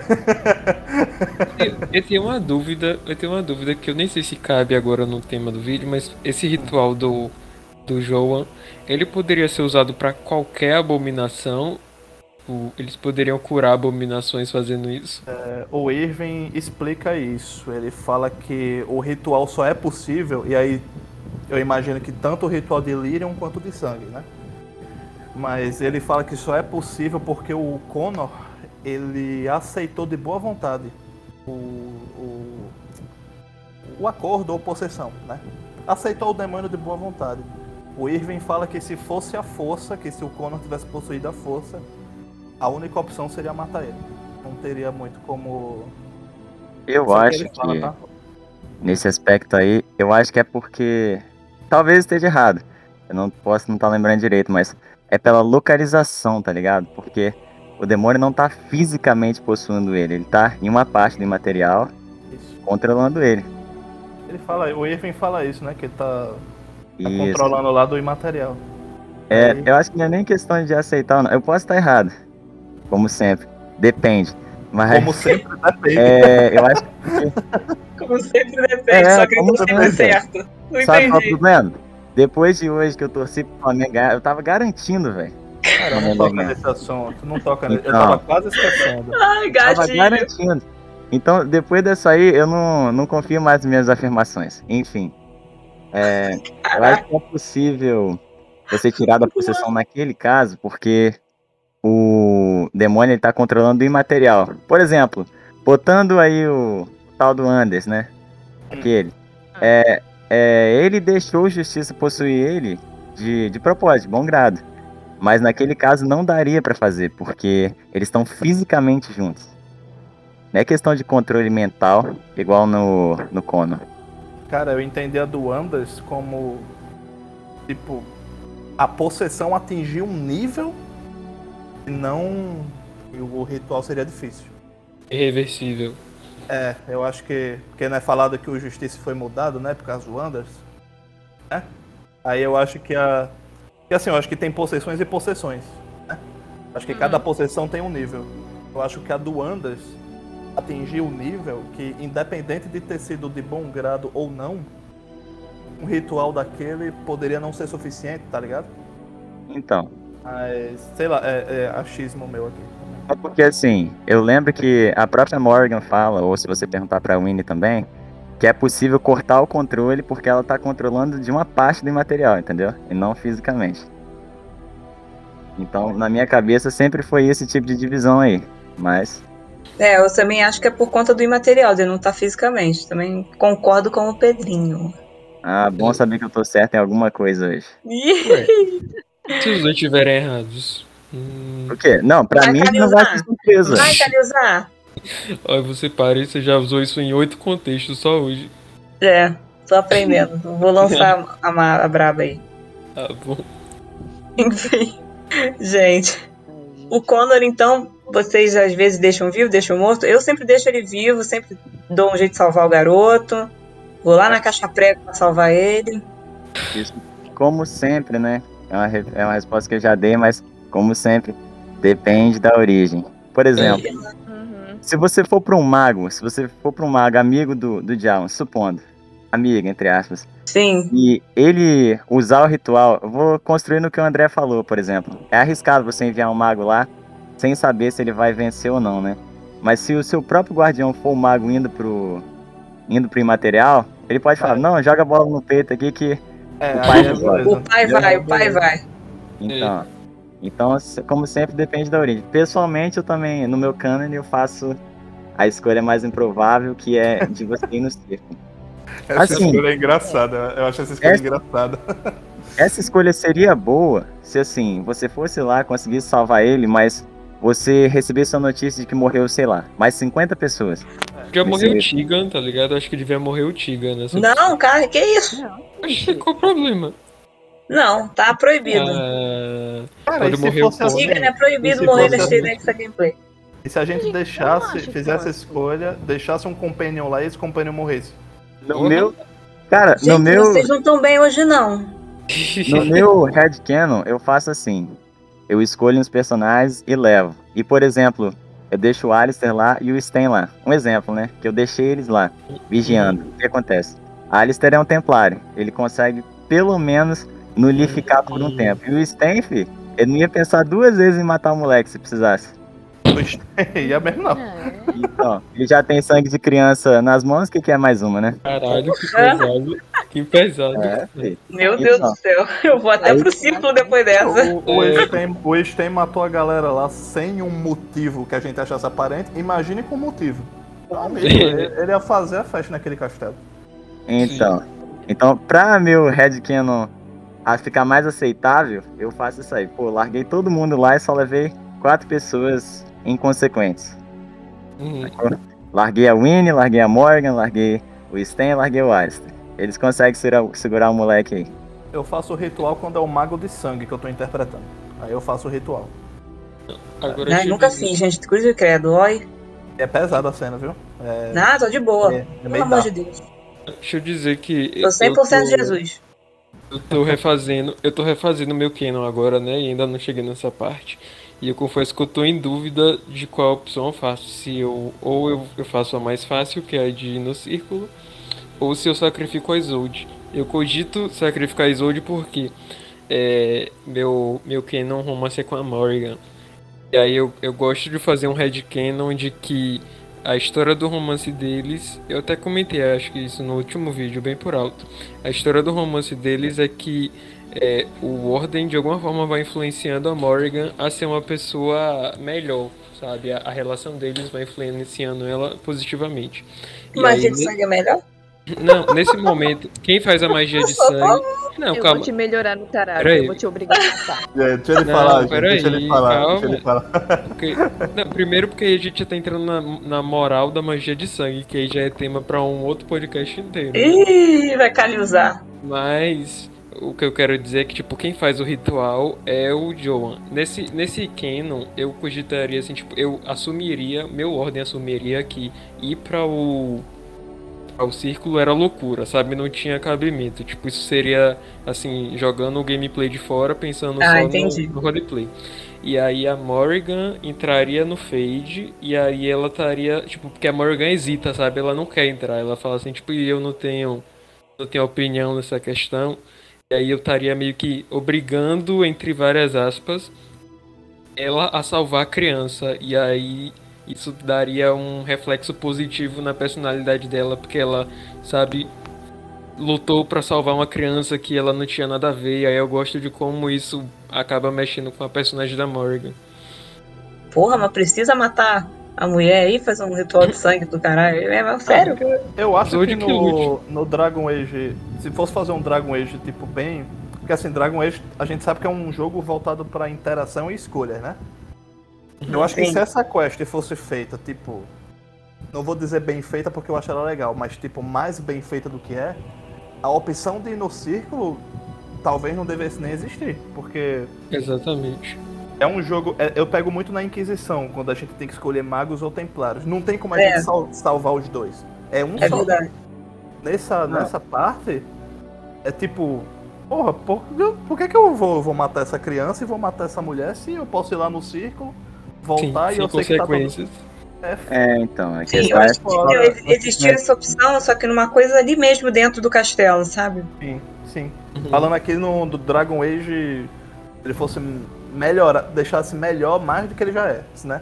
Eu, eu tenho uma dúvida, eu tenho uma dúvida que eu nem sei se cabe agora no tema do vídeo, mas esse ritual do, do Joan, ele poderia ser usado pra qualquer abominação? O- Eles poderiam curar abominações fazendo isso? O Irving explica isso. Ele fala que o ritual só é possível, e aí eu imagino que tanto o ritual de Lyrium quanto de sangue, né? Mas ele fala que só é possível porque o Connor, ele aceitou de boa vontade o, o, o acordo ou possessão, né? Aceitou o demônio de boa vontade. O Irving fala que se fosse a força, que se o Connor tivesse possuído a força, a única opção seria matar ele. Não teria muito como... Eu Isso é o acho ele fala, que, tá? nesse aspecto aí, eu acho que é porque. Talvez esteja errado. Eu não posso não estar lembrando direito, mas é pela localização, tá ligado? Porque o demônio não tá fisicamente possuindo ele, ele tá em uma parte do imaterial Isso. controlando ele. Ele fala, o Irving fala isso, né? Que ele tá, tá Isso. controlando lá do imaterial. É, Aí- eu acho que não é nem questão de aceitar ou não. Eu posso estar errado. Como sempre. Depende. Mas Como sempre, depende. é, eu acho que Como sempre depende, É, só que como não sempre sempre. certo. Não sabe qual é o entendi. problema? Depois de hoje que eu torci pro Flamengo ganhar, eu tava garantindo, velho. Cara, não toca nesse assunto. Não toca nesse... Eu Então. tava quase esquecendo. Ai, Tava gatinho. garantindo. Então, depois dessa aí, eu não, não confio mais nas minhas afirmações. Enfim. É, eu acho que é possível você tirar da possessão naquele caso, porque o demônio ele tá controlando o imaterial. Por exemplo, botando aí o tal do Anders, né? Aquele. É, é, ele deixou o Justiça possuir ele de, de propósito, de bom grado. Mas naquele caso não daria pra fazer, porque eles estão fisicamente juntos. Não é questão de controle mental, igual no, no Connor. Cara, eu entendi a do Anders como... Tipo, a possessão atingiu um nível e não... E o ritual seria difícil. Irreversível. É, eu acho que... Porque não é falado que o Justiça foi mudado, né? Por causa do Anders. Né? Aí eu acho que a... Que assim, eu acho que tem possessões e possessões. Né? Acho que cada possessão tem um nível. Eu acho que a do Anders atingiu o nível que, independente de ter sido de bom grado ou não, um ritual daquele poderia não ser suficiente, tá ligado? Então, Mas, sei lá, é, é achismo meu aqui. é porque assim, eu lembro que a própria Morgan fala, ou se você perguntar pra Winnie também, que é possível cortar o controle porque ela tá controlando de uma parte do imaterial, entendeu? E não fisicamente. Então, na minha cabeça sempre foi esse tipo de divisão aí. Mas, É, eu também acho que é por conta do imaterial, de não estar fisicamente. Também concordo com o Pedrinho. ah, bom saber que eu tô certo em alguma coisa hoje. Ué, se os dois estiverem errados. Hum, Por quê? Não, pra Vai, mim Calil, não vai vá. ser surpresa. Vai, Calilzar. Olha, você para aí, você já usou isso em oito contextos só hoje. É, tô aprendendo. Vou lançar a, a, a braba aí. Tá bom. Enfim, gente. O Connor, então, vocês às vezes deixam vivo, deixam morto. Eu sempre deixo ele vivo, sempre dou um jeito de salvar o garoto. Vou lá na caixa prego pra salvar ele. Isso, como sempre, né? É uma, re- é uma resposta que eu já dei, mas como sempre, depende da origem. Por exemplo, Uhum. se você for para um mago, se você for para um mago amigo do, do Diablo, supondo, amigo, entre aspas, Sim, e ele usar o ritual, eu vou construir no que o André falou, por exemplo. É arriscado você enviar um mago lá sem saber se ele vai vencer ou não, né? Mas se o seu próprio guardião for o mago indo pro, indo pro imaterial, ele pode falar, É. não, joga a bola no peito aqui que... É, O aí pai é agora. beleza. o pai vai, o pai vai. Então, então, se- como sempre, depende da origem. Pessoalmente, eu também, no meu canon, eu faço a escolha mais improvável, que é de você ir no circo. Essa Assim, escolha é engraçada. Eu acho essa escolha essa- engraçada. Essa escolha seria boa se, assim, você fosse lá, conseguisse salvar ele, mas você recebesse a notícia de que morreu, sei lá, mais cinquenta pessoas. Já Esse- morreu o Tigan, tá ligado? Acho que devia morrer o Tigan nessa. Não, cara, que isso? Oxi, qual o problema? Não, tá proibido. Ah, Cara, Pode e se morrer fosse o assim? Diga, é E proibido se morrer fosse nesse assim? Nexa Gameplay. E se a gente Eu não deixasse, acho que fizesse a fosse. escolha, deixasse um companion lá e esse companion morresse? No Porra. meu... Cara, no Gente, meu, vocês não estão bem hoje, não. no meu headcanon, eu faço assim. eu escolho uns personagens e levo. E, por exemplo, eu deixo o Alistair lá e o Sten lá. Um exemplo, né? Que eu deixei eles lá, vigiando. O que acontece? Alistair é um templário. Ele consegue, pelo menos, nulificar por um tempo. E o Sten, filho, ele não ia pensar duas vezes em matar o moleque se precisasse. Ia mesmo não. Então, ele já tem sangue de criança nas mãos, o que, que é mais uma, né? Caralho, que pesado. Que pesado. É, filho. Meu Deus Então. do céu, eu vou até Aí- pro círculo depois dessa. O, o, Sten, o Sten matou a galera lá sem um motivo que a gente achasse aparente. Imagine com motivo. Então, amigo, ele, ele ia fazer a festa naquele castelo. Então, então, pra meu headcanon a ficar mais aceitável, eu faço isso aí. Pô, larguei todo mundo lá e só levei quatro pessoas inconsequentes. Uhum. Larguei a Winnie, larguei a Morgan, larguei o Sten, larguei o Alistair. Eles conseguem segurar, segurar o moleque aí. Eu faço o ritual quando é o mago de sangue que eu tô interpretando. Aí eu faço o ritual. Agora Ai, te nunca dizer- fiz, gente. Cruz e credo. Oi. É pesada a cena, viu? É, Nada, tô de boa. é, é Pelo meio amor dark. de Deus. Deixa eu dizer que. Tô cem por cento eu tô- Jesus. Eu tô refazendo, eu tô refazendo meu canon agora, né? E ainda não cheguei nessa parte. E eu confesso que eu tô em dúvida de qual opção eu faço. Se eu ou eu, eu faço a mais fácil, que é a de ir no círculo, ou se eu sacrifico a Isolde. Eu cogito sacrificar a Isolde porque é, meu meu canon romance é com a Morrigan. E aí eu, eu gosto de fazer um headcanon de que a história do romance deles, eu até comentei, acho que isso no último vídeo, bem por alto. A história do romance deles é que é, o Warden de alguma forma vai influenciando a Morrigan a ser uma pessoa melhor, sabe? A, a relação deles vai influenciando ela positivamente. E Magia aí, de sangue é melhor? não, nesse momento, quem faz a magia de sangue. Não, Eu calma. vou te melhorar no tarado, Peraí. eu vou te obrigar a matar. É, deixa ele Não, falar, gente. peraí, Deixa ele falar. calma. Deixa ele falar. Porque- não, primeiro porque a gente tá entrando na, na moral da magia de sangue, que aí já é tema pra um outro podcast inteiro. Ih, vai caliusar. Mas o que eu quero dizer é que, tipo, quem faz o ritual é o Joan. Nesse, nesse canon, eu cogitaria, assim, tipo, eu assumiria, meu ordem assumiria que ir para o ao círculo era loucura, sabe? Não tinha cabimento. Tipo, isso seria, assim, jogando o gameplay de fora, pensando Ah, só entendi. no, no roleplay. E aí a Morrigan entraria no Fade, e aí ela estaria, tipo, porque a Morrigan hesita, sabe? Ela não quer entrar, ela fala assim, tipo, e eu não tenho, não tenho opinião nessa questão. E aí eu estaria meio que obrigando, entre várias aspas, ela a salvar a criança. E aí isso daria um reflexo positivo na personalidade dela, porque ela, sabe, lutou pra salvar uma criança que ela não tinha nada a ver. E aí eu gosto de como isso acaba mexendo com a personagem da Morrigan. Porra, mas precisa matar a mulher aí, fazer um ritual de sangue do caralho. É, mas sério? Eu acho Zod que que no, lute. no Dragon Age, se fosse fazer um Dragon Age tipo bem... Porque assim, Dragon Age, a gente sabe que é um jogo voltado pra interação e escolhas, né? Eu acho que Sim. se essa quest fosse feita, tipo... Não vou dizer bem feita porque eu acho ela legal, mas tipo, mais bem feita do que é, a opção de ir no círculo talvez não devesse nem existir, porque Exatamente. é um jogo... é- eu pego muito na Inquisição, quando a gente tem que escolher magos ou templários. Não tem como a É. gente sal- salvar os dois. É um É só. verdade. Nessa, nessa parte, é tipo... Porra, por, por que, que eu vou, vou matar essa criança e vou matar essa mulher se eu posso ir lá no círculo, Sim, voltar e sem eu sei que tá tudo... consequências. É, É, então, a Sim, eu questão é... acho que devia existir essa opção, só que numa coisa ali mesmo dentro do castelo, sabe? sim, sim. Uhum. Falando aqui no do Dragon Age, ele fosse melhor, deixasse melhor mais do que ele já é, né?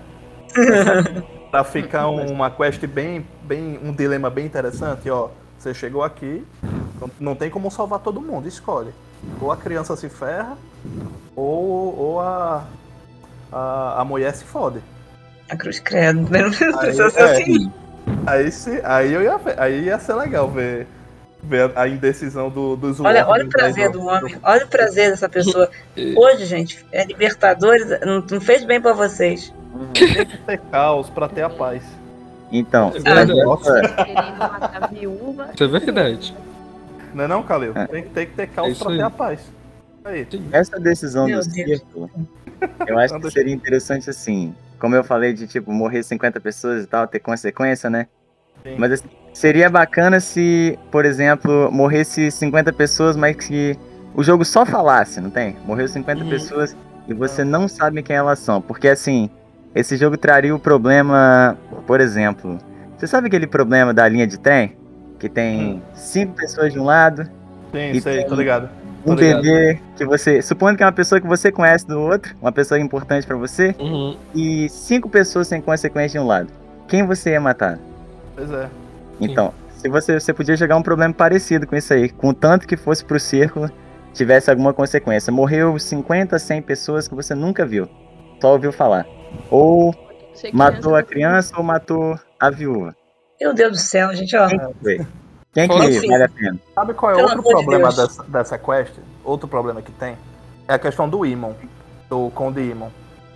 Pra ficar um- uma quest bem, bem, um dilema bem interessante, ó. Você chegou aqui, não, não tem como salvar todo mundo, escolhe. Ou a criança se ferra, ou, ou a, a, a mulher se fode. A cruz credo, não precisa Aí, ser é. assim. Aí, se, aí, eu ia, ver- aí ia ser legal ver, ver a indecisão do, dos Olha, olha o Wardens aí prazer do homem, olha o prazer dessa pessoa. É. Hoje, gente, é Libertadores, não, não fez bem pra vocês. Tem que ter caos pra ter a paz. Então, É mas verdade. essa- Querendo matar a viúva. Isso é verdade. Não é não, Kalil? É. Tem, que- tem que ter É caos isso pra aí. ter a paz. Aí. essa decisão Meu do Deus. círculo, eu acho que seria interessante assim, como eu falei de tipo, morrer cinquenta pessoas e tal, ter consequência, né? Sim. Mas assim, seria bacana se, por exemplo, morresse cinquenta pessoas, mas que o jogo só falasse, não tem? Morreu cinquenta Uhum. pessoas e você não sabe quem elas são. Porque assim, esse jogo traria o problema, por exemplo, você sabe aquele problema da linha de trem? Que tem cinco pessoas de um lado Sim, e sei, tem tô ligado. Tô um ligado. bebê que você, supondo que é uma pessoa que você conhece do outro, uma pessoa importante pra você, Uhum. e cinco pessoas sem consequência de um lado. Quem você ia matar? Pois é. Então, se você, você podia jogar um problema parecido com isso aí, contanto que fosse pro círculo, tivesse alguma consequência. Morreu cinquenta, cem pessoas que você nunca viu, só ouviu falar. Ou Ser criança matou a tá- criança ou matou a viúva. Meu Deus do céu, gente, ó. Quem que foi? Quem Fora que assim, vale a pena? Sabe qual é Pelo outro amor de problema Deus. dessa, dessa quest? Outro problema que tem? É a questão do Imon, do Conde Imon.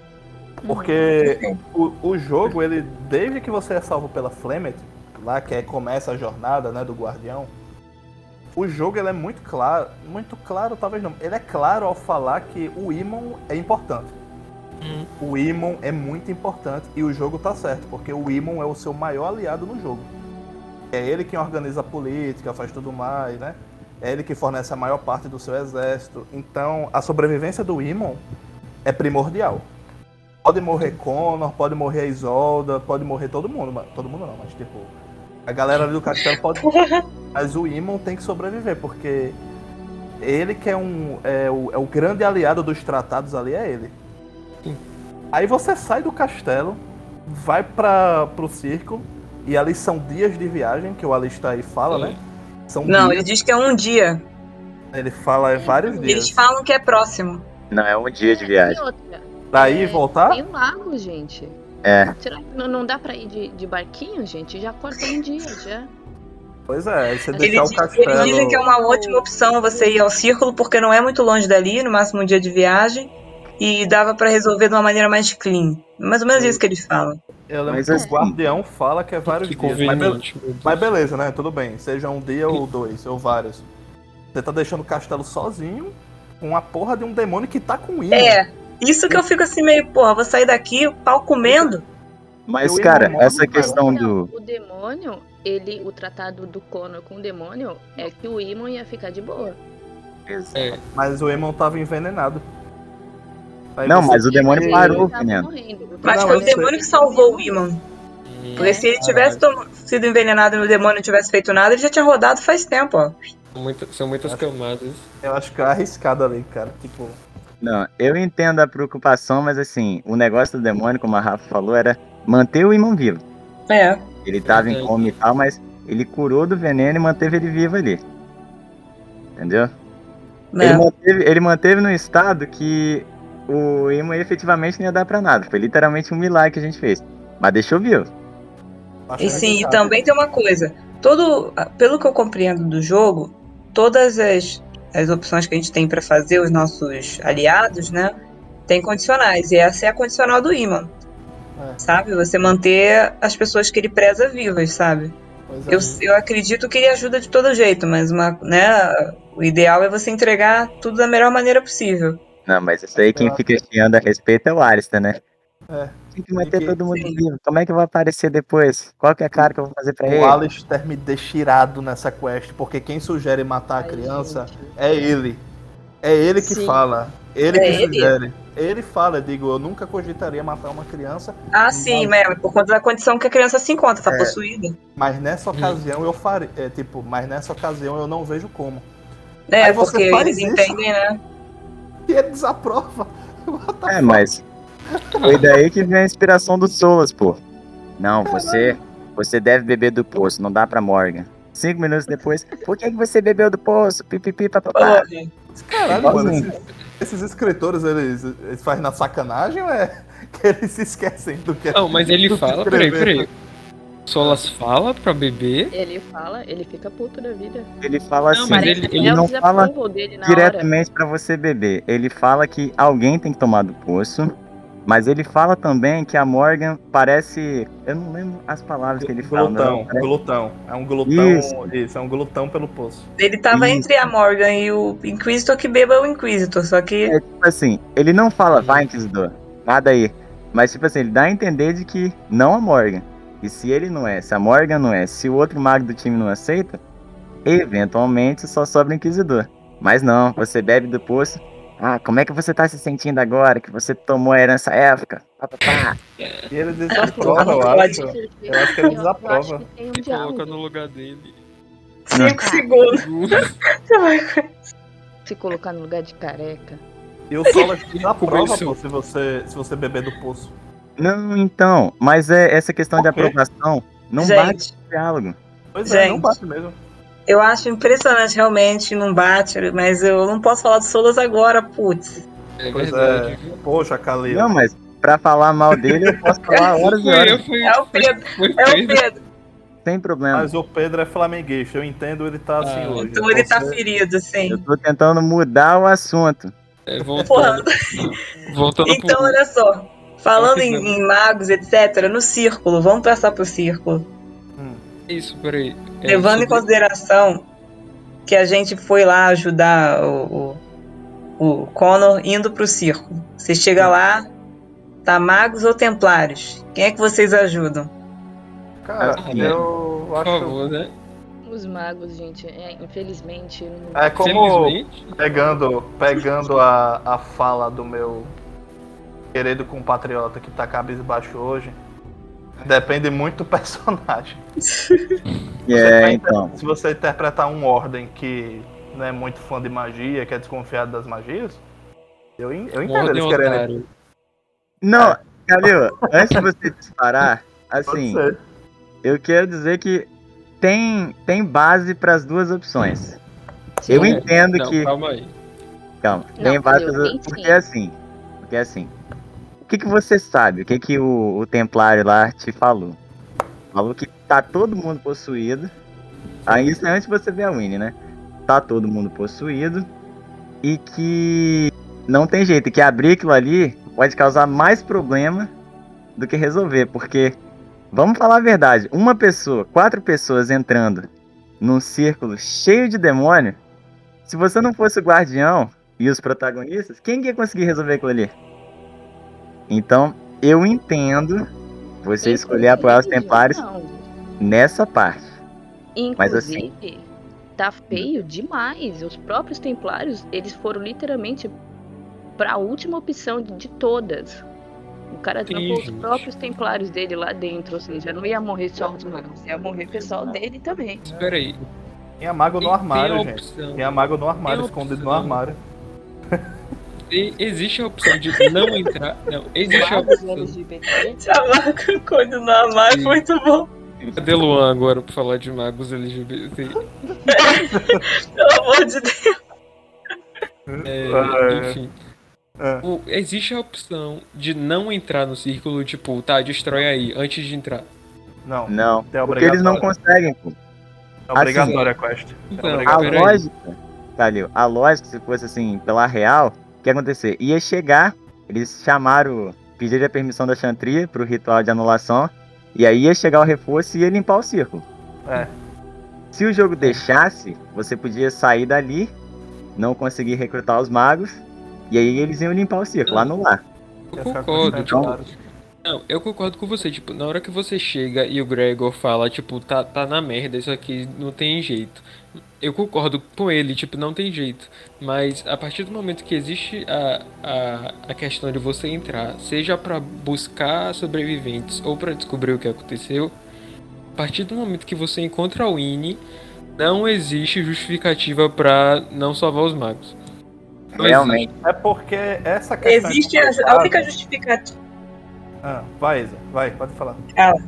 Porque o, o jogo, ele, desde que você é salvo pela Flemet, lá que é, começa a jornada, né, do Guardião, o jogo ele é muito claro, muito claro, talvez não, ele é claro ao falar que o Imon é importante. Hum. O Imon é muito importante e o jogo tá certo, porque o Imon é o seu maior aliado no jogo. É ele quem organiza a política, faz tudo mais, né? É ele que fornece a maior parte do seu exército. Então, a sobrevivência do Imon é primordial. Pode morrer Connor, pode morrer a Isolda, pode morrer todo mundo, mas todo mundo não, mas tipo, a galera ali do castelo pode. Mas o Imon tem que sobreviver, porque ele que é um é o, é o grande aliado dos tratados ali, é ele. Sim. Aí você sai do castelo, vai para pro círculo, e ali são dias de viagem, que o Alistar aí fala, Sim. né? São Não, ele dias, diz que é um dia. ele fala é vários Eles dias. falam que é próximo. Não, é um dia de E viagem. outra, Pra ir e é, voltar? tem um lago, gente. É. Será que não, não dá pra ir de, de barquinho, gente? Já corta um dia, já. Pois é, aí você Ele deixar o diz- castelo. Eles dizem que é uma ótima opção você ir ao círculo, porque não é muito longe dali, no máximo um dia de viagem, e dava pra resolver de uma maneira mais clean. Mais ou menos isso que eles falam. Eu lembro Mas que assim- o Guardião fala que é vários Que dias. Mas, be- conveniente, meu Deus. mas beleza, né? Tudo bem. Seja um dia ou dois, ou vários. Você tá deixando o castelo sozinho com a porra de um demônio que tá com o Imon. É, isso que eu fico assim meio, porra, vou sair daqui, o pau comendo. Mas, Eu cara, imo- essa Mas, questão Então, do. o demônio, ele, o tratado do Connor com o demônio é que o Imon ia ficar de boa. É, Mas o Emon tava envenenado. Aí Não, você mas o tinha demônio que- parou. Ele tava veneno. morrendo. Mas Não, foi eu o sei. demônio que salvou o Imon. hum, Porque se ele tivesse tom- sido envenenado e o demônio não tivesse feito nada, ele já tinha rodado faz tempo, ó. são, muita- são muitas camadas. Eu acho que é arriscado ali, cara. Tipo, Não, eu entendo a preocupação, mas assim, o negócio do demônio, como a Rafa falou, era manter o Imon vivo. É. Ele tava em Verdade. coma e tal, mas ele curou do veneno e manteve ele vivo ali. Entendeu? Ele, Né? manteve, ele manteve no estado que o Imon efetivamente não ia dar pra nada. Foi literalmente um milagre que a gente fez. Mas deixou vivo. acho E sim, e arriscado. também tem uma coisa. Todo, pelo que eu compreendo do jogo, todas as, as opções que a gente tem pra fazer, os nossos aliados, né? Tem condicionais. E essa é a condicional do Imon. É. Sabe? Você manter as pessoas que ele preza vivas, sabe? Pois é. Eu, eu acredito que ele ajuda de todo jeito, mas uma, né, o ideal é você entregar tudo da melhor maneira possível. Não, mas isso aí quem fica chiando a respeito é o Alistair, né? É. Tem que manter que- todo mundo sim. vivo. Como é que eu vou aparecer depois? Qual que é a cara que eu vou fazer pra O ele? Alistair me deixirado nessa quest, porque quem sugere matar a Ai, criança gente. é ele. É ele que Sim. fala. Ele É que ele? sugere. Ele fala, eu digo, eu nunca cogitaria matar uma criança, Ah, sim, mas por conta da condição que a criança se encontra, tá É. possuída. mas nessa ocasião eu faria. É, tipo, mas nessa ocasião eu não vejo como. É, Aí você porque faz eles isso. entendem, né? E ele desaprova. What the É, fuck? mas foi daí que vem a inspiração do Solas, pô. Não, você, você deve beber do poço, não dá pra Morgan. Cinco minutos depois, por que, que você bebeu do poço? Pipipi, papapá. Pô, Caralho, Igualzinho. mano, esses, esses escritores, eles, eles fazem na sacanagem ou é que eles se esquecem do que Não, mas ele do que fala, peraí, escrever? peraí. Solas fala pra beber. Ele fala, ele fica puto da vida. Ele fala Não, assim, mas Parece ele- que ele é o não fala desapproval dele na diretamente pra você beber. Ele fala que alguém tem que tomar do poço, mas ele fala também que a Morgan parece... Eu não lembro as palavras que ele fala. Glutão, não, parece- glutão. É um glutão. Isso. Isso. é um glutão pelo poço. ele tava Isso. entre a Morgan e o Inquisitor, que beba é o Inquisitor, só que... É tipo assim, ele não fala, vai, Inquisidor, nada aí. Mas tipo assim, ele dá a entender de que não a Morgan. E se ele não é, se a Morgan não é, se o outro mago do time não aceita, eventualmente só sobra o Inquisidor. Mas não, você bebe do poço Ah, como é que você tá se sentindo agora que você tomou a herança élfica? Pá, pá, pá. E ele desaprova, eu Pode. acho. Eu acho que ele Eu acho desaprova. que tem um Se coloca diálogo. no lugar dele. Cinco Ah. segundos. Você vai- Se colocar no lugar de careca. E o Solas desaprova, Começou. pô, se você, se você beber do poço. Não, então, mas é essa questão de Por quê? aprovação não bate Gente, no diálogo. Pois é, não Gente. bate mesmo. eu acho impressionante, realmente, não bate, mas eu não posso falar do Solas agora, putz. É Pois verdade. é. viu? Poxa, Kalil. Não, mas pra falar mal dele eu posso falar horas e Foi, horas, foi, É o Pedro, foi é o Pedro. Pedro. sem problema. Mas o Pedro é flamenguista, eu entendo ele tá assim Ah, hoje. Então ele tá Você- ferido, sim. Eu tô tentando mudar o assunto. É, Porra. voltando. Voltando Então, pro. olha só. Falando em, Rapidão. em magos, etcétera, no círculo, vamos passar pro círculo. Hum. Isso, peraí. É, Levando em sobre- consideração que a gente foi lá ajudar o, o, o Connor indo pro círculo. Você chega lá, tá magos ou templários? Quem é que vocês ajudam? Cara, Ah, né? eu Por acho que favor, né? Os magos, gente, é, infelizmente. Não... é como Felizmente. pegando, pegando a, a fala do meu querido compatriota que tá cabisbaixo hoje, depende muito do personagem. E Você é, tá então. inter- Se você interpretar um ordem que não é muito fã de magia, que é desconfiado das magias, eu, en- eu Um entendo ordem eles querendo. otário. Não, Calil, antes de você disparar, Pode assim, ser. eu quero dizer que tem, tem base pras duas opções. Eu É, entendo não, que. calma aí. Calma, Não, tem base Calil, pras- tem porque sim. é assim. Porque é assim. O que, que você sabe? O que, que o, o Templário lá te falou? Falou que tá todo mundo possuído. Aí isso é antes de você ver a Winnie, né? Tá todo mundo possuído. E que não tem jeito, que abrir aquilo ali pode causar mais problema do que resolver. Porque, vamos falar a verdade, uma pessoa, quatro pessoas entrando num círculo cheio de demônio, se você não fosse o guardião e os protagonistas, quem que ia conseguir resolver aquilo ali? Então, eu entendo você escolher apoiar os Templários Não, nessa parte. Mas inclusive, tá feio demais. Os próprios Templários, eles foram literalmente pra última opção de, de todas. O cara Sim, trancou os gente. próprios Templários dele lá dentro, ou seja, não ia morrer só os magos, ia morrer o pessoal dele também. Espera aí. Tinha mago no Tem- armário, tem a gente. opção. Tinha mago no armário, Tem a escondido no opção. armário. E existe a opção de não entrar. Não, existe a Magos opção. L G B T. Chamar com coisa no armário Sim. foi muito bom. Cadê Luan agora pra falar de magos L G B T? Pelo amor de Deus. É, É. enfim. É. O- existe a opção de não entrar no círculo, tipo, tá, destrói aí, antes de entrar. Não, Não, É porque eles não obrigatório. conseguem, pô. é obrigatória a quest. É Então, A obrigatório. peraí. lógica, Calil, a lógica, se fosse assim, pela real, o que ia acontecer? Ia chegar, eles chamaram, pediram a permissão da Chantria pro ritual de anulação, e aí ia chegar o reforço e ia limpar o círculo. É. Se o jogo deixasse, você podia sair dali, não conseguir recrutar os magos, e aí eles iam limpar o círculo, anular. Eu Ia ficar com concordo, os tipo, Templários. não, eu concordo com você, tipo, na hora que você chega e o Gregor fala, tipo, tá, tá na merda, isso aqui não tem jeito. Eu concordo com ele, tipo, não tem jeito. Mas a partir do momento que existe a, a, a questão de você entrar, seja pra buscar sobreviventes ou pra descobrir o que aconteceu, a partir do momento que você encontra a Winnie, não existe justificativa pra não salvar os magos. Não Realmente. É porque essa questão. Existe é a, a complicada. única justificativa. Ah, vai, Isa, vai, pode falar. Fala.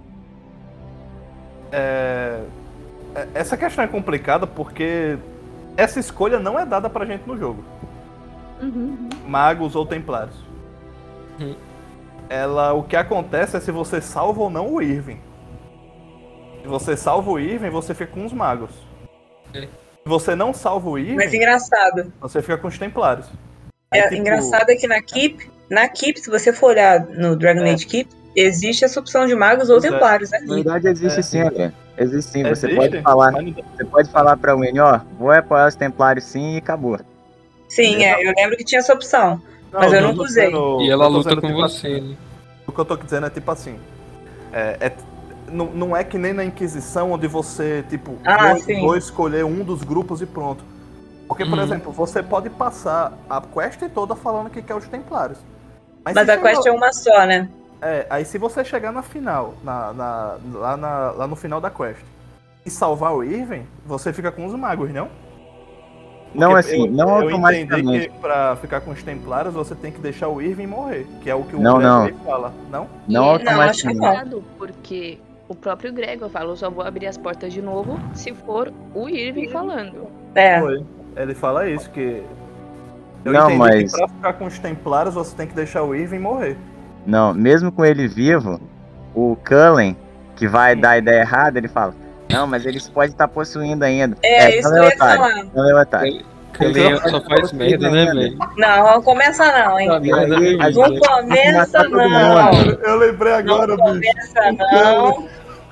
É, é- Essa questão é complicada porque essa escolha não é dada pra gente no jogo. Uhum. Magos ou templários. Uhum. Ela, o que acontece é se você salva ou não o Irving. Se você salva o Irving, você fica com os magos. É. Se você não salva o Irving, Mas engraçado. você fica com os templários. Aí, É, tipo, engraçado é que na Keep, na Keep, se você for olhar no Dragon É. Age Keep, existe essa opção de magos ou Pois é. templários Na ali. verdade existe É. sim, André. Existe sim, você existe, pode falar, mas não- você pode falar pra Winnie, ó, vou apoiar os Templários sim e acabou. Sim, é, eu lembro que tinha essa opção. Mas eu não não tô usei. dizendo- E eu ela tô luta dizendo, com tipo você, assim, né? O que eu tô dizendo é tipo assim. É, é- não, não é que nem na Inquisição onde você, tipo, Ah, vou, sim. vou escolher um dos grupos e pronto. Porque, por Uhum. exemplo, você pode passar a quest toda falando que quer os Templários. Mas se a chegar- quest é uma só, né? É, aí se você chegar na final, na, na- lá, na- lá no final da quest, e salvar o Irving, você fica com os magos, não? Não Porque assim, eu, não eu entendi automaticamente. que pra ficar com os Templários você tem que deixar o Irving morrer, que é o que o Não, Gregory fala, não? Não E Não, acho que não. errado, porque o próprio Gregor fala, eu só vou abrir as portas de novo se for o Irving falando. É. Foi. Ele fala isso, que... Eu Não, entendi mas- que pra ficar com os Templários você tem que deixar o Irving morrer. Não, mesmo com ele vivo, o Cullen, que vai dar a ideia errada, ele fala: não, mas eles podem estar possuindo ainda. É, isso que eu ia falar. Não é otário. Ele só faz merda, né, velho? Não, não começa não, hein? Só merda, né, a velho? Não começa matar todo não. mundo. Eu lembrei agora, Não bicho. começa não.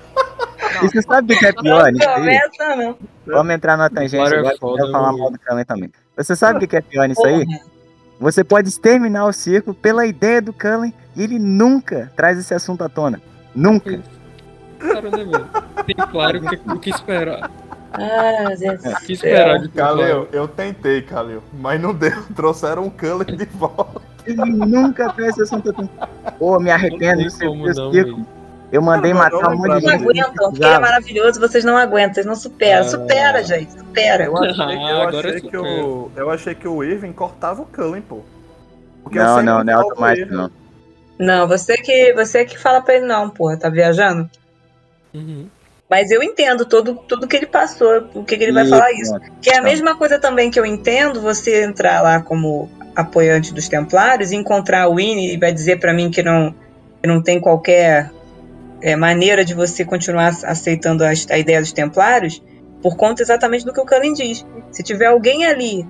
E você sabe o que é pior Não nisso aí? começa não. Vamos entrar na tangente Claro, é agora, que eu foda, quero falar meu. mal do Cullen também. Você sabe o que é pior nisso aí? Porra. Você pode exterminar o circo pela ideia do Cullen e ele nunca traz esse assunto à tona. Nunca. Cara, né, velho? Tem claro o que, o que esperar. Ah, meu Deus. O que esperar de Calil, eu tentei, Calil, mas não deu. Trouxeram um Cullen de volta. Ele nunca traz esse assunto à tona. Pô, me arrependo Não do tem como circo. não, circo. velho. Eu mandei Cara, matar eu um monte de Não gente. aguentam, porque ele é maravilhoso, vocês não aguentam, vocês não superam. Supera, gente, supera. Eu achei, que- eu Agora achei que o, eu achei que o Irving cortava o Cullen, pô. Porque eu Não, sempre não, não é falo o automático, Irving. não. Não, você que, você que fala pra ele não, porra, tá viajando? Uhum. Mas eu entendo todo, tudo que ele passou, o que, que ele vai E falar isso. pronto. Que é a Então. mesma coisa também que eu entendo você entrar lá como apoiante dos Templários, encontrar o Winnie e vai dizer pra mim que não, que não tem qualquer é, maneira de você continuar aceitando a, a ideia dos Templários, por conta exatamente do que o Cullen diz. Se tiver alguém ali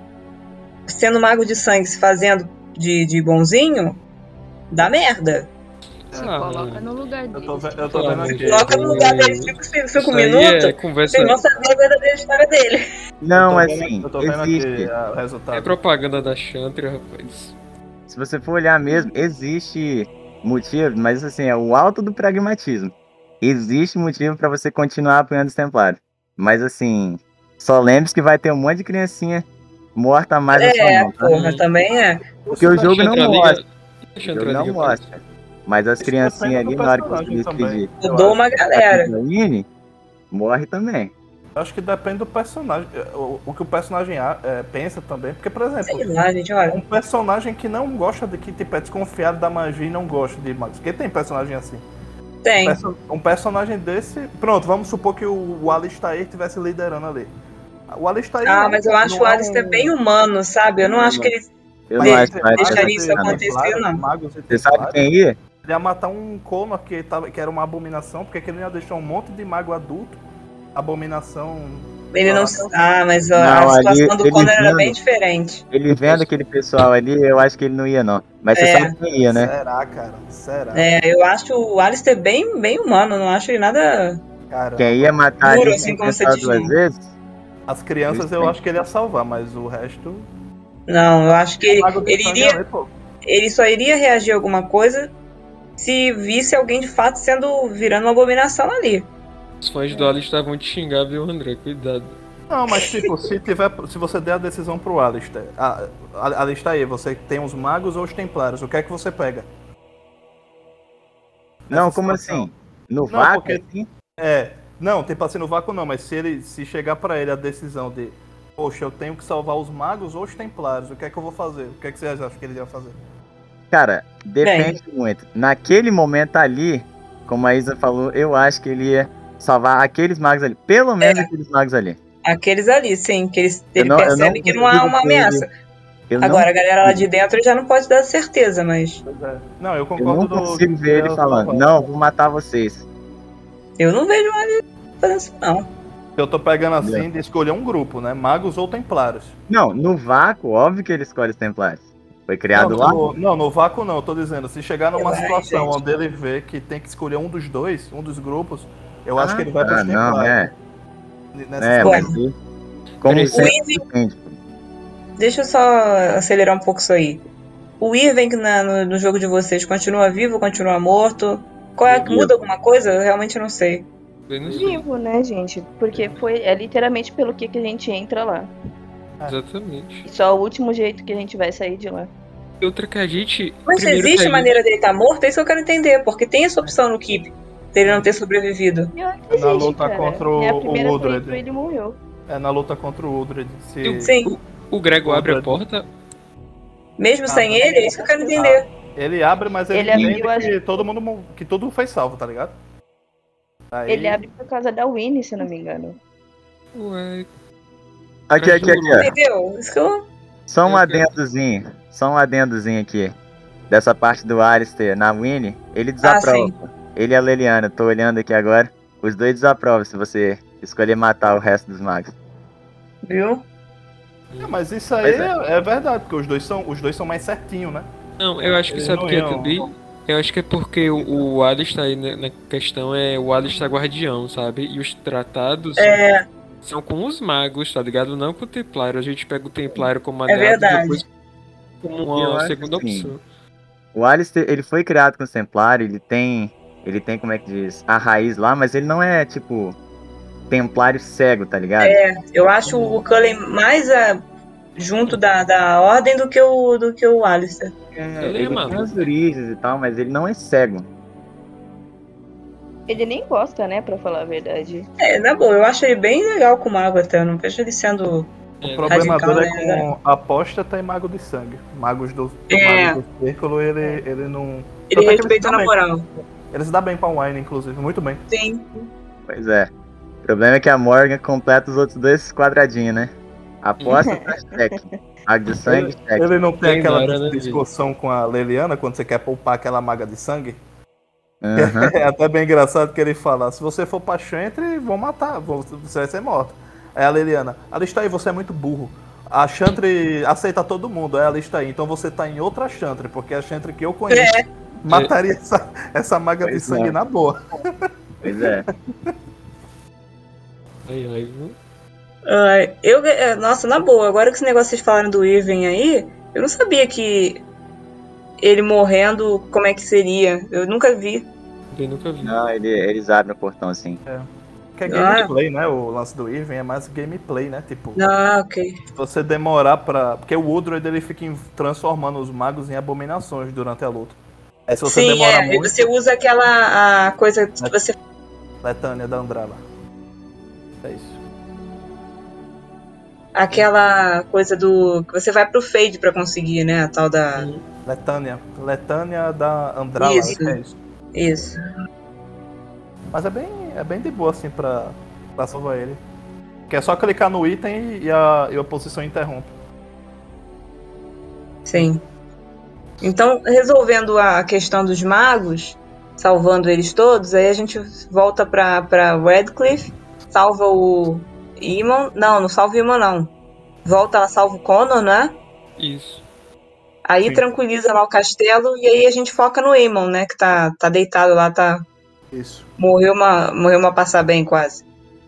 sendo mago de sangue, se fazendo de, de bonzinho, dá merda. Ah, Coloca no lugar Eu dele. tô, ve- eu tô Pelo vendo amor de aqui. Deus. Coloca no lugar dele cinco, cinco, cinco Isso aí minutos, é conversa, vocês vão saber a verdadeira história dele. Não, eu tô vendo, assim, eu tô vendo existe. aqui ah, o resultado. é propaganda da Chantre, rapaz. Se você for olhar mesmo, existe motivo, mas assim, é o alto do pragmatismo. Existe motivo pra você continuar apoiando os Templários. Mas assim, só lembre-se que vai ter um monte de criancinha morta a mais na sua É, mão, tá? porra, também é. Porque o jogo não Chantra mostra. liga- O Chantra jogo não liga pra mostra. Mas as Isso criancinhas depende ali, do na hora que você personagem decidir também. Mudou uma galera. a Winnie, morre também. Eu acho que depende do personagem. O, o que o personagem ah, é, pensa também. Porque, por Sei exemplo, lá, gente, olha. um personagem que não gosta de que tipo, é desconfiado da magia e não gosta de magos. Porque tem personagem assim. Tem. Perso- Um personagem desse. Pronto, vamos supor que o, o Alistair estivesse liderando ali. O Alistair. Ah, não- mas eu acho não o é Alistair um- bem humano, sabe? Eu não acho que ele. Eu Mas não de- acho que vai ter deixaria essa isso cena. acontecer. Templários, não. magos e Você sabe Templários, quem ia? Ele ia matar um Connor que, tava, que era uma abominação, porque ele ia deixar um monte de mago adulto. Abominação. Ele não. Ah, mas ó, Não, a ali, situação do ele Connor era vendo. bem diferente. Ele vendo aquele pessoal ali, eu acho que ele não ia, não. Mas você É. sabe quem ia, né? Será, cara? Será? É, eu acho o Alistair bem, bem humano, não acho ele nada. Cara, Quem ia matar Duro, ali assim, sem como você pensar diz, duas não. vezes? as crianças eu acho que ele ia salvar, mas o resto. Não, eu acho que ele, Mago de ele sangue iria. ali, pô. Ele só iria reagir a alguma coisa se visse alguém de fato sendo virando uma abominação ali. Os fãs do Alistair vão te xingar, viu, André? Cuidado. Não, mas tipo, se tiver, se você der a decisão pro Alistair, a, a, Alistair, você tem os magos ou os templários, o que é que você pega? Não, Nessa como situação. assim? No Não, vácuo, porque- assim? É, não, tem pra ser no vácuo não, mas se ele se chegar pra ele a decisão de, poxa, eu tenho que salvar os magos ou os templários, o que é que eu vou fazer? O que é que vocês acham que ele ia fazer? Cara, depende muito. Naquele momento ali, como a Isa falou, eu acho que ele ia salvar aqueles magos ali. Pelo menos aqueles magos ali. Aqueles ali, sim, que eles, Eu ele não- eu percebe não que não há consigo uma ver ele- ameaça. Eu Agora, não, a galera lá de dentro ele já não pode dar certeza, mas Pois é. Não, eu eu concordo não do- consigo do- ver ele do- falando, do- não, vou matar vocês. eu não vejo ele fazendo isso, não. Eu tô pegando assim de escolher um grupo, né? Magos ou templários. Não, no vácuo, óbvio que ele escolhe os templários. Foi criado não, lá. no, não, no vácuo não, eu tô dizendo, se chegar numa Ai, situação gente. onde ele vê que tem que escolher um dos dois, um dos grupos, eu acho Ah, que ele vai pros ah, não, templários. é. Nessa É, situação. mas e- como Peraí, sempre, o Irving- depende. Deixa eu só acelerar um pouco isso aí. O Irving na- no, no jogo de vocês continua vivo, continua morto? Qual é, Vivo. muda alguma coisa? Eu realmente não sei. Eu não sei. Vivo, né, gente? Porque foi é literalmente pelo que, que a gente entra lá. Exatamente. E só o último jeito que a gente vai sair de lá. E outra que a gente. Mas se primeiro existe que a maneira dele estar morto, é isso que eu quero entender, porque tem essa opção no Keep, dele não ter sobrevivido. E olha que Na existe, luta cara. contra o- Minha o primeira Uldred. foi ele morreu. É na luta contra o Uldred. Se... gente- Sim. O, o Grego abre a Outra- porta. Mesmo Ah, sem mas- ele, é isso que eu quero entender. Ele abre, mas ele, Ele entende abriu, que todo mundo mo- que tudo foi salvo, tá ligado? Aí... Ele abre por causa da Winnie, se eu não me engano. Ué. Aqui, aqui, aqui, ó. Entendeu? Isso que eu. Só um Eu quero- adendozinho. Só um adendozinho aqui. Dessa parte do Alistair na Winnie, ele desaprova. Ele e a Leliana, tô olhando aqui agora. Os dois desaprovam se você escolher matar o resto dos magos. Viu? É, mas isso aí Pois é. é. é verdade, porque os dois são, os dois são mais certinhos, né? Não, eu acho que Eles sabe o não que é iam- também? Eu acho que é porque o, o Alistair aí na, na questão é o Alistair guardião, sabe? E os tratados É, são com os magos, tá ligado? Não com o Templário. A gente pega o Templário como É aliado e verdade. depois como Eu uma acho segunda que sim. opção. O Alistair, ele foi criado com o Templário, ele tem, ele tem, como é que diz, a raiz lá, mas ele não é, tipo, Templário cego, tá ligado? é, eu acho o Cullen mais a, junto da, da ordem do que o, do que o Alistair. É, Ele é ele mago. tem as origens e tal, mas ele não é cego. Ele nem gosta, né, pra falar a verdade. É, na boa, eu acho ele bem legal com o mago até, eu não vejo ele sendo. O É, problema radical, dele é né? com apóstata e mago de sangue. Magos do, É. magos do círculo, ele, ele não. Ele Tanto é que respeita se na dá bem. moral. Ele se dá bem pra Wine, inclusive, muito bem. Sim. Pois é. O problema é que a Morgan completa os outros dois quadradinhos, né? Aposta, tá cheque. Mago de sangue, cheque. Ele não tem Tem aquela hora, né, discussão com a Leliana quando você quer poupar aquela maga de sangue? Aham. É até bem engraçado que ele fala: se você for pra Chantre, vão matar, vão- você vai ser morto. Aí a Leliana: Alistair, você é muito burro. A Chantre aceita todo mundo, é Alistair, então você tá em outra Chantre, porque a Chantre que eu conheço É. mataria essa, essa maga de Pois sangue é. na boa. Pois é. ai, ai, viu? Ai, eu, é, nossa, na boa, agora que esse negócio vocês falaram do Irving aí, eu não sabia que ele morrendo, como é que seria. Eu nunca vi. Eu nunca vi. Não, ele, eles abrem o portão assim. Que é Ah. gameplay, né? O lance do Irving é mais gameplay, né? Tipo, Ah, ok. se você demorar pra. Porque o Uldred ele fica em- transformando os magos em abominações durante a luta. Aí se você Sim, demora é. E muito. você usa aquela a coisa que você. Letânia da Andrala. É isso. Aquela coisa do. Que você vai pro fade pra conseguir, né? A tal da. Letânia. Letânia da Andrala. Isso. É isso. Isso. Mas é bem, é bem de boa assim pra, pra salvar ele. Que é só clicar no item e a, e a posição interrompe. Sim. Então, resolvendo a questão dos magos, salvando eles todos, aí a gente volta pra, pra Redcliffe, salva o Eamon. Não, não salva o Eamon, não. Volta lá, salva o Connor, né? Isso. Aí Sim. tranquiliza lá o castelo e aí a gente foca no Eamon, né? Que tá, tá deitado lá, tá. Isso. Morreu uma, morreu uma passar bem quase.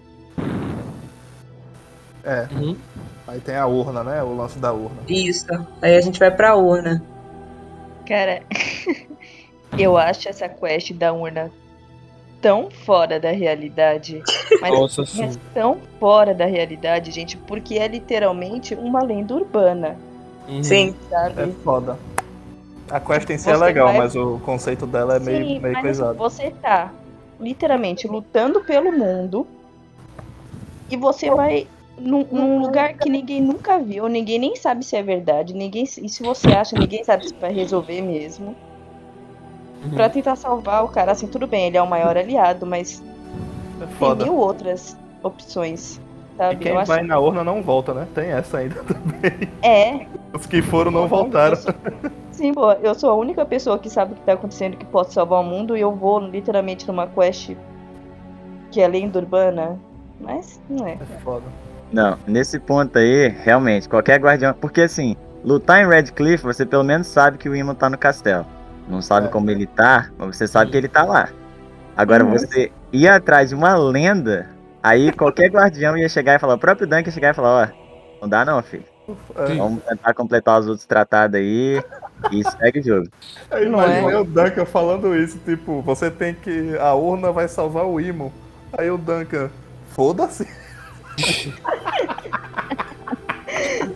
É. Uhum. Aí tem a urna, né? O lance da urna. Isso. Aí a gente vai pra urna. Cara, eu acho essa quest da urna tão fora da realidade. Mas, Nossa, mas sim. tão fora da realidade, gente, porque é literalmente uma lenda urbana, Uhum. Sim. sabe? É foda. A quest em si é Você legal, vai- mas o conceito dela é meio, Sim, meio mas coisado. você tá literalmente lutando pelo mundo e você vai num, num lugar que ninguém nunca viu, ninguém nem sabe se é verdade, ninguém, e se você acha, ninguém sabe se vai resolver mesmo. Uhum. Pra tentar salvar o cara, assim, tudo bem, ele é o maior aliado, mas É tem foda. mil outras opções, E sabe? quem Eu acho vai na urna não volta, né? Tem essa ainda. é. Os que foram não Eu voltaram. sou- Sim, boa. Eu sou a única pessoa que sabe o que tá acontecendo, que pode salvar o mundo, e eu vou literalmente numa quest que é lenda urbana. Mas não é. É foda. Não, nesse ponto aí, realmente, qualquer guardião. Porque assim, lutar em Redcliffe, você pelo menos sabe que o Eamon tá no castelo. Não sabe É. como ele tá, mas você sabe que ele tá lá. Agora, Uhum. você ir atrás de uma lenda, aí qualquer guardião ia chegar e falar, o próprio Dunk ia chegar e falar, ó, não dá não, filho. É. Vamos tentar completar os outros tratados aí e segue o jogo. Eu Não imaginei é? o Duncan falando isso, tipo, você tem que. A urna vai salvar o Imo. Aí o Duncan, foda-se.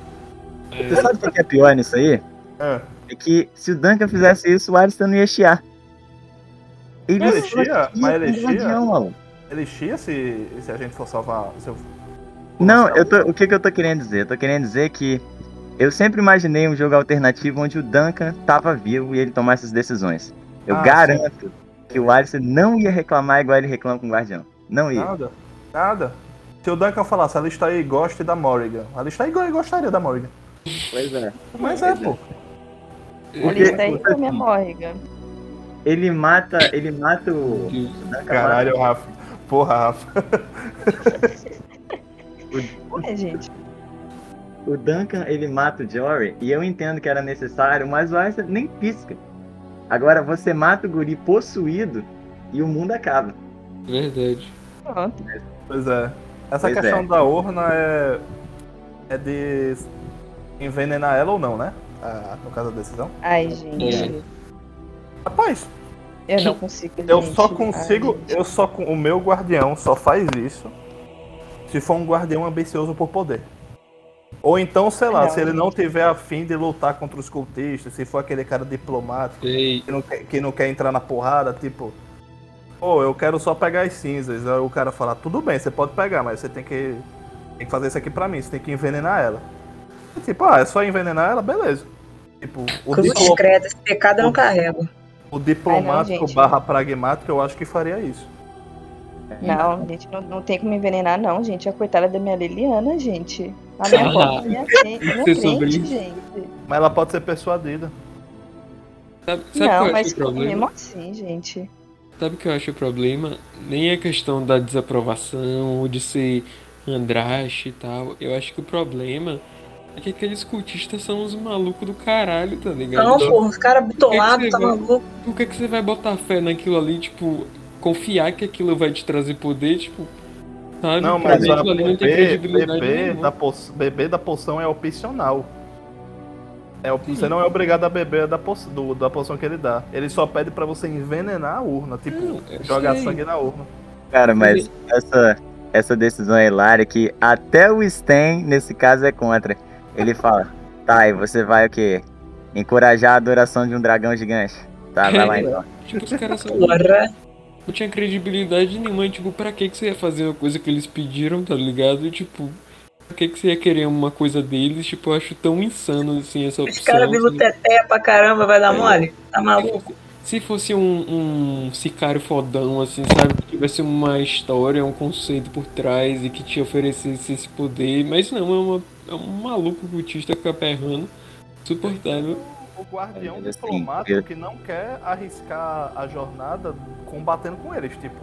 Você sabe o que é pior nisso aí? É. É que se o Duncan fizesse isso, o Alisson não ia chiar. Ele, Ele só chia? Mas ele com chia? guardião, maluco. Ele chia se, se a gente for salvar. Se eu... Não, eu tô, o que, que eu tô querendo dizer? Eu tô querendo dizer que eu sempre imaginei um jogo alternativo onde o Duncan tava vivo e ele tomasse as decisões. Eu Ah, garanto que o Alisson não ia reclamar igual ele reclama com o Guardião. Não ia. Nada, nada. Se o Duncan falasse, a lista aí goste da Morrigan. A lista aí gostaria da Morrigan. Pois é. Mas é, pô. A lista aí com a minha Morrigan. Ele mata, ele mata o... o Duncan Caralho, Rafa. Porra, Rafa. É, gente. O Duncan, ele mata o Jory, e eu entendo que era necessário, mas o Alisson nem pisca. Agora, você mata o guri possuído e o mundo acaba. Verdade. Pronto. Pois é. Essa Pois questão é. da urna é... É de envenenar ela ou não, né? Ah, no caso da decisão. Ai, gente. Rapaz, Eu não consigo, eu gente. só consigo... Ai, eu só... O meu guardião só faz isso se for um guardião ambicioso por poder. Ou então, sei lá, Não, se ele não gente. tiver a fim de lutar contra os cultistas, se for aquele cara diplomático Sei. que não quer, que não quer entrar na porrada, tipo, pô, eu quero só pegar as cinzas. Aí o cara fala, tudo bem, você pode pegar, mas você tem que, tem que fazer isso aqui pra mim, você tem que envenenar ela. E, tipo, ah, é só envenenar ela, beleza. Tipo, o, Cruz diplo, credo, esse pecado eu não carrego. o diplomático Ai, não, gente. barra pragmático, eu acho que faria isso. Não, gente, não, não tem como envenenar, não, gente. A coitada da minha Liliana, gente. A minha avó, a minha frente, a minha Sei sobre frente, isso. gente. Mas ela pode ser persuadida. Sabe, sabe qual Não, eu mas acho o problema? mesmo assim, gente. Sabe o que eu acho o problema? Nem a questão da desaprovação, ou de ser Andraste e tal. Eu acho que o problema é que aqueles cultistas são uns malucos do caralho, tá ligado? Não, Então, porra, os caras bitolados, você tá vai- maluco. por que, que você vai botar fé naquilo ali, tipo, confiar que aquilo vai te trazer poder, tipo, sabe? Não, Pra mas mim a aquilo ali não tem beber, credibilidade beber, nenhuma. da po- beber da poção é opcional. É, op- você não é obrigado a beber da, po- do- da poção que ele dá. Ele só pede pra você envenenar a urna, tipo, Não, eu jogar sei. sangue na urna. Cara, mas essa, essa decisão é hilária que até o Stan, nesse caso, é contra. Ele fala, tá, e você vai o quê? Encorajar a adoração de um dragão gigante. Tá, vai lá então. Tipo, os caras são... Porra. não tinha credibilidade nenhuma, tipo, pra que que você ia fazer uma coisa que eles pediram, tá ligado? E, tipo, pra que que você ia querer uma coisa deles? Tipo, eu acho tão insano, assim, essa Esse opção. cara vivo assim. teteia pra caramba, vai dar mole? Tá maluco? Se fosse um, um sicário fodão, assim, sabe? Que tivesse uma história, um conceito por trás e que te oferecesse esse poder. Mas não, é, uma, é um maluco cultista caperrando, suportável. O guardião É, assim, diplomático eu- que não quer arriscar a jornada combatendo com eles, tipo.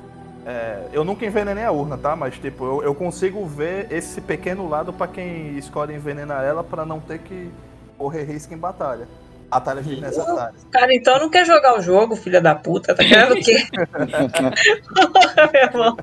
É, eu nunca envenenei a urna, tá? Mas, tipo, eu, eu consigo ver esse pequeno lado pra quem escolhe envenenar ela pra não ter que correr risco em batalha. Batalhas desnecessárias. Cara, então não quer jogar o jogo, filha da puta. Tá querendo o quê? Porra, meu irmão.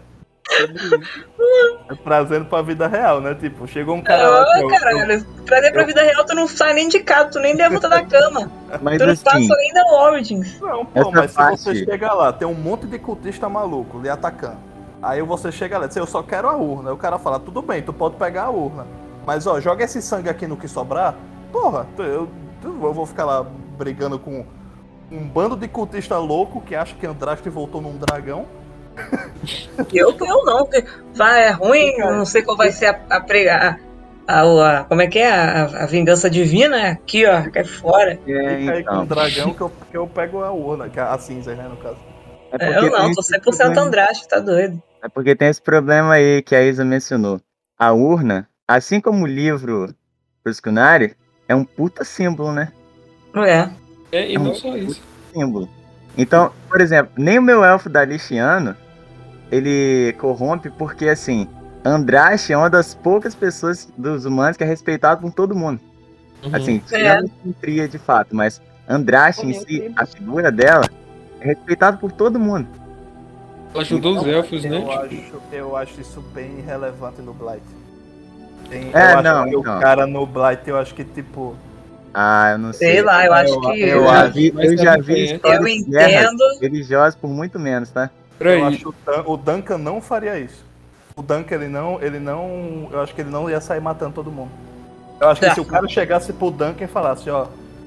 É trazendo pra vida real, né? Tipo, chegou um cara lá. Ah, que eu- caralho. Trazer pra vida real, tu não sai nem de casa, tu nem levanta da cama. Mas Tu não assim, passa ainda o Origins. Não, pô, Essa mas parte- se você chegar lá, tem um monte de cultista maluco lhe atacando. Aí você chega lá e diz, eu só quero a urna. Aí o cara fala, tudo bem, tu pode pegar a urna. Mas ó, joga esse sangue aqui no que sobrar. Porra, tu- eu, eu vou ficar lá brigando com um bando de cultista louco que acha que Andraste voltou num dragão. Eu, eu não, porque vai, é ruim, eu não sei qual vai ser a, a, pre- a, a- a- como é que é? A, a vingança divina, é aqui, ó, cai fora. é, Fica aí com então, um dragão que eu, que eu pego a urna, que é a cinza, né, no caso. é É, porque eu não, tem tô esse cem por cento problema- Andraste, tá doido. É porque tem esse problema aí que a Isa mencionou. A urna, assim como o livro pros Kunari, é um puta símbolo, né? É. É, e não só isso. Símbolo. Então, por exemplo, nem o meu elfo da Lixiano, ele corrompe porque, assim, Andraste é uma das poucas pessoas dos humanos que é respeitado por todo mundo. Uhum. Assim, É. tirando a Tria de fato, mas Andraste em Meu si, Deus. a figura dela, é respeitado por todo mundo. Ela ajudou os elfos, né? Eu, Tipo, acho, eu acho isso bem irrelevante no Blight. Tem, É, eu acho não, que então. o cara no Blight, eu acho que, tipo... Ah, eu não sei. Sei lá, eu acho eu- que. eu Eu já acho- vi, mas eu já sabe vi quem é? histórias Eu de guerra entendo. religiosas por muito menos, tá? Eu peraí, acho que o Dan- o Duncan não faria isso. O Duncan, ele não, ele não... Eu acho que ele não ia sair matando todo mundo. Eu acho que Tá. se o cara chegasse pro Duncan e falasse, ó,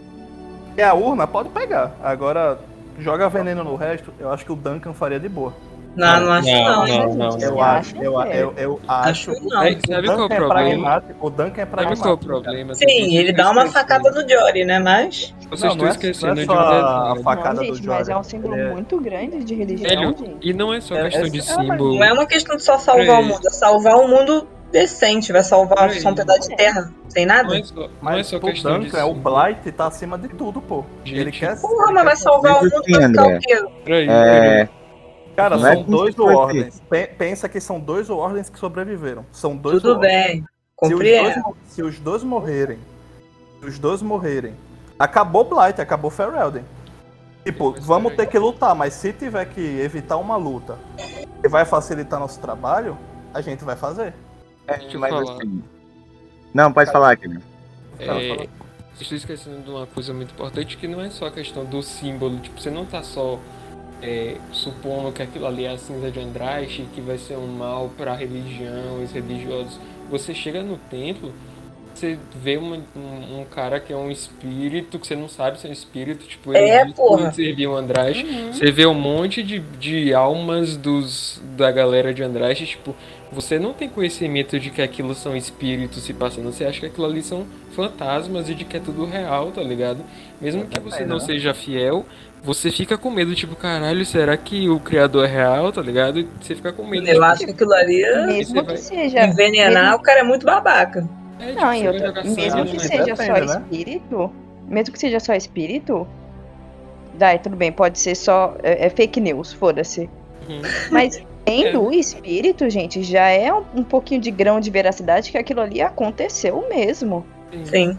é a urna, pode pegar. Agora, joga veneno no resto, eu acho que o Duncan faria de boa. Não, não acho Não, não, hein? não, não, Eu não. acho, eu, acha, eu, eu acho. Acho não. É, sabe qual é o Duncan é problema? pragmático. O Duncan é Sabe pragmático. qual é o problema? Sim, ele dá uma facada no Jory, né? Mas. Vocês Não, estão não é, esquecendo não é de só um a detalhe. facada Não, do gente, mas é um Jordan. símbolo Ele é- muito grande de religião, Velho, gente. e não é só É- questão é- de é uma- símbolo. Não é uma questão de só salvar É. o mundo, é salvar um mundo decente, vai salvar É. só um pedaço de terra, sem Não nada. é só, não é Mas só pro questão de Duncan, é o símbolo. Blight tá acima de tudo, pô. Gente. Ele quer. Porra, ele mas quer- vai salvar o Mas mundo assim, pra ficar André, o quê? Peraí, É, Cara, Não é são como dois se fosse- Wardens. Pe- Pensa que são dois Wardens que sobreviveram. São dois Tudo Wardens. bem, Se os, dois, compreendo. mo- se os dois morrerem, se os dois morrerem, acabou Blight, acabou Ferelden. Tipo, Depois vamos Ferelden. ter que lutar, mas se tiver que evitar uma luta que vai facilitar nosso trabalho, a gente vai fazer. deixa eu mas falar. assim. Não, pode falar, Kevin. É, Fala, fala. vocês estão esquecendo de uma coisa muito importante, que não é só a questão do símbolo. Tipo, você não tá só é, supondo que aquilo ali é a cinza de Andraste, que vai ser um mal pra religião, os religiosos. Você chega no templo, você vê uma- um, um cara que é um espírito, que você não sabe se é um espírito, tipo, É, ele porra. serviu o Andraste. Você vê um monte de, de almas dos, da galera de Andraste, tipo, você não tem conhecimento de que aquilo são espíritos se passando, você acha que aquilo ali são fantasmas e de que é tudo real, tá ligado? Mesmo que você não seja fiel, você fica com medo, tipo, caralho, será que o criador é real, tá ligado? E você fica com medo. Eu tipo, acho que aquilo ali é Mesmo você que vai seja. envenenar, mesmo- o cara é muito babaca. é, tipo, Não, você e vai outra, jogar mesmo sangue, que mas seja depende, só né? espírito, mesmo que seja só espírito, daí tudo bem, pode ser só é, é fake news, foda-se. Uhum. Mas tendo o espírito, gente, já é um, um pouquinho de grão de veracidade que aquilo ali aconteceu mesmo. Sim.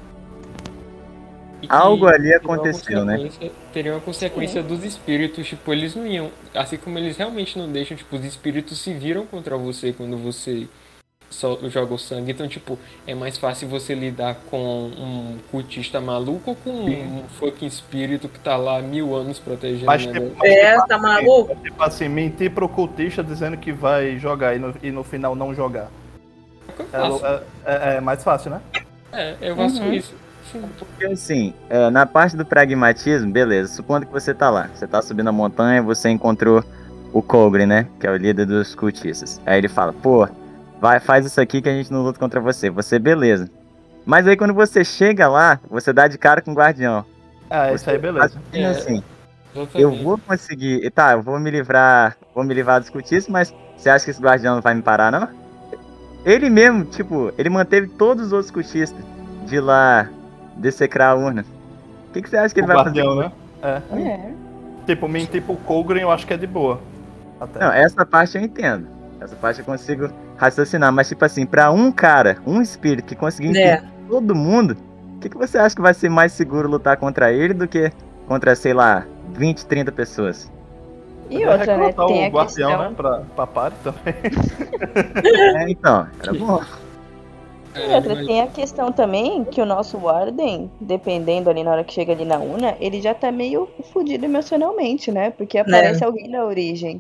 E que Algo ali teria uma aconteceu, né? consequência- Teria uma consequência dos espíritos, tipo, eles não iam. Assim como eles realmente não deixam, tipo, os espíritos se viram contra você quando você só joga o sangue. Então, tipo, é mais fácil você lidar com um cultista maluco ou com um, um fucking espírito que tá lá há mil anos protegendo Mas, o tipo, negócio. mas, É, tipo, tá maluco? tipo assim, mentir pro cultista dizendo que vai jogar e no, e no final não jogar. É o que eu É, faço. é- é- é mais fácil, né? É, eu faço Uhum. isso. Sim. Porque assim, é, na parte do pragmatismo, beleza, supondo que você tá lá, você tá subindo a montanha, você encontrou o Kogre, né, que é o líder dos cultistas. Aí ele fala, pô, vai, faz isso aqui que a gente não luta contra você. Você, beleza. Mas aí quando você chega lá, você dá de cara com o guardião. Ah, isso aí, beleza. Assim, assim, Exatamente. eu vou conseguir, tá, eu vou me livrar, vou me livrar dos cultistas, mas você acha que esse guardião não vai me parar, não? Ele mesmo, tipo, ele manteve todos os outros cultistas de lá dessecrar a urna. O que, que você acha que ele O vai guardião, fazer? né? É. É. Tipo, mentir pro Kogren eu acho que é de boa. Até. Não, essa parte eu entendo. Essa parte eu consigo raciocinar. Mas, tipo assim, pra um cara, um espírito que conseguiu É. impedir todo mundo, o que, que você acha que vai ser mais seguro lutar contra ele do que contra, sei lá, vinte, trinta pessoas? E Podia outra, né? recrutar Tem o a guardião, questão. né? Pra, pra party também. É, então, era bom. E outra, tem a questão também que o nosso Warden, dependendo ali na hora que chega ali na Una, ele já tá meio fudido emocionalmente, né? Porque aparece alguém na origem.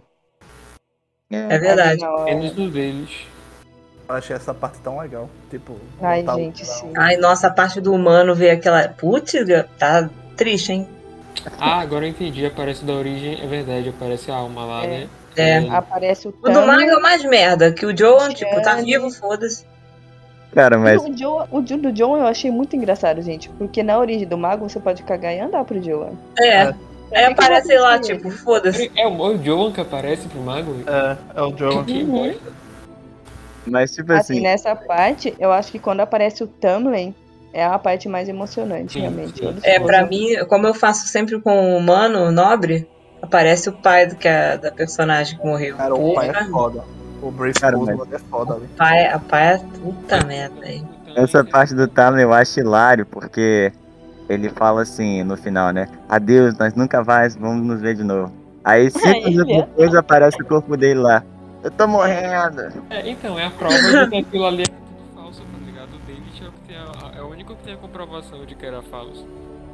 É verdade. Ali na hora. Menos do deles. Eu achei essa parte tão legal. Tipo, Ai, lutar- gente, sim. Ai, nossa, a parte do humano ver aquela. Putz, tá triste, hein? Ah, agora eu entendi. Aparece da origem. É verdade, aparece a alma lá, É. né? É. Aparece o O do Mago é Thanos. o mais merda, que o Joan, tipo, tá Shane. vivo, foda-se. Cara, mas O, Joe, o Joe do John eu achei muito engraçado, gente. Porque na origem do mago você pode cagar e andar pro Joe. É. Aí aparece lá, Sim. tipo, foda-se. É o o Joan que aparece pro mago? É, é o Joe. Que Uhum. bosta. Mas, tipo Assim, assim, nessa parte, eu acho que quando aparece o Tamlin, é a parte mais emocionante, Sim, realmente. sim. Eles É, foram- pra mim, como eu faço sempre com o humano nobre, aparece o pai do que é, da personagem que morreu. Cara, o pai é Porra, foda. O Brace Cara, Boozled é foda ali. pai, a pai é puta merda aí. essa parte do Tamlin eu acho hilário, porque ele fala assim, no final, né? Adeus, nós nunca mais vamos nos ver de novo. Aí, cinco Aí, minutos é. depois, aparece o corpo dele lá. Eu tô morrendo. É, então, é a prova de que aquilo ali é tudo falso, tá ligado? O David é o, que tem a- é o único que tem a comprovação de que era falso.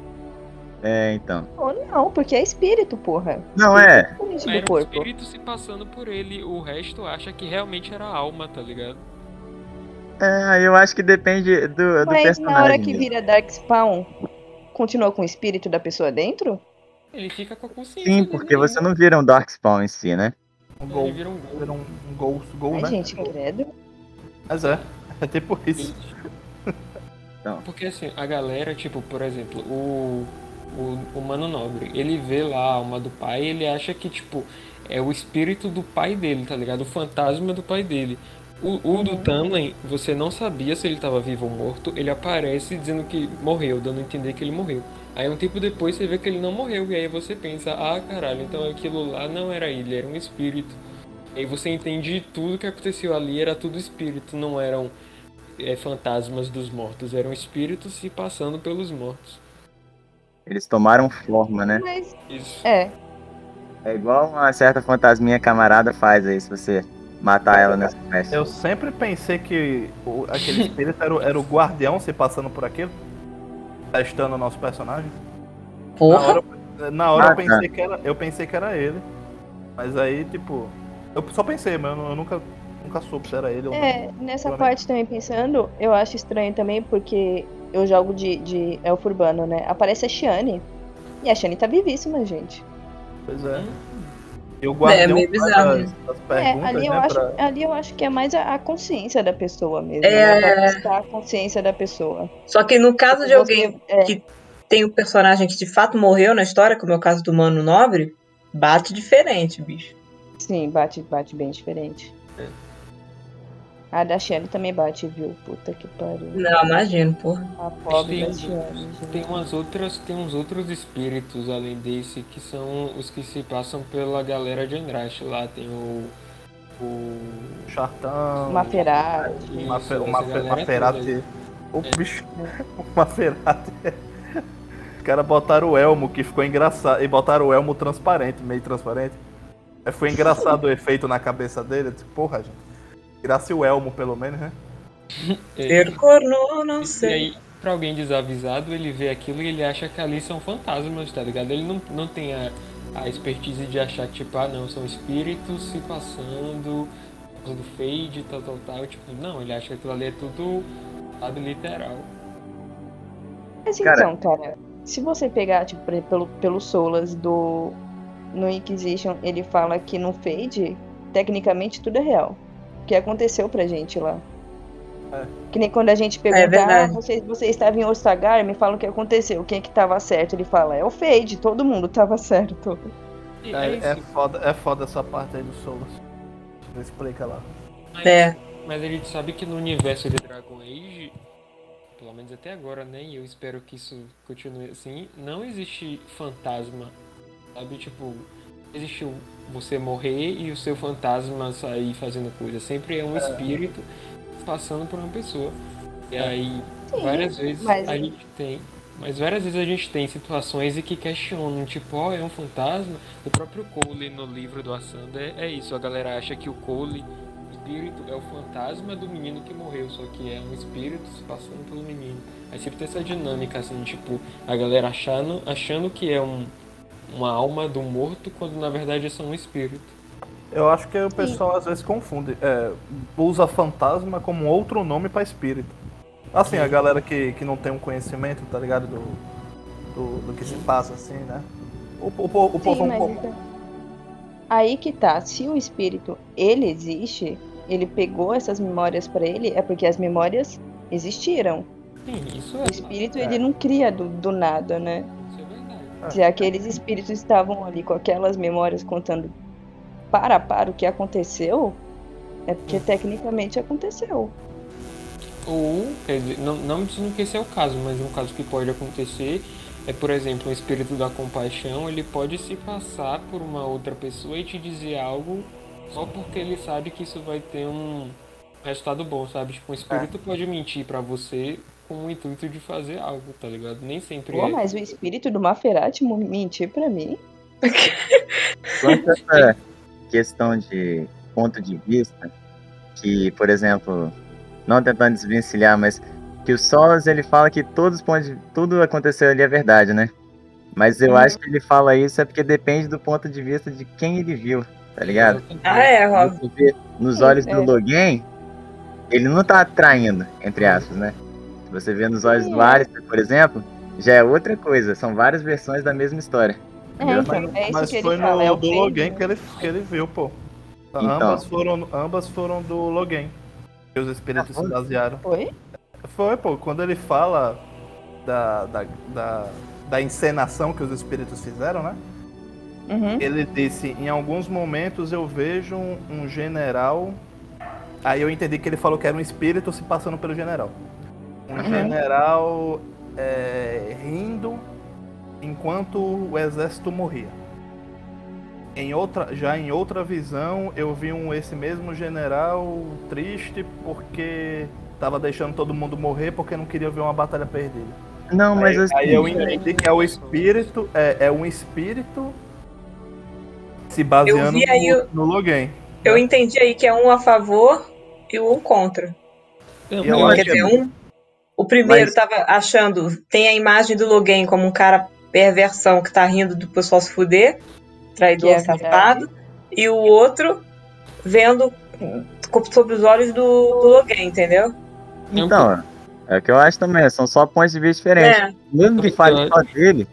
É, então. Ou não, porque é espírito, porra. Não, é. Diferente Era do um corpo. espírito se passando por ele, o resto acha que realmente era alma, tá ligado? É, eu acho que depende do, do Mas personagem. na hora que mesmo. vira Darkspawn, continua com o espírito da pessoa dentro? Ele fica com a consciência Sim, dele porque você ainda. não vira um Darkspawn em si, né? Um Ele gol. vira um gol. Vira um, um gol, gol Ai, né? gente, credo. Mas é. É tipo isso. Porque assim, a galera, tipo, por exemplo, o, o, o Mano Nobre, ele vê lá a alma do pai e ele acha que, tipo, é o espírito do pai dele, tá ligado? O fantasma do pai dele. O, o do Tamlin, você não sabia se ele estava vivo ou morto, ele aparece dizendo que morreu, dando a entender que ele morreu. Aí um tempo depois você vê que ele não morreu, e aí você pensa, ah caralho, então aquilo lá não era ele, era um espírito. Aí você entende tudo que aconteceu ali, era tudo espírito, não eram é, fantasmas dos mortos, eram espíritos se passando pelos mortos. Eles tomaram forma, né? Mas, Isso. é. É igual uma certa fantasminha camarada faz aí, se você matar ela nessa quest. Eu sempre pensei que o- aquele espírito era, o- era o guardião se passando por aquilo, testando o nosso personagem. Na Porra. hora, na hora Ah, eu, pensei que era, eu pensei que era ele. Mas aí, tipo. Eu só pensei, mas eu, nu- eu nunca, nunca soube se era ele ou É, nessa Eu, né? parte também pensando, eu acho estranho também, porque eu jogo de, de elfo urbano, né? Aparece a Shani. E a Shani tá vivíssima, gente. não. Pois é. Hum. E o guardião meio faz bizarro as, mesmo. as É, perguntas, ali eu, né? acho, pra- ali eu acho que é mais a, a consciência da pessoa mesmo, É. né? Pra testar a consciência da pessoa. Só que no caso de Você- alguém é. que tem um personagem que de fato morreu na história, como é o caso do Mano Nobre, bate diferente, bicho. Sim, bate, bate bem diferente. É. A da Shani também bate, viu? Puta que pariu. Não, imagino, porra. A pobre tem, da Shani, gente. tem umas outras, tem uns outros espíritos além desse que são os que se passam pela galera de Andraste. Lá tem o o Chartão, Maferati. isso, Mafe- essa Mafe- galera toda Maferati. aí. O bicho. O Maferati. Os caras botaram o elmo que ficou engraçado. E botaram o elmo transparente, meio transparente. Aí foi engraçado o efeito na cabeça dele. Eu disse, porra, gente. Tirasse o elmo pelo menos, né? É, Ser corno, não e sei. aí, pra alguém desavisado, ele vê aquilo e ele acha que ali são fantasmas, tá ligado? Ele não, não tem a, a expertise de achar que, tipo, ah, não, são espíritos se passando, do fade, tal, tal, tal. Tipo, não, ele acha que aquilo ali é tudo, sabe, literal. Mas Cara- então, cara, se você pegar, tipo, por exemplo, pelo, pelo Solas do. No Inquisition, ele fala que no Fade, tecnicamente tudo é real. O que aconteceu pra gente lá. É. Que nem quando a gente pergunta, ah, verdade. você, você estava em Ostagar, me fala o que aconteceu, quem é que tava certo? Ele fala, é o Fade, todo mundo tava certo. E É, é é, isso. foda, é foda essa parte aí do Souls. Explica lá. Mas, É. mas a gente sabe que no universo de Dragon Age, pelo menos até agora, né? E eu espero que isso continue assim, não existe fantasma. Sabe, tipo, existe o- você morrer e o seu fantasma sair fazendo coisa. Sempre é um espírito passando por uma pessoa. E aí, Sim, várias vezes mas- a gente tem. Mas várias vezes a gente tem situações em que questionam, tipo, ó, é um fantasma. O próprio Cole no livro do Assander é isso. A galera acha que o Cole, o espírito, é o fantasma do menino que morreu, só que é um espírito se passando pelo menino. Aí sempre tem essa dinâmica, assim, tipo, a galera achando, achando que é um, uma alma do morto, quando na verdade é só um espírito. Eu acho que o pessoal às vezes confunde. É, usa fantasma como outro nome pra espírito. Assim, a galera que, que não tem um conhecimento, tá ligado? Do, do, do que se passa, assim, né? O, o, o, o Sim, povão mas comum. então- Aí que tá, se o espírito, ele existe, ele pegou essas memórias pra ele, é porque as memórias existiram. Sim, isso O é, espírito, É. ele não cria do, do nada, né? isso é verdade. Se aqueles espíritos estavam ali com aquelas memórias contando para a para o que aconteceu, é porque tecnicamente aconteceu. Ou, quer dizer, não, não dizendo que esse é o caso, mas um caso que pode acontecer é, por exemplo, um espírito da compaixão, ele pode se passar por uma outra pessoa e te dizer algo só porque ele sabe que isso vai ter um resultado bom, sabe? Tipo, um espírito pode mentir pra você com o intuito de fazer algo, tá ligado? Nem sempre Pô, é. mas o espírito do Maferati mu- mentir pra mim? Quanto a essa questão de ponto de vista, que, por exemplo, não tentando desvencilhar, mas que o Solas ele fala que todos os pontos de, tudo aconteceu ali é verdade, né? Mas eu Uhum. acho que ele fala isso é porque depende do ponto de vista de quem ele viu, tá ligado? Ah, é, Rob. Você vê nos Sim, olhos é. do Logan, ele não tá traindo, entre aspas, né? Se você vê nos olhos do Alistair, por exemplo, já é outra coisa. São várias versões da mesma história. É, Entendeu? então, é isso Mas que ele foi fala. no É o do fade, Logan né? que ele, que ele viu, pô. Então. Ambas, foram, ambas foram do Logan. Que os espíritos Ah, se basearam. Foi? Foi, pô, quando ele fala da, da, da, da encenação que os espíritos fizeram, né? Uhum. Ele disse, em alguns momentos eu vejo um, um general. Aí eu entendi que ele falou que era um espírito se passando pelo general. Um Uhum. general é, rindo enquanto o exército morria. Em outra, já em outra visão, eu vi um, esse mesmo general triste porque estava deixando todo mundo morrer porque não queria ver uma batalha perdida. Não, mas Aí, assim, aí eu entendi que é o espírito, é, é um espírito se baseando vi aí o- no, no Logan. Eu né? entendi aí que é um a favor e um contra. Não, E eu eu acho Quer acho dizer, que- um. O primeiro Mas- tava achando. Tem a imagem do Logan como um cara perversão que tá rindo do pessoal se fuder, traidor, Que é a safado. E o outro vendo hum, sob os olhos do, do Logan, entendeu? Então, é o que eu acho também, são só pontos de vista diferentes. É. Mesmo que Eu fale acho- só dele,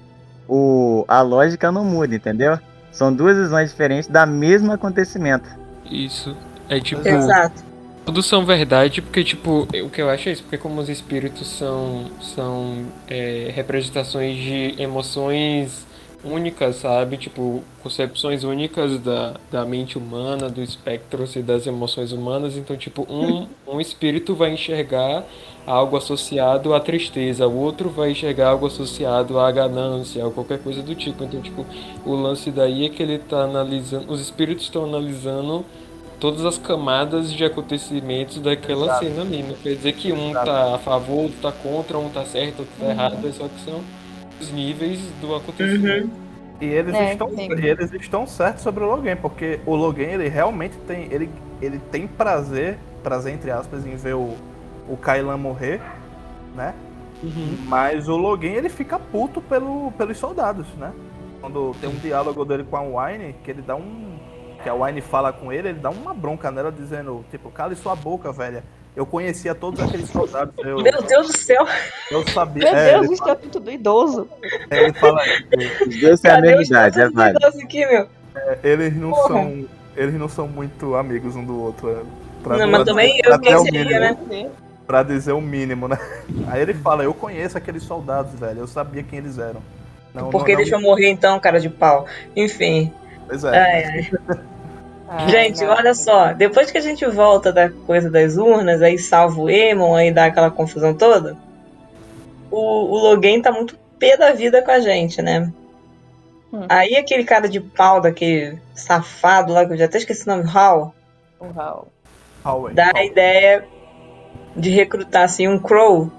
o, a lógica não muda, entendeu? São duas visões diferentes da mesmo acontecimento. Isso. É tipo, Exato. tudo são verdade, porque tipo, o que eu acho é isso, porque como os espíritos são, são é, representações de emoções únicas, sabe? Tipo, concepções únicas da, da mente humana, do espectro e das emoções humanas. Então, tipo, um, um espírito vai enxergar algo associado à tristeza, o outro vai enxergar algo associado à ganância, ou qualquer coisa do tipo. Então, tipo, o lance daí é que ele tá analisando, os espíritos estão analisando todas as camadas de acontecimentos daquela Exato. cena ali. Não quer dizer que um Exato. tá a favor, outro tá contra, um tá certo, outro tá errado, é só que são os níveis do acontecimento. Uhum. E eles, É, estão, sim. e eles estão certos sobre o Logan, porque o Logan, ele realmente tem, ele, ele tem prazer, prazer entre aspas, em ver o, o Kylan morrer, né? Uhum. Mas o Logan, ele fica puto pelo, pelos soldados, né? Quando tem um diálogo dele com a Wine, que ele dá um... que a Wine fala com ele, ele dá uma bronca nela dizendo, tipo, cale sua boca, velha. Eu conhecia todos aqueles soldados, eu, Meu Deus do céu. eu sabia... Meu é, Deus, ele, o estatuto do idoso. ele fala, Os dois têm a Cadê mesma os idade, é tantos válido. idosos aqui, meu? eles não Porra. são... Eles não são muito amigos um do outro. é, Pra, Não, pra mas também dizer- eu pra quem dizer o seria, mínimo, né? Pra dizer o mínimo, né? Aí ele fala, eu conheço aqueles soldados, velho. Eu sabia quem eles eram. Não, Por que não, deixa eu morrer então, cara de pau? Enfim. Pois é. Ai, ai. Ai, Gente, não. olha só, depois que a gente volta da coisa das urnas, aí salva o Aemon, aí dá aquela confusão toda, o, o Logan tá muito pé da vida com a gente, né? Hum. Aí aquele cara de pau, daquele safado lá, que eu já até esqueci o nome, Hal, O Raul. Hallway, dá a Hallway. ideia de recrutar assim um Crow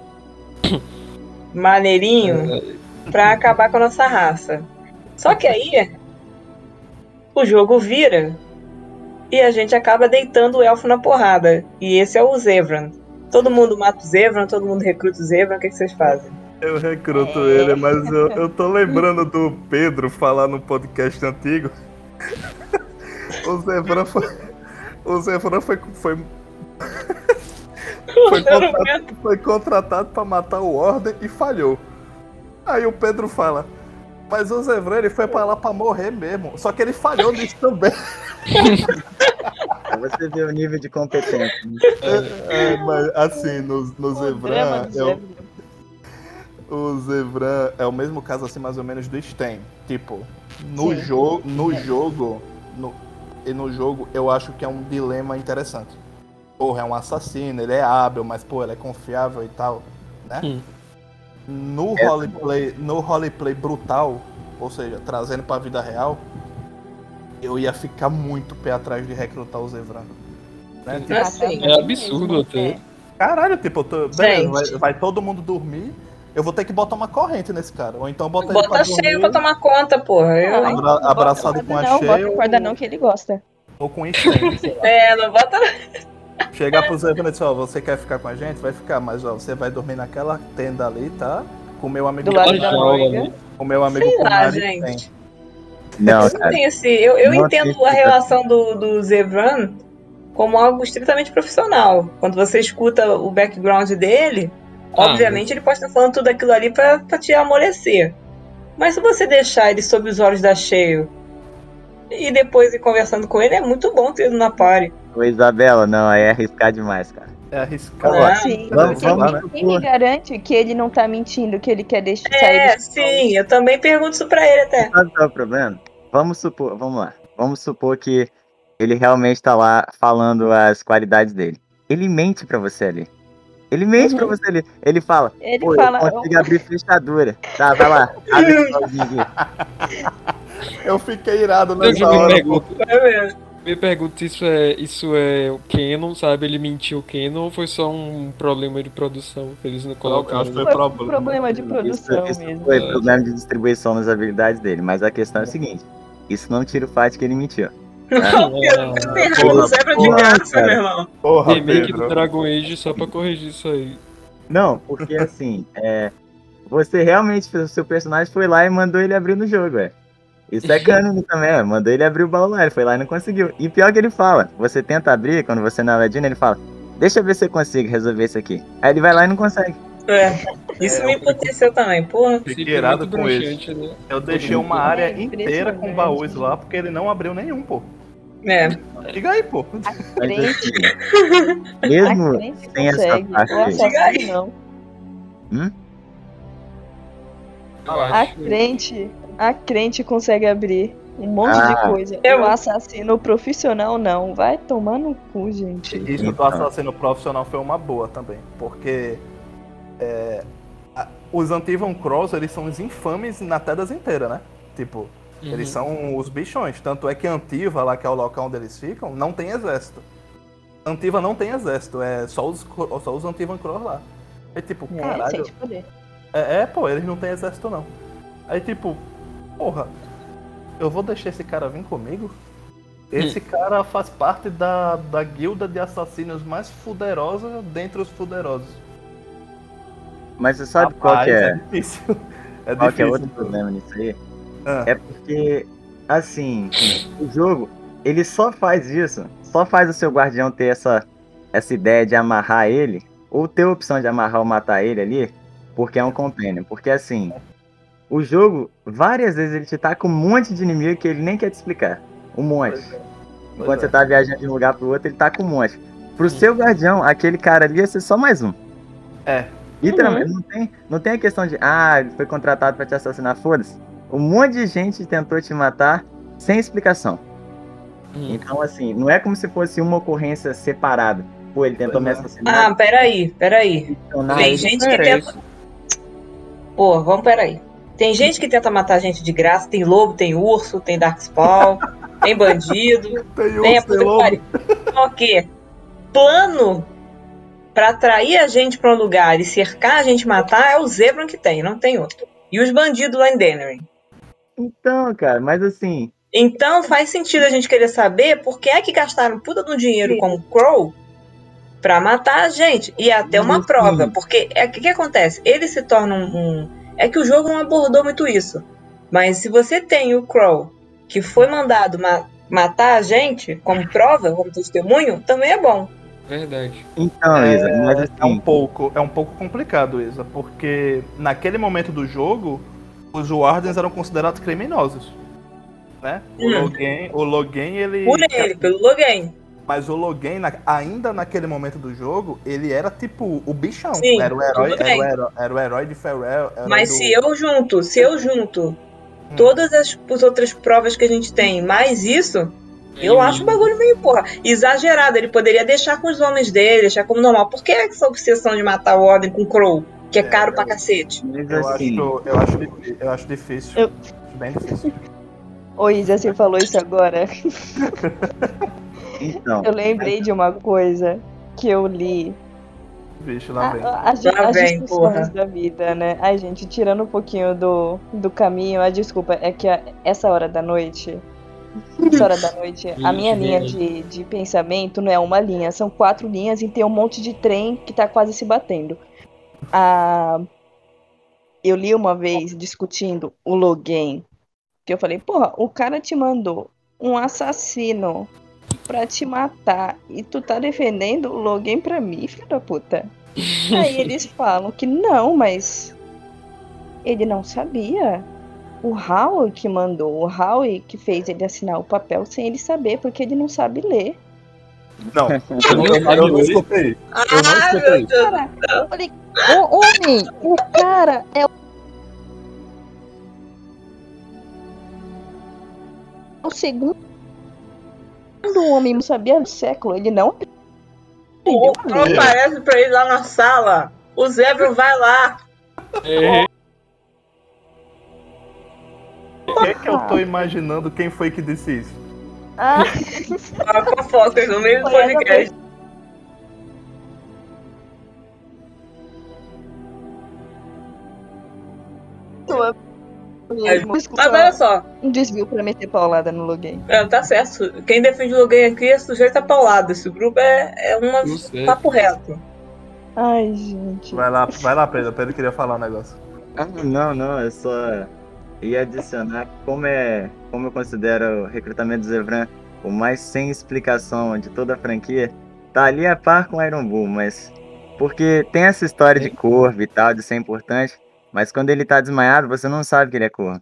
maneirinho pra acabar com a nossa raça. Só que aí o jogo vira e a gente acaba deitando o elfo na porrada. E esse é o Zevran. Todo mundo mata o Zevran, todo mundo recruta o Zevran, o que, que vocês fazem? Eu recruto É. ele, mas eu, eu tô lembrando do Pedro falar no podcast antigo. O Zevran foi. O Zevran foi. Foi, foi, contratado, foi contratado pra matar o Ordem e falhou. Aí o Pedro fala. Mas o Zevran ele foi pra lá pra morrer mesmo. Só que ele falhou nisso também. Pra você ver o nível de competência. né? É, mas assim, no, no O drama Zevran. do É o, Zevran. o Zevran é o mesmo caso assim, mais ou menos, do Sten. Tipo, no Sim. jogo. No jogo. No, e no jogo eu acho que é um dilema interessante. Porra, é um assassino, ele é hábil, mas pô, ele é confiável e tal, né? Hum. No Essa- roleplay, no roleplay brutal, ou seja, trazendo pra vida real, eu ia ficar muito pé atrás de recrutar o Zevran. Né? Tipo, Assim, É absurdo até. É. caralho, tipo, eu tô, beleza, vai, Gente. vai todo mundo dormir, eu vou ter que botar uma corrente nesse cara. Ou então botar ele pra Bota dormir, cheio pra tomar conta, porra. Eu, hein? abra- Não abraçado bota com a corda não, cheia bota corda não que ele gosta. ou com Sten, sei lá. É, não bota. Chegar pro Zevran e dizer, ó, você quer ficar com a gente? Vai ficar, mas ó, você vai dormir naquela tenda ali, tá? Com o meu amigo Do lado da Jaula, Morgan. né? com o meu amigo Sei lá, Kunari gente. Sten. Não, Não cara. tem esse, eu eu Não entendo tem a relação do, do Zevran como algo estritamente profissional. Quando você escuta o background dele, Ah, obviamente mas- ele pode estar falando tudo aquilo ali pra, pra te amolecer. Mas se você deixar ele sob os olhos da Cheio e depois ir conversando com ele, é muito bom ter ele na party. Ô, Isabela, não, aí é arriscar demais, cara. É arriscado. Ah, Sim, vamos- porque vamos, quem, né? quem me garante que ele não tá mentindo, que ele quer deixar sair É, do sim, eu também pergunto isso pra ele até. Sabe qual é o problema? Vamos supor, vamos lá. Vamos supor que ele realmente tá lá falando as qualidades dele. Ele mente pra você ali. Ele mente pra Uhum. você ali. Ele fala, Ele pô, fala, eu consigo abrir fechadura. Tá, vai lá, abre esse pauzinho aqui. Eu fiquei irado Eu nessa me hora. pergunto, É mesmo. me pergunto se isso é, isso é o Canon, sabe? Ele mentiu o Canon ou foi só um problema de produção que eles não colocaram? acho que foi foi problema. problema de Isso, produção isso mesmo. foi problema de distribuição nas habilidades dele. Mas a questão é a seguinte: isso não tira o fato que ele mentiu. Não, Pedro, Ah, você errado porra, no zebra de porra, graça, cara. meu irmão. Porra, remake do Pedro. Dragon Age só pra corrigir isso aí. Não, porque assim, é, você realmente, o seu personagem foi lá e mandou ele abrir no jogo, é. Isso é cânone também, ó. Mandou ele abrir o baú lá, ele foi lá e não conseguiu. E pior que ele fala, você tenta abrir, quando você não é Ladino, ele fala, deixa eu ver se eu consigo resolver isso aqui. Aí ele vai lá e não consegue. É, isso É, me emputeceu também, porra. Fiquei irado Simplesmente com isso. broxante, né? Eu deixei Todo uma mundo. área É inteira com impressionante. baús lá, porque ele não abriu nenhum, pô. É. Diga aí, pô. Mas Crente, assim, a mesmo crente sem essa consegue, parte o aí. assassino não. Hum? Eu A acho. crente, a crente consegue abrir um monte Ah, de coisa. eu- O assassino profissional não. Vai tomar no cu, gente. Isso do Então. assassino profissional foi uma boa também, porque é, a- os Antivan Cross, eles são os infames na Tedas inteira, né? Tipo, Uhum. eles são os bichões. Tanto é que Antiva, lá que é o local onde eles ficam, não tem exército. Antiva não tem exército, é só os, só os Antivan Cross lá. É tipo, É, caralho. sente poder. É, é, pô, eles não têm exército não. Aí tipo, porra, eu vou deixar esse cara vir comigo? Esse cara faz parte da, da guilda de assassinos mais fuderosa dentre os fuderosos. Mas você sabe qual Rapaz, que é, difícil. É qual que é difícil. outro problema nisso aí? Ah, É porque, assim, o jogo, ele só faz isso, só faz o seu guardião ter essa, essa ideia de amarrar ele, ou ter a opção de amarrar ou matar ele ali, porque é um companion. Porque, assim, o jogo, várias vezes ele te tá com um monte de inimigo que ele nem quer te explicar. Um monte. Pois é. Enquanto Pois você é. tá viajando de um lugar pro outro, ele tá com um monte. Pro seu guardião, aquele cara ali ia ser só mais um. É, Literalmente, não, tem, não tem a questão de, ah, ele foi contratado pra te assassinar, foda-se. Um monte de gente tentou te matar sem explicação. Hum. Então, assim, não é como se fosse uma ocorrência separada. Pô, ele tentou Pois me é. assassinar. Ah, peraí, peraí. questionar Tem ele. gente que Diferença. tenta. Pô, vamos peraí. Tem gente que tenta matar gente de graça, tem lobo, tem urso, tem Darkspawn, tem bandido, tem tem a urso, tem puta que lobo. pariu. Só que plano pra atrair a gente pra um lugar e cercar a gente e matar é o Zebran que tem, não tem outro. E os bandidos lá em Denerim. Então, cara, mas assim, Então faz sentido a gente querer saber por que é que gastaram puta do dinheiro como Crow pra matar a gente. E até uma Sim. prova, porque é o que, que acontece? Ele se torna um, um. É que o jogo não abordou muito isso. Mas se você tem o Crow que foi mandado ma- matar a gente como prova, como testemunho, também é bom. Verdade. então, É, Isa, mas é um assim, pouco, é um pouco complicado, Isa, porque naquele momento do jogo, os Wardens eram considerados criminosos, né? O Hum. Logan, o Logan, ele... Por ele, pelo Logan. Mas o Logan, na- ainda naquele momento do jogo, ele era tipo o bichão. Sim, era, o herói, tudo era, o bem. herói, era o herói de Ferrell. herói Mas do- se eu junto, se eu junto todas as, as outras provas que a gente tem, mais isso, eu acho o bagulho meio, porra, exagerado. Ele poderia deixar com os homens dele, deixar como normal. Por que essa obsessão de matar o Ordem com Crow, que é caro pra cacete? mas Eu acho, assim, eu, acho, difí- eu acho difícil. Eu- Acho bem difícil. Ô Isa, você falou isso agora. então, Eu lembrei de uma coisa que eu li. Bicho, A- lá vem. a- as, Lá as vem, discussões porra. da vida, né? Ai, gente, tirando um pouquinho do, do caminho, a desculpa é que a- essa hora da noite. Essa hora da noite, a minha Ixi, linha velho. de, de pensamento não é uma linha, são quatro linhas e tem um monte de trem que tá quase se batendo. Ah, eu li uma vez discutindo o Logan, que eu falei, porra, o cara te mandou um assassino pra te matar e tu tá defendendo o Logan pra mim, filho da puta. Aí eles falam que não, mas ele não sabia. O Howie que mandou, o Howie que fez ele assinar o papel sem ele saber, porque ele não sabe ler. Não, eu não, eu, eu não escutei. Eu não Ah, escutei. meu Deus. Cara, eu falei, ô homem, o cara é o segundo homem não sabia do século, ele não aprendeu O a Pro ler. aparece pra ir lá na sala. O Zebra vai lá. É, Quem é que eu tô imaginando quem foi que disse isso? Ah, A fofoca no meio do Foi essa podcast. tua Mas, mesmo. mas olha só, Um desvio pra meter paulada no Logan. é, tá certo. Quem defende o Logan aqui é sujeito a paulado. Esse grupo é, é uma Tudo certo. papo reto. Ai, gente. Vai lá, vai lá, Pedro. Pedro queria falar um negócio. Ah, não, não, eu só ia adicionar como é, como eu considero o recrutamento do Zevran o mais sem explicação de toda a franquia. Tá ali a par com o Iron Bull, mas porque tem essa história de corvo e tal, de ser importante, mas quando ele tá desmaiado, você não sabe que ele é corvo.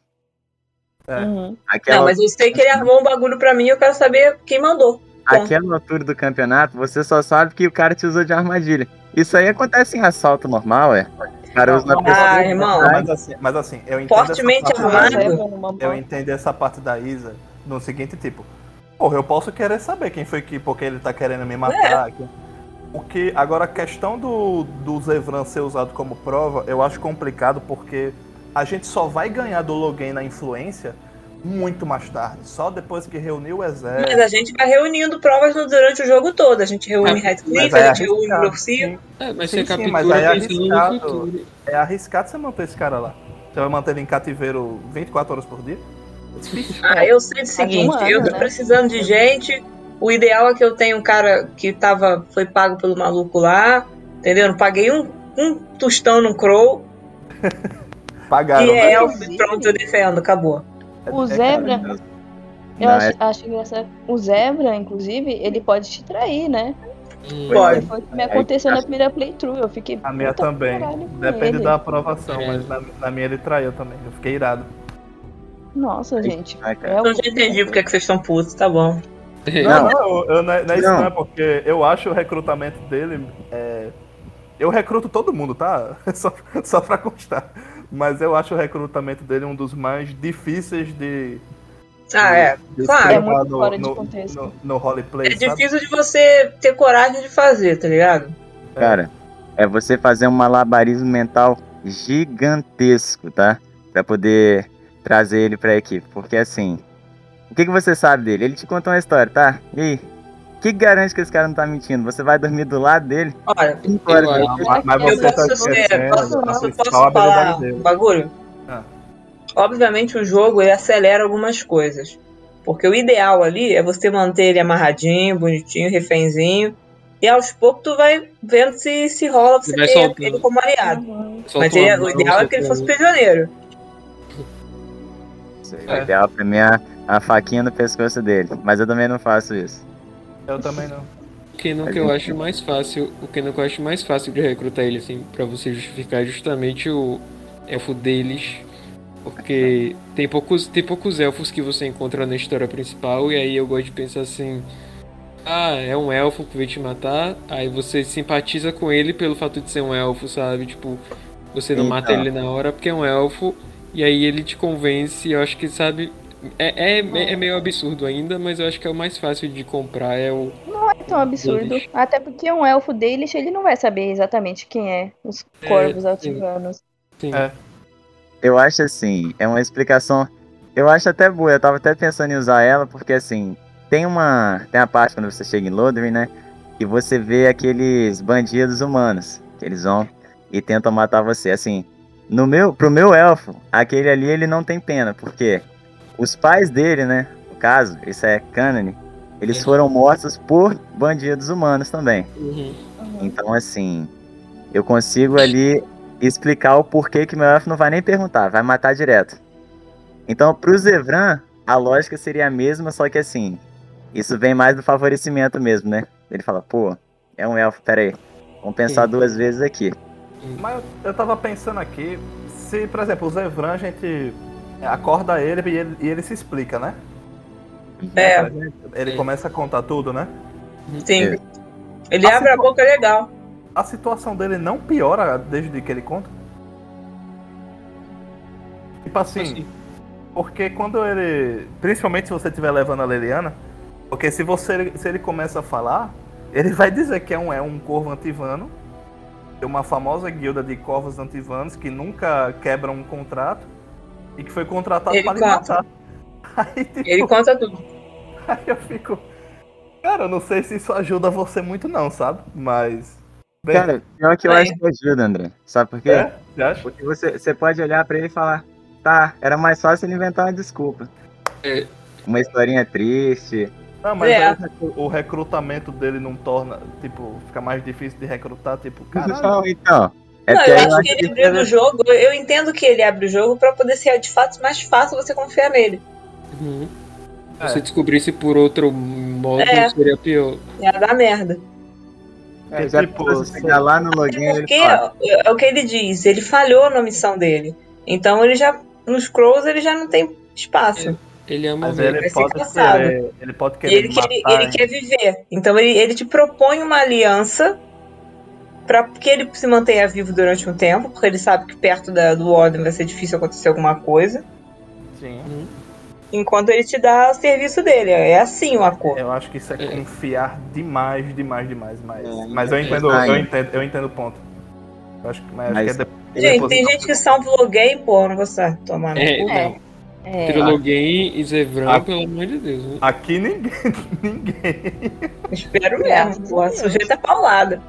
É. Uhum. Aquela, Não, mas eu sei que ele armou um bagulho pra mim e eu quero saber quem mandou. aquela altura do campeonato, você só sabe que o cara te usou de armadilha. Isso aí acontece em assalto normal, é. Os caras usam a pessoa. Ah, irmão. Mas assim, mas assim, eu entendo Fortemente essa parte da- armado. Eu entendo essa parte da Isa no seguinte tipo. Porra, eu posso querer saber quem foi que, porque ele tá querendo me matar. que- O que, agora a questão do, do Zevran ser usado como prova, eu acho complicado porque a gente só vai ganhar do Logan na influência muito mais tarde, só depois que reunir o exército. Mas a gente vai reunindo provas no- durante o jogo todo. A gente reúne Mas- Redcliffe, Mas a é gente reúne arriscado, Lucio. sim. é, mas Sim, você sim, captura mas aí é pensando no arriscado. futuro. É arriscado você manter esse cara lá. Você vai manter ele em cativeiro vinte e quatro horas por dia? É difícil. Ah, eu sei o Há seguinte, de um ano, eu tô né? precisando de gente. O ideal é que eu tenha um cara que tava, foi pago pelo maluco lá, entendeu? Não paguei um, um tostão no Crow. Pagaram, E né? é elfo, e pronto, eu defendo, acabou. O É, Zebra, Não, eu acho, é- acho engraçado. O Zebra, inclusive, ele pode te trair, né? Hum, Pode. Foi o que me aconteceu na primeira playthrough. Eu fiquei. A minha puta também. caralho com Depende ele. da aprovação, É. mas na, na minha ele traiu também. Eu fiquei irado. Nossa, gente. Ai, cara. É Então já entendi porque é que vocês estão putos, tá bom. é, Não, não, eu, eu, não, é, não é isso Não. não, é porque eu acho o recrutamento dele. é, Eu recruto todo mundo, tá? Só, só pra constar. Mas eu acho o recrutamento dele um dos mais difíceis de. Ah, é. de Claro. se É levar muito no, fora de no, contexto. no, no roleplay, É sabe? difícil de você ter coragem de fazer, tá ligado? Cara, é você fazer um malabarismo mental gigantesco, tá? Pra poder trazer ele pra equipe. Porque assim, o que, que você sabe dele? Ele te contou uma história, tá? E aí? O que, que garante que esse cara não tá mentindo? Você vai dormir do lado dele? Olha, Cinco horas Eu da acho- noite? Mas, mas Eu você tá posso ser- esquecendo posso- a posso, principal posso falar habilidade um dele. bagulho? Ah. Obviamente o jogo ele acelera algumas coisas. Porque o ideal ali é você manter ele amarradinho, bonitinho, refenzinho. E aos poucos tu vai vendo se, se rola você Ele vai ter soltando. ele como aliado. Uhum. solta Mas uma ele- o mão, ideal é que ele solta fosse prisioneiro. Isso aí, É. O ideal pra mim é a faquinha no pescoço dele. Mas eu também não faço isso. Eu também não. O que não que eu acho mais fácil, o que não que eu acho mais fácil de recrutar ele assim, pra você justificar é justamente o elfo deles, porque tem poucos tem poucos elfos que você encontra na história principal e aí eu gosto de pensar assim, ah, é um elfo que veio te matar, aí você simpatiza com ele pelo fato de ser um elfo, sabe? Tipo, você não mata Então. ele na hora porque é um elfo e aí ele te convence, eu acho que sabe é, é, é meio absurdo ainda, mas eu acho que é o mais fácil de comprar é o Não é tão absurdo. Deles. Até porque um elfo deles, ele não vai saber exatamente quem é os É, corvos sim. altivanos. Sim. É. Eu acho assim, é uma explicação. Eu acho até boa, eu tava até pensando em usar ela, porque assim, tem uma. Tem a parte quando você chega em Lodrin, né? E você vê aqueles bandidos humanos, que eles vão e tentam matar você. Assim, no meu, pro meu elfo, aquele ali ele não tem pena, porque os pais dele, né? No caso, isso é Canone, eles É. foram mortos por bandidos humanos também. Uhum. Então, assim, eu consigo ali explicar o porquê que meu elfo não vai nem perguntar, vai matar direto. Então, pro Zevran, a lógica seria a mesma, só que assim, isso vem mais do favorecimento mesmo, né? Ele fala, pô, é um elfo, pera aí, vamos pensar Sim. duas vezes aqui. Mas eu, eu tava pensando aqui, se, por exemplo, o Zevran, a gente acorda ele e ele, e ele se explica, né? É, Pra gente. Ele Sim. começa a contar tudo, né? sim. É. Ele A abre a situa- boca legal. A situação dele não piora desde que ele conta? Tipo assim, Assim, porque quando ele... Principalmente se você estiver levando a Leliana, porque se você se ele começa a falar, ele vai dizer que é um, é um corvo antivano, é uma famosa guilda de corvos antivanos que nunca quebram um contrato e que foi contratado Ele para lhe conta. matar. Aí, tipo, Ele conta tudo. aí eu fico... Cara, eu não sei se isso ajuda você muito não, sabe? Mas... Bem, Cara, pior que eu É. acho que ajuda, André. Sabe por quê? é? Você acha? Porque você, você pode olhar pra ele e falar, tá, era mais fácil ele inventar uma desculpa. É. Uma historinha triste. Não, mas É. aí o recru- o recrutamento dele não torna, tipo, fica mais difícil de recrutar, tipo, caralho. Não, então. É Não, porque eu aí acho que ele abriu o jogo. Eu entendo que ele abre o jogo pra poder ser de fato mais fácil você confiar nele. uhum. É. Se você descobrisse por outro modo, É. seria pior. Ia dar merda. É, já tipo, tipo, você chegar lá no login ele Porque fala. é o que ele diz, ele falhou na missão dele. Então ele já, nos Crows, ele já não tem espaço. Ele ama Mas mesmo. ele vai ser pode caçado. querer, ele pode E querer ele, quer, matar. ele quer viver. Então ele, ele te propõe uma aliança para que ele se mantenha vivo durante um tempo, porque ele sabe que perto da, do Ordem vai ser difícil acontecer alguma coisa, Sim. enquanto ele te dá o serviço dele. É assim o acordo. Eu acho que isso é, É. confiar demais, demais, demais. Mas, É, mas eu é. entendo, Ai. eu entendo, eu entendo o ponto. Eu acho que, mas acho Mas- que é de- Gente, depois- tem gente que salva o gay, pô, não vou sa- tomar no É, cu. não. É. Triloguém e Zevran, Ah. pelo amor de Deus. Né? Aqui ninguém, ninguém. Espero Graças mesmo, pô. a A Deus. sujeita é paulada.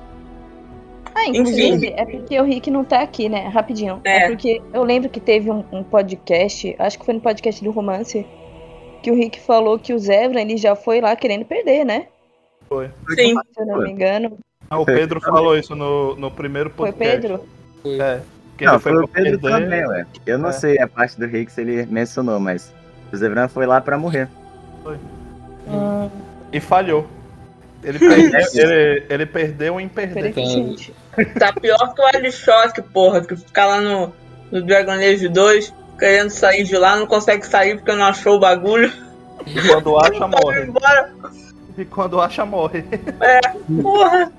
Ah, inclusive, é porque o Rick não tá aqui, né? Rapidinho. É, É. porque eu lembro que teve um, um podcast, acho que foi no podcast do Romance, que o Rick falou que o Zevran, ele já foi lá querendo perder, né? Foi. Sim. Se eu não me engano. Ah, o Pedro falou isso no, no primeiro Foi podcast. Pedro? Foi. É. Que Não, ele foi foi o pra Pedro perder. também, ué. Eu não É. sei a parte do Rick se ele mencionou, mas o Zevran foi lá pra morrer. Hum, E falhou. Ele perdeu, ele, ele perdeu em perder. interessante. Tá pior que o Alishock, porra, que fica lá no, no Dragon Age dois, querendo sair de lá, não consegue sair porque não achou o bagulho. E quando acha, Vai morre. embora. E quando acha, morre. Porra.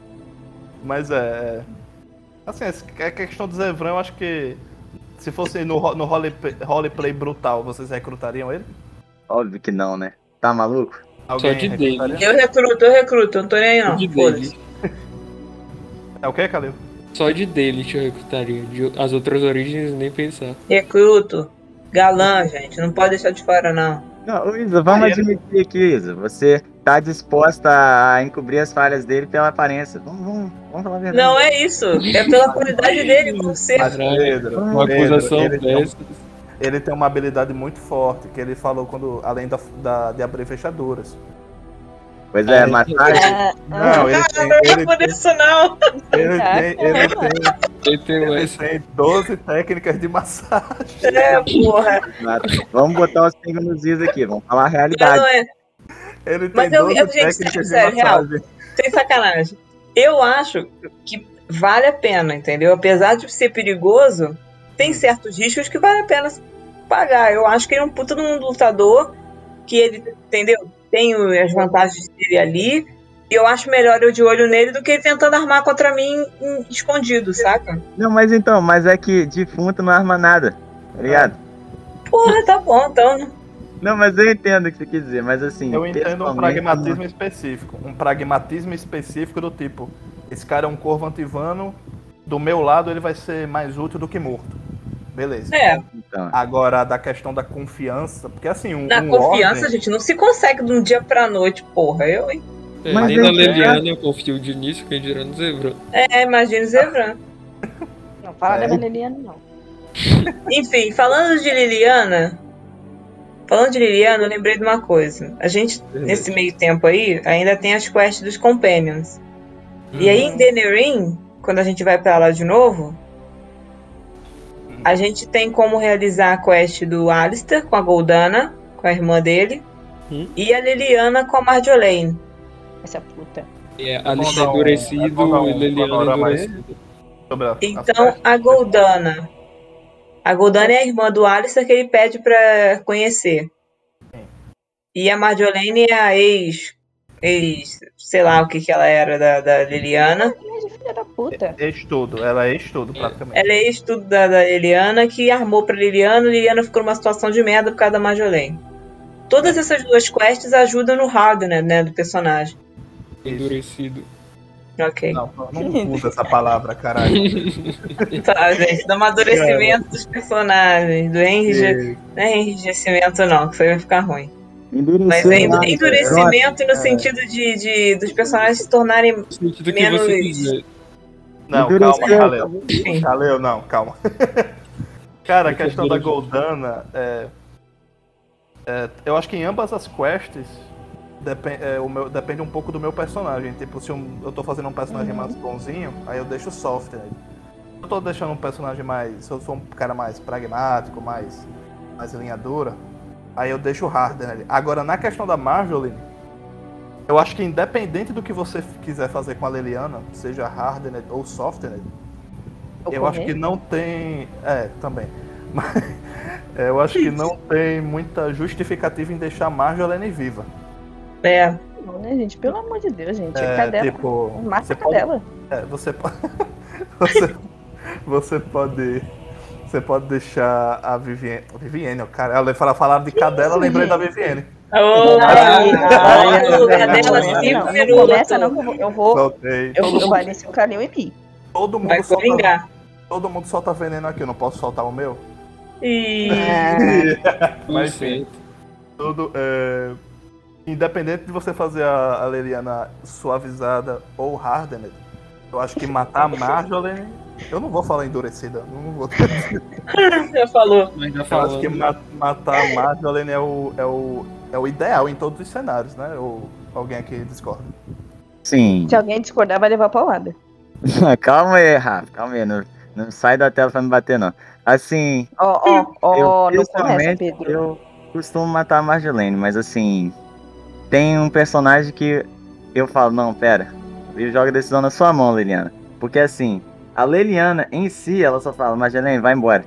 Mas é. é- Assim, a questão do Zevran, eu acho que. Se fosse no, ro- no roleplay, roleplay brutal, vocês recrutariam ele? Óbvio que não, né? Tá maluco? Alguém de recrutaria? Eu recruto, eu recruto, eu não tô nem aí não. de Foda-se. dele. É o que, Calil? Só de dele eu recrutaria. De as outras origens, nem pensar. Recruto. Galã, gente, não pode deixar de fora, não. Não, ô, Isa, vamos Ah, ele- admitir aqui, Isa. Você tá disposta a encobrir as falhas dele pela aparência. Vamos, vamos, vamos falar a verdade. Não é isso. É pela qualidade dele como ser. Mas Caralho, Pedro, Uma Pedro, acusação ele, tem, um- dessa. ele tem uma habilidade muito forte, que ele falou quando, além da, da- de abrir fechaduras. Pois é, Ah, massagem. Ah, Não, ele Cara, tem, não é ele por tem, isso não. ele tem, ele tem, Ele tem ele mais. tem doze técnicas de massagem. É, porra. Vamos botar os pingos nos is aqui, vamos falar a Mas realidade. não é. Ele tem Mas eu- doze eu- gente, técnicas sério, de real. massagem. Sem sacanagem. Eu acho que vale a pena, entendeu? Apesar de ser perigoso, tem certos riscos que vale a pena pagar. Eu acho que ele é um puta de um lutador, que ele, entendeu? Tem o- as vantagens dele ali. E eu acho melhor eu de olho nele do que ele tentando armar contra mim em- escondido, saca? Não, mas então, mas é que defunto não arma nada, tá ligado? Porra, tá bom, então. Não, mas eu entendo o que você quer dizer, mas assim... Eu entendo um pessoalmente, pragmatismo específico. Um pragmatismo específico do tipo, esse cara é um corvo antivano, do meu lado ele vai ser mais útil do que morto. Beleza. É, Então, Agora, da questão da confiança, porque assim, um, na um confiança, ordem, gente, não se consegue de um dia pra noite, porra. Eu, hein? É, Mas nem eu na entendo. Leliana eu confio de início, quem dirá no Zevran. É, imagina o Zevran. não fala É. da Leliana, não. Enfim, falando de Liliana, falando de Liliana, eu lembrei de uma coisa. A gente, nesse meio tempo aí, ainda tem as quests dos Companions. E aí em Denerim, quando a gente vai pra lá de novo, a gente tem como realizar a quest do Alistair com a Goldana, com a irmã dele, Hum? E a Liliana com a Marjolaine. Essa puta. É, É a bom lista dar um- é endurecido bom dar um e Liliana panorama aí endurecido. sobre a- as Então, quests. a Goldana. A Goldana é a irmã do Alistair que ele pede pra conhecer. E a Marjolaine é a ex... ex... sei lá o que que ela era da, da Liliana. Grande filha da puta. Ex-tudo, ela é ex-tudo, praticamente. Ela é ex-tudo da, da Liliana, que armou pra Liliana. Liliana ficou numa situação de merda por causa da Marjolaine. Todas essas duas quests ajudam no hardener, né, do personagem. Endurecido. Ok. Não, não usa essa palavra, caralho. Tá, gente, do amadurecimento dos personagens, do enrije... não é enrijecimento não, que isso aí vai ficar ruim. Mas é endu- endurecimento no sentido de, de dos personagens se tornarem No sentido que menos... você quiser. Não, Endureceu. calma, Kaleo. Enfim. Kaleo, não, calma. Cara, a Fica questão da duro. Goldana é, é, eu acho que em ambas as quests depen- é, o meu- depende um pouco do meu personagem. Tipo, se eu, eu tô fazendo um personagem mais bonzinho, aí eu deixo soft. Né? Se eu tô deixando um personagem mais. Se eu sou um cara mais pragmático, mais, mais linha dura, aí eu deixo o harder ali. Agora, na questão da Marjolaine, eu acho que independente do que você quiser fazer com a Liliana, seja hardened ou softened, Ou eu acho comer. que não tem. É, também. Mas é, eu acho que não tem muita justificativa em deixar a Marjolaine viva. É, Não, né, gente? Pelo amor de Deus, gente. É, a cadela. tipo, Mata você a cadela. É, você pode. você, você pode. Você pode deixar a Vivienne. Vivienne, ó, cara, ela fala, falaram de cadela, eu lembrei da Vivienne. Ô, Ai, ai, ô, ai, cadela, não, cinco não, não minutos. começa não que eu vou. Eu vou, Soltei. eu Todo vou mundo, parecer o Kalil e mim. todo mundo Vai solta. coringar. Todo mundo solta veneno aqui, eu não posso soltar o meu? E... Mas Isso, enfim, tudo. É, independente de você fazer a, a Liliana suavizada ou hardened, eu acho que matar a Marjolaine. Eu não vou falar endurecida, não vou. Já falou. Mas já Eu acho que falando. ma- matar a Marjolaine é o, é, o, é o ideal em todos os cenários, né? Ou alguém aqui discorda? Sim. Se alguém discordar, vai levar paulada. Calma aí, Rafa, calma aí. Não, não sai da tela pra me bater, não. Assim, Ó, ó, ó, eu não começa, pessoalmente, Pedro. eu costumo matar a Marjolaine, mas assim, tem um personagem que eu falo, não, pera, eu jogo a decisão na sua mão, Liliana. Porque assim, a Liliana em si, ela só fala, Marjolaine, vai embora.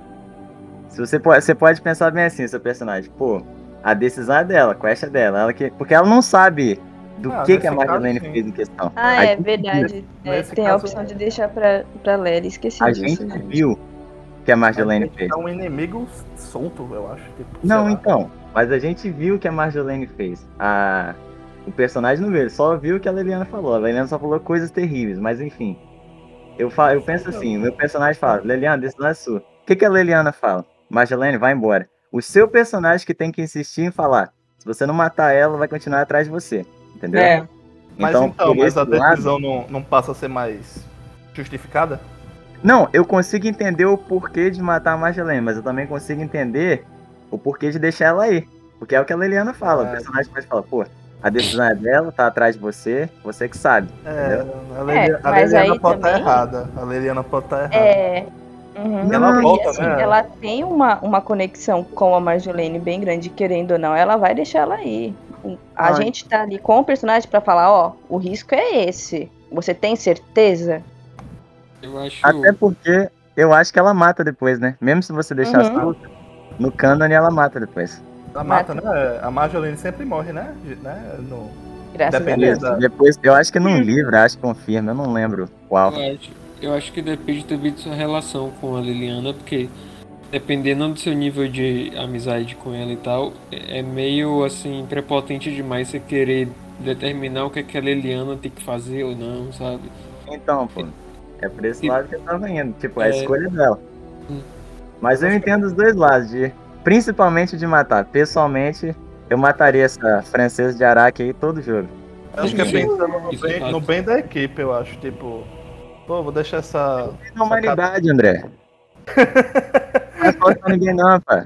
Se você pode, você pode pensar bem assim, seu personagem, pô, a decisão é dela, a quest é dela, ela que, porque ela não sabe do Ah, que, que a nesse caso, Marjolaine sim. fez em questão. Ah, a é gente, verdade. É, nesse tem a caso- opção de deixar pra, pra Lery. Esqueci a disso, gente gente. viu que a Marjolaine fez. É um inimigo solto, eu acho. Tipo, sei Não, lá. então. Mas a gente viu o que a Marjolaine fez. A... O personagem não viu, ele só viu o que a Liliana falou. A Liliana só falou coisas terríveis, mas enfim. Eu, falo, eu penso assim, o meu personagem fala, Liliana, decisão é sua. O que, que a Liliana fala? Marjolaine, vai embora. O seu personagem que tem que insistir em falar. Se você não matar ela, vai continuar atrás de você. Entendeu? É. Mas então, por mas esse a lado- decisão não, não passa a ser mais justificada? Não, eu consigo entender o porquê de matar a Marjolaine, mas eu também consigo entender o porquê de deixar ela aí. Porque é o que a Liliana fala. É. O personagem pode falar, pô, a decisão é dela, tá atrás de você, você que sabe. É, Entendeu? a, Lili- a mas Liliana aí pode estar também- errada. A Liliana pode estar errada. É. Uhum. Não, ela Porque, volta, assim, né? ela tem uma, uma conexão com a Marjolaine bem grande, querendo ou não, ela vai deixar ela aí. A Ai. gente tá ali com o personagem pra falar, ó, o risco é esse. Você tem certeza? Eu acho. Até porque eu acho que ela mata depois, né? Mesmo se você deixar Uhum. solta, no canon ela mata depois. Ela mata, né? A Marjolaine sempre morre, né? De- né? No... Graças Depende a Deus. da- Depois, eu acho que num livro, acho que confirma, eu não lembro qual. Eu acho, eu acho que depende também da sua relação com a Liliana, porque dependendo do seu nível de amizade com ela e tal, é meio assim, prepotente demais você querer determinar o que, é que a Liliana tem que fazer ou não, sabe? Então, pô, é por esse E- lado que eu tava indo. Tipo, é a É. escolha dela. Hum. Mas eu entendo os dois lados, de, principalmente de matar. Pessoalmente, eu mataria essa francesa de Araque aí todo jogo. Acho que é Isso- pensando no isso é bem, fato. no bem da equipe, eu acho. Tipo, pô, vou deixar essa. Na humanidade, André. Não é falta ninguém não, pá.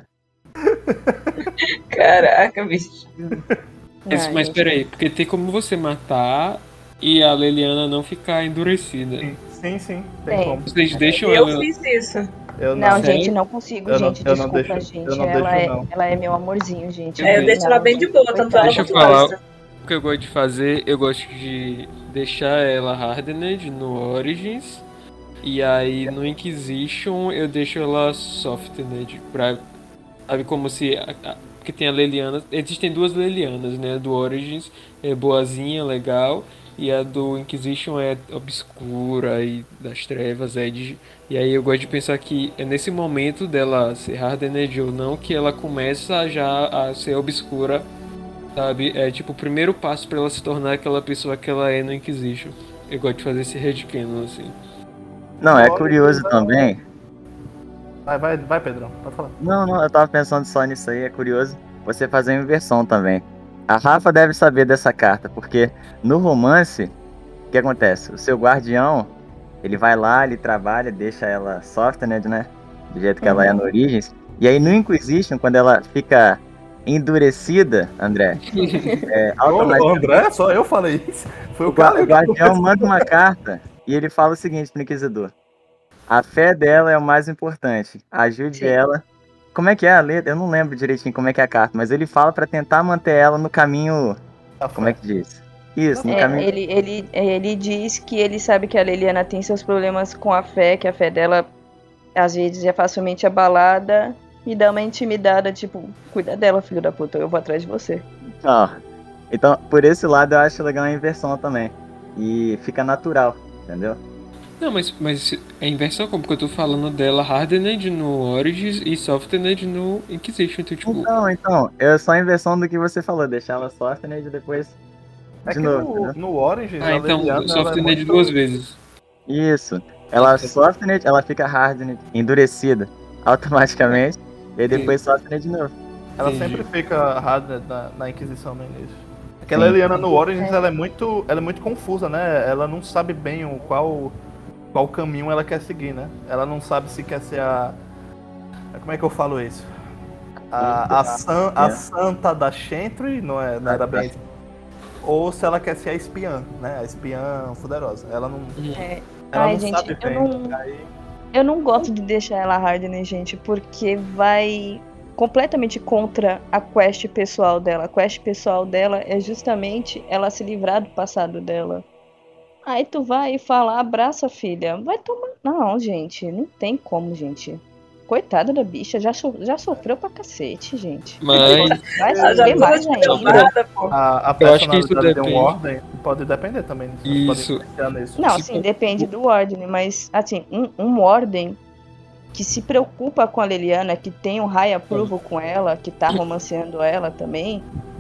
Caraca, bicho. Mas, Ai, mas gente. peraí, porque tem como você matar e a Liliana não ficar endurecida. Sim, sim, sim, tem Tem. como. Vocês deixam Eu ela. fiz isso. Eu Não, não. gente, não consigo, Eu não- gente. eu não Desculpa, deixo- gente. eu não ela, deixo, é, não. ela é meu amorzinho, gente. É, eu deixo ela bem de boa, tanto ela Deixa eu quanto falar gosta. o que eu gosto de fazer. Eu gosto de deixar ela hardened no Origins. E aí no Inquisition eu deixo ela softened. Pra, sabe, como se... a- a- Porque tem a Leliana... Existem duas Lelianas, né? A do Origins é boazinha, legal. E a do Inquisition é obscura e das trevas, Edge. E aí eu gosto de pensar que é nesse momento dela ser hardened ou não que ela começa já a ser obscura, sabe? É tipo o primeiro passo pra ela se tornar aquela pessoa que ela é no Inquisition. Eu gosto de fazer esse headcanon, assim. Não, é curioso também. Vai, vai, vai, Pedrão, pode falar. Não, não, eu tava pensando só nisso aí, é curioso você fazer uma inversão também. A Rafa deve saber dessa carta, porque no romance, o que acontece? O seu guardião, ele vai lá, ele trabalha, deixa ela softened, né? Do jeito que ela é no Origins. E aí no Inquisition, quando ela fica endurecida, André, é, Ô, automaticamente André, só eu falei isso. Foi o, o, gua- cara o guardião manda uma carta e ele fala o seguinte pro Inquisidor: a fé dela é o mais importante, ajude Sim. ela. Como é que é a letra? Eu não lembro direitinho como é que é a carta, mas ele fala pra tentar manter ela no caminho. Como é que diz? Isso, no É, caminho. ele, ele, ele diz que ele sabe que a Leliana tem seus problemas com a fé, que a fé dela às vezes é facilmente abalada e dá uma intimidada, tipo, cuida dela, filho da puta, eu vou atrás de você. Ó, então, por esse lado eu acho legal a inversão também. E fica natural, entendeu? Não, mas, mas é inversão como? Porque eu tô falando dela hardened no Origins e softened no Inquisition. Então, tipo, Então, então, é só a inversão do que você falou, deixar ela softened e depois É de que novo, no, entendeu? no Origins, ah, a então Leliana, ela é softened muito- duas vezes. Isso. Ela softened, ela fica hardened, endurecida automaticamente, e aí depois softened de novo. Ela Entendi. sempre fica hardened na, na Inquisição no início. Aquela Sim. Leliana no Origins, ela é muito, ela é muito confusa, né? Ela não sabe bem o qual, qual caminho ela quer seguir, né? Ela não sabe se quer ser a... Como é que eu falo isso? A, a, san, a É. santa da Chantry, não, é, não era bem... Ou se ela quer ser a espiã, né? A espiã fuderosa. Ela não, É. ela Ai, não gente, sabe eu bem. não- Aí, Eu não gosto de deixar ela hardened, gente, porque vai completamente contra a quest pessoal dela. A quest pessoal dela é justamente ela se livrar do passado dela. Aí tu vai e fala, abraça a filha. Vai tomar. Não, gente, não tem como, gente. Coitada da bicha, já, so- já sofreu pra cacete, gente. Mas Vai Ela já sofrer toda mais ainda. despreocupada, pô. a, a Eu acho que isso personalidade de um depende. Ordem pode depender também. Pode Isso. influenciar nisso. Não, Se sim, for- depende do Ordem, mas assim, um, um Ordem que se preocupa com a Leliana, que tem um high approval com ela, que tá romanceando ela também,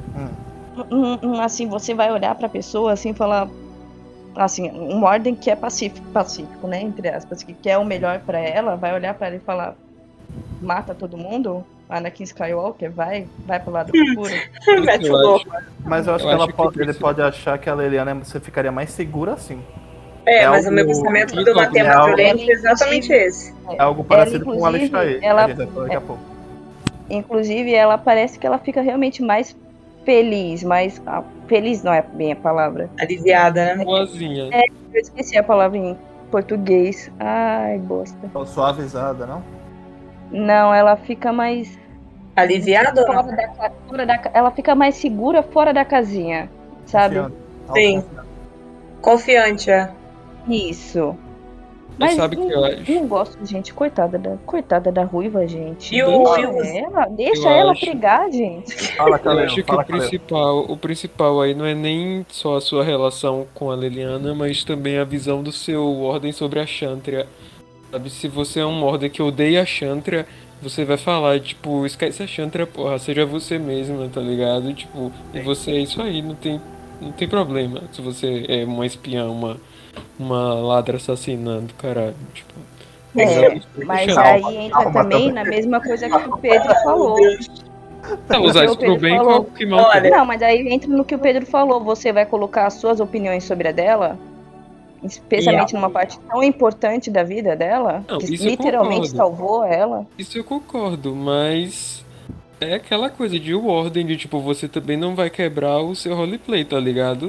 um- um- assim, você vai olhar pra pessoa assim e falar, assim, um Ordem que é pacífico, pacífico, né, entre aspas, que quer o melhor pra ela, vai olhar pra ela e falar, mata todo mundo? Anakin Skywalker, vai, vai pro lado puro. Mete o eu louco. Mas eu acho Eu que, ela acho que pode, ele precisa- pode achar que a Leliana você ficaria mais segura assim. É, É mas o meu algo- pensamento é do bater algo- violento é exatamente esse. É algo parecido com o inclusive, Alistair, ela- que a gente vai falar daqui a pouco. Inclusive, ela parece que ela fica realmente mais feliz, mais. Ah, feliz não é bem a palavra. Aliviada, né? boazinha. Eu esqueci a palavra em português. Ai, bosta. Suavizada, não? Não, ela fica mais. Aliviada ou não? Fora da, ca- fora da ca- ela fica mais segura fora da casinha, sabe? Confiante. Sim. Confiante, é. Isso. Mas Mas sabe o não, que eu acho? não gosto, gente. Coitada da, coitada da ruiva, gente. E o- deixa e o- ela, deixa eu ela acho- brigar, gente. Fala, Eu Calil, acho que fala, o principal, o principal aí não é nem só a sua relação com a Leliana, mas também a visão do seu Ordem sobre a Chantria. Sabe, se você é um Ordem que odeia a Chantria, você vai falar, tipo, esquece a Chantria, porra, seja você mesma, tá ligado? Tipo, e você é isso aí, não tem, não tem problema se você é uma espiã, uma, uma ladra assassinando, caralho, tipo... É, mas Calma, aí entra calma, também calma. na mesma coisa que o Pedro falou. Tá, usar isso o pro Pedro bem, falou. qual que mal Olha, tem? Não, mas aí entra no que o Pedro falou. Você vai colocar as suas opiniões sobre a dela, especialmente numa parte tão importante da vida dela, Não, que isso eu literalmente concordo. salvou ela. Isso eu concordo, mas é aquela coisa de ordem de tipo, você também não vai quebrar o seu roleplay, tá ligado?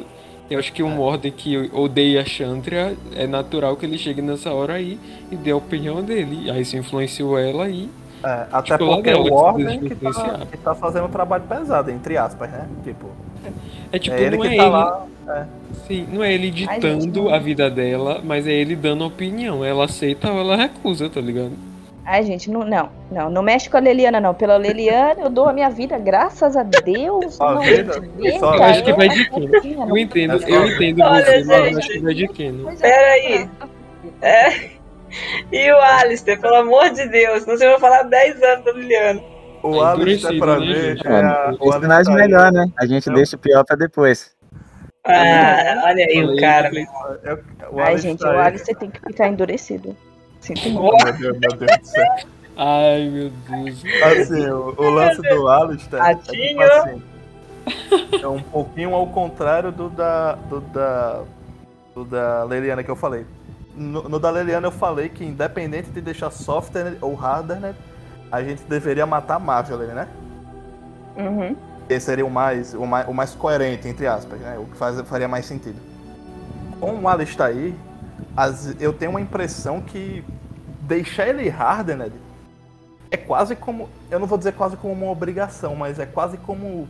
Eu acho que um Mordem que odeia a Chandra, é natural que ele chegue nessa hora aí e dê a opinião dele. Aí isso influenciou ela aí. É, até Tipo, lá porque dela, o que Warden se que deixa tá, influenciar. que tá fazendo um trabalho pesado, entre aspas, né? Tipo, É tipo, é ele não que é tá ele. lá. É. Sim, não é ele Ai, gente, ditando não. a vida dela, mas é ele dando opinião. Ela aceita ou ela recusa, tá ligado? Ai, gente, não, não, não, não mexe com a Leliana, não. Pela Leliana eu dou a minha vida, graças a Deus. A Não vida? inventa Só- Eu acho que vai essa de Keno. coisinha, Eu não entendo, É só- eu entendo Olha, você, mas eu gente. acho que vai de Keno. coisa Pera aí. pra- É. E o Alistair, pelo amor de Deus, não sei, eu vou falar dez anos da Liliana. O Tá Alistair endurecido, pra né, mim gente? é a, o Personagem Alistair melhor, né? A gente Eu- deixa o pior pra depois. Ah, olha aí o Falei, cara, falei. meu. é- o Ai, gente, o Alistair- Alistair tem que ficar endurecido. Sinto muito. Oh, meu Deus, meu Deus do céu. Ai, meu Deus. Assim, o, o lance do Alistair é tipo Ratinho. assim. É um pouquinho ao contrário do da. do da. do da Leliana que eu falei. No, no da Leliana eu falei que independente de deixar softer ou harder, né? A gente deveria matar a Marjorie, né? Uhum. Esse seria o mais, o mais, o mais coerente, entre aspas, né? O que faz, faria mais sentido. Com o Alistair, as, eu tenho uma impressão que deixar ele hardened é quase como... Eu não vou dizer quase como uma obrigação, mas é quase como...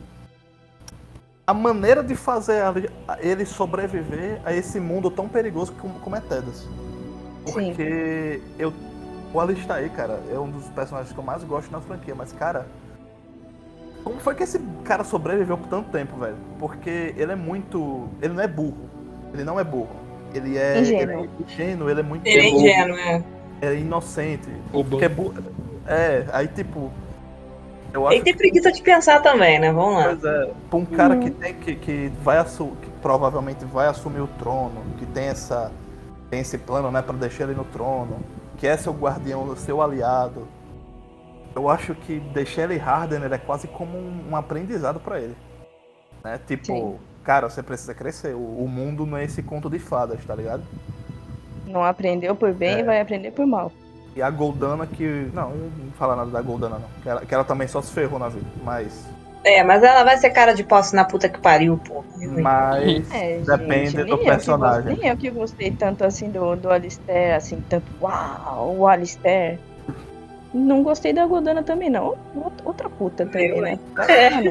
a maneira de fazer ele sobreviver a esse mundo tão perigoso como, como é Tedas. Porque eu, o Alistair, cara, é um dos personagens que eu mais gosto na franquia, mas, cara... Como foi que esse cara sobreviveu por tanto tempo, velho? Porque ele é muito... Ele não é burro. Ele não é burro. Ele é... Ingênuo. Ele é ingênuo, ele é muito... Ele é ingênuo, é. É inocente. Oba. Porque é burro... É, aí tipo... Eu acho Ele tem que... preguiça de pensar também, né? Vamos lá. Pois é, pra um cara que tem que, que vai assumir, que provavelmente vai assumir o trono, que tem essa tem esse plano, né, para deixar ele no trono, que é seu guardião, seu aliado. Eu acho que deixar ele Hardened é quase como um, um aprendizado pra ele, né? Tipo, Sim. cara, você precisa crescer. O, o mundo não é esse conto de fadas, tá ligado? Não aprendeu por bem, É. vai aprender por mal. E a Goldana que... Não, eu não vou falar nada da Goldana, não. Que ela, que ela também só se ferrou na vida. Mas... É, mas ela vai ser cara de posse na puta que pariu, pô. Mas... É, Depende gente, do nem personagem. Eu que gostei, nem eu que gostei tanto assim do, do Alistair, assim, tanto uau, o Alistair. Não gostei da Godana também, não. Outra- Outra puta também, Eu, né? É. Ah, no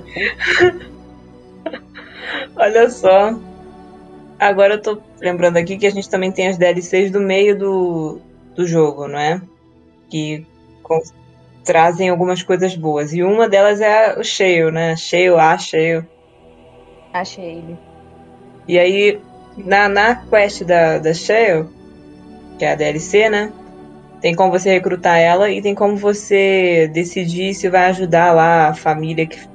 cu. Olha só. Agora eu tô lembrando aqui que a gente também tem as D L Cs do meio do, do jogo, não é? Que com- trazem algumas coisas boas. E uma delas é o Shale, né? Shale, a Shale. Achei ele. E aí, na, na quest da, da Shale, que é a D L C, né? Tem como você recrutar ela e tem como você decidir se vai ajudar lá a família que,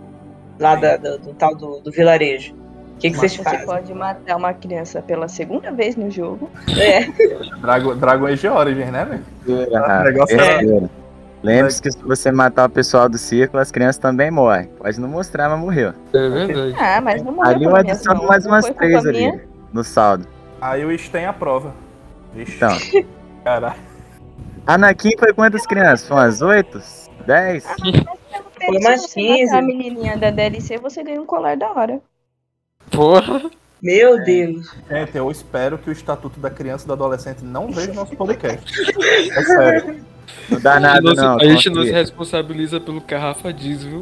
lá da- do, do tal do, do vilarejo. O que, que vocês Você fazem? pode matar uma criança pela segunda vez no jogo. É, Dragon, Dragon Age Origins, né, velho? Ah, O negócio besteira. Lembre-se que se você matar o pessoal do círculo, as crianças também morrem. Pode não mostrar, mas morreu. É verdade. Ah, mas não morreu Ali por eu minhas adiciono mãos, mais não umas foi três culpa ali minha. no saldo. Aí o Sten aprova. Vixe, Então, caralho. Anakin foi quantas crianças? Foi umas oito? dez? Foi umas Se você quinze. matar a menininha da D L C, você ganha um colar da hora. Porra. meu Deus. Gente, eu espero que o Estatuto da Criança e do Adolescente não veja nosso podcast. É sério. Não dá nada, Não se- não. a gente não se confia. responsabiliza pelo que a Rafa diz, viu?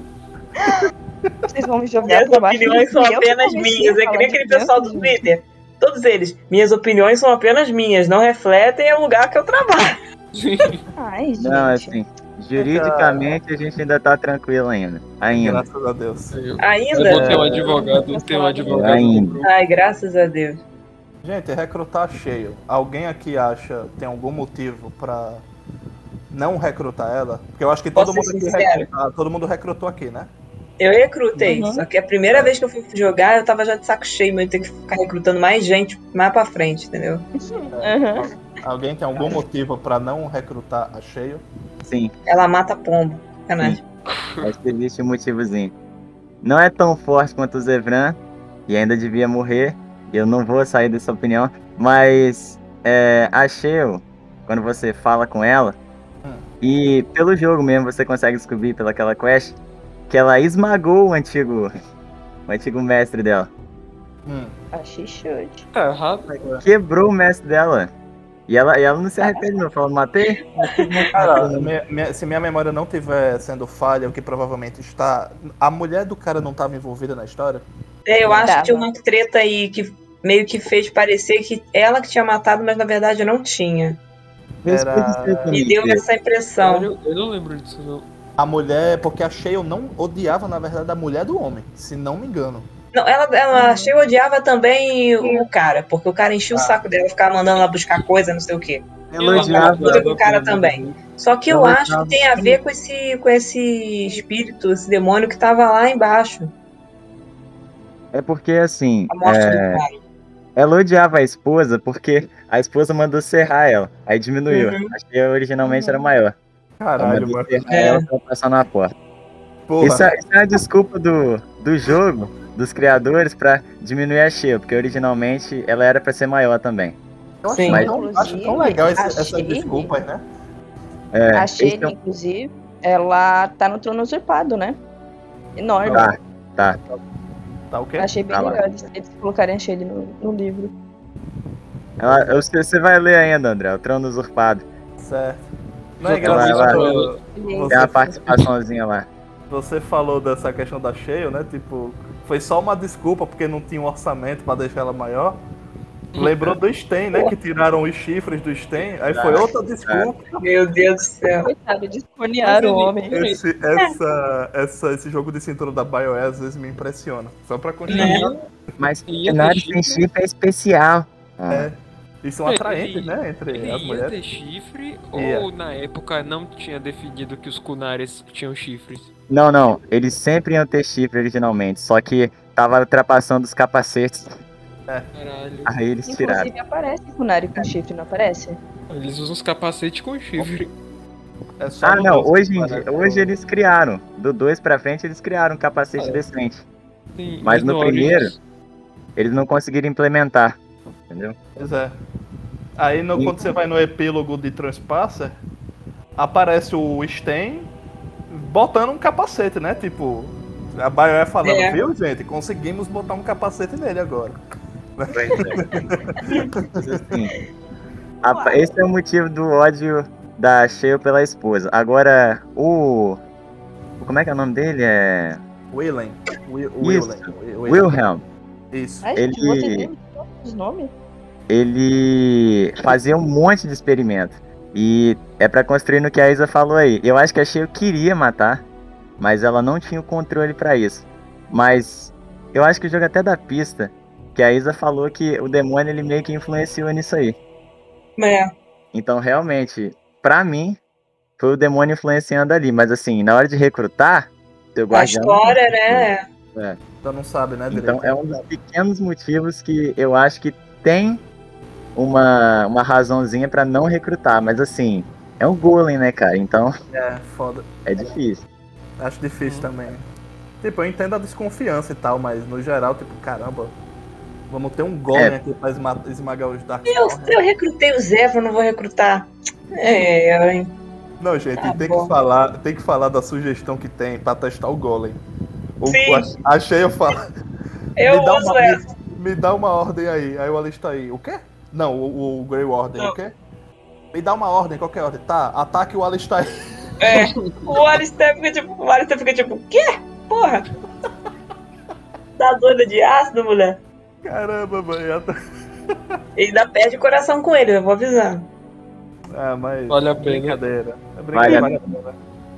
Vocês vão me jogar Minhas pra baixo. opiniões são E eu que apenas comecei minhas. a É que falar nem de aquele pessoal do criança, gente. Twitter. Todos eles. Minhas opiniões são apenas minhas. Não refletem o lugar que eu trabalho. Ai, gente. Não, assim, juridicamente a gente ainda tá tranquilo ainda. Ainda. Graças a Deus. Eu, eu Ainda? vou ter um advogado, ter um advogado Ainda. no grupo. Ai, graças a Deus. Gente, recrutar cheio. Alguém aqui acha, tem algum motivo pra não recrutar ela? Porque eu acho que todo Posso mundo ser aqui sincero? recruta- todo mundo recrutou aqui, né? Eu recrutei. Uhum. Só que a primeira vez que eu fui jogar, eu tava já de saco cheio, mas eu ter que ficar recrutando mais gente mais pra frente, entendeu? Uhum. Alguém tem algum motivo pra não recrutar a cheio? Sim, Ela mata pombo. Sacanagem. acho que existe um motivozinho. Não é tão forte quanto o Zevran, e ainda devia morrer. Eu não vou sair dessa opinião, mas é, a Sheo, quando você fala com ela, Hum. e pelo jogo mesmo você consegue descobrir pelaquela quest que ela esmagou o antigo, o antigo mestre dela. Hum. Achei should. Tá errado. Quebrou o mestre dela. E ela, e ela não se arrepende, não. Falou, matei? Cara, minha- minha- se minha memória não estiver sendo falha, o que provavelmente está. A mulher do cara não estava envolvida na história? É, eu acho Tava. que tinha uma treta aí que meio que fez parecer que ela que tinha matado, mas na verdade não tinha. Era. Me deu essa impressão. Sério, eu não lembro disso, não. A mulher, porque a Shale não odiava, na verdade, a mulher do homem, se não me engano. Não, ela, ela achei que odiava também o cara, porque o cara enchia o saco dela, ficava mandando ela buscar coisa, não sei o quê. Ela Ela odiava. puta com o cara também. Só que eu Ela acho odiava. que tem a ver com esse, com esse espírito, esse demônio que tava lá embaixo. É porque, assim, A morte é, do cara. ela odiava a esposa porque a esposa mandou serrar ela. Aí diminuiu. Uhum. Acho que originalmente era maior. Ela Caralho, mandou mano. serrar É. ela pra passar na porta. Porra. Isso é, isso é a desculpa do, do jogo, dos criadores, pra diminuir a Shale, porque originalmente ela era pra ser maior também. Eu acho, Sim. tão, eu acho tão legal esse, A essas Shale- desculpas, né? É, A esse Shane, é um- inclusive, ela tá no trono usurpado, né? Enorme. Tá, tá. Tá o quê? Achei bem Tá lá. legal eles, eles colocarem a Shane no, no livro. Ela, eu- você você vai ler ainda, André, o Trono Usurpado. Certo. Não é Já vai, engraçado. vai. Você, Tem uma participaçãozinha lá. você falou dessa questão da Shale, né? Tipo, foi só uma desculpa porque não tinha um orçamento pra deixar ela maior. Lembrou do Sten, né? Que tiraram os chifres do Sten. Aí foi outra desculpa. Meu Deus do céu. Coitado, desconearam o homem. Esse, essa, essa, esse jogo de cintura da BioWare às vezes me impressiona. Só pra continuar. Né? Mas E ia cenário ter sem chifre é especial. Ah, É. E são atraentes, né? Entre Ele as ia mulheres. ter chifre Ia. ou na época não tinha definido que os Kunares tinham chifres? Não, não. Eles sempre iam ter chifre originalmente, só que tava ultrapassando os capacetes. Caralho. Aí eles tiraram. Inclusive aparece Kunari com chifre, não aparece? Eles usam os capacetes com chifre. É só Ah, no não. dois, Hoje, em parece. dia, hoje eles criaram. Do dois pra frente eles criaram um capacete Ah, é. decente. Sim, Mas no primeiro- Origins- Eles não conseguiram implementar. Entendeu? Pois é. Aí no- quando você vai no epílogo de Transpasser, aparece o Sten botando um capacete, né? Tipo, a BioWare falando, É. viu, gente? Conseguimos botar um capacete nele agora. Mas, assim, a- esse é o motivo do ódio da Shale pela esposa. Agora, o. Como é que é o nome dele? É. Willen. Wi- Isso. Willen. Willen. Wilhelm. Isso. Ai, gente, Ele- você lembra todos os nomes? Ele fazia um monte de experimento. E é pra construir no que a Isa falou aí. Eu acho que a Shale queria matar, mas ela não tinha o controle pra isso. Mas eu acho que o jogo até dá pista, que a Isa falou que o demônio ele meio que influenciou nisso aí. É. Então realmente, pra mim, foi o demônio influenciando ali. Mas assim, na hora de recrutar, teu A guardião. história, né? Então não sabe, né, direito? Então é um dos pequenos motivos que eu acho que tem uma, uma razãozinha pra não recrutar. Mas assim, é um golem, né, cara? Então É, foda. é difícil. Acho difícil também. Tipo, eu entendo a desconfiança e tal, mas no geral, tipo, caramba, vamos ter um golem É. aqui pra esma- esmagar os Dark Eu, Souls. eu recrutei o Zevro, não vou recrutar. É, eu- Não, gente, Tá tem, bom. que falar, tem que falar da sugestão que tem pra testar o golem. O, Sim. o- achei eu falar. eu me, dá uso uma, essa. me, me dá uma ordem aí. Aí o Alice tá aí. O quê? Não, o, o Grey Warden, Não. o quê? Me dá uma ordem, qualquer ordem. Tá, ataque o Alice tá aí. É. O Alistair fica tipo, o Alistair fica tipo, quê? Porra! Tá doida de ácido, mulher? Caramba, mano. Ele ainda perde o coração com ele, eu vou avisando. Ah, mas. Vale a pena. Brincadeira. É Vale a brincadeira.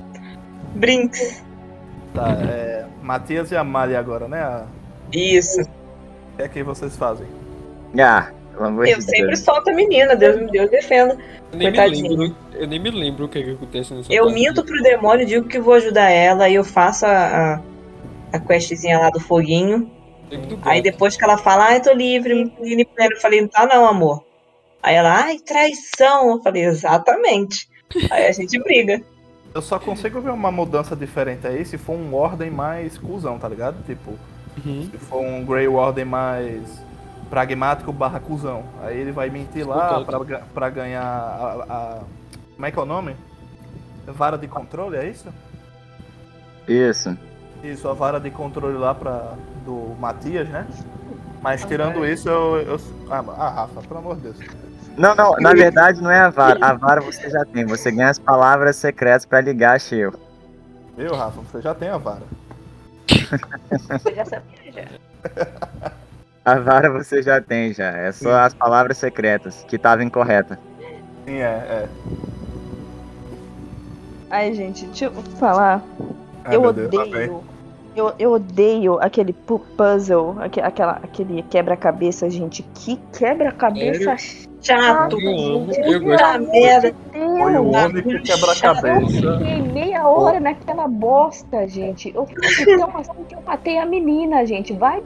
Brinks. Tá, é. Matias e Amália agora, né? A- Isso. O que é que vocês fazem? Ah, pelo amor Eu de sempre Deus. solto a menina, Deus me Deus defenda. Eu nem, me Coitadinho. lembro, eu nem me lembro o que, que acontece nessa Eu parte. minto pro demônio, digo que vou ajudar ela, e eu faço a, a, a questzinha lá do foguinho. Lembro do Aí gato. depois que ela fala, ai, tô livre, menina, eu falei, não tá não, amor. Aí ela, ai, traição. Eu falei, exatamente. Aí a gente briga. Eu só consigo ver uma mudança diferente aí se for um Warden mais cuzão, tá ligado? Tipo, Uhum. se for um Grey Warden mais pragmático barra cuzão. Aí ele vai mentir lá Contato. pra, ga- pra ganhar a, a- Como é que é o nome? Vara de controle, é isso? Isso. Isso, a vara de controle lá pra, do Matias, né? Mas tirando isso, eu. eu... Ah, ah, Rafa, pelo amor de Deus. Não, não, na verdade não é a vara. A vara você já tem. Você ganha as palavras secretas pra ligar a Sheo. Viu, Rafa? Você já tem a vara. Você já sabia, já. A vara você já tem, já. É só as palavras secretas, que estavam incorretas. Sim, é, é. Ai, gente, deixa eu falar. Ai, eu meu Deus, lá odeio. Eu, eu odeio aquele pu- puzzle, aque- aquela, aquele quebra-cabeça, gente. Que quebra-cabeça chato, Eu amo, gente. eu Pelo gosto. amor merda. de Foi o Deus. único Eu quebra-cabeça. fiquei meia hora naquela bosta, gente. Eu fiquei tão assim que eu matei a menina, gente. Vai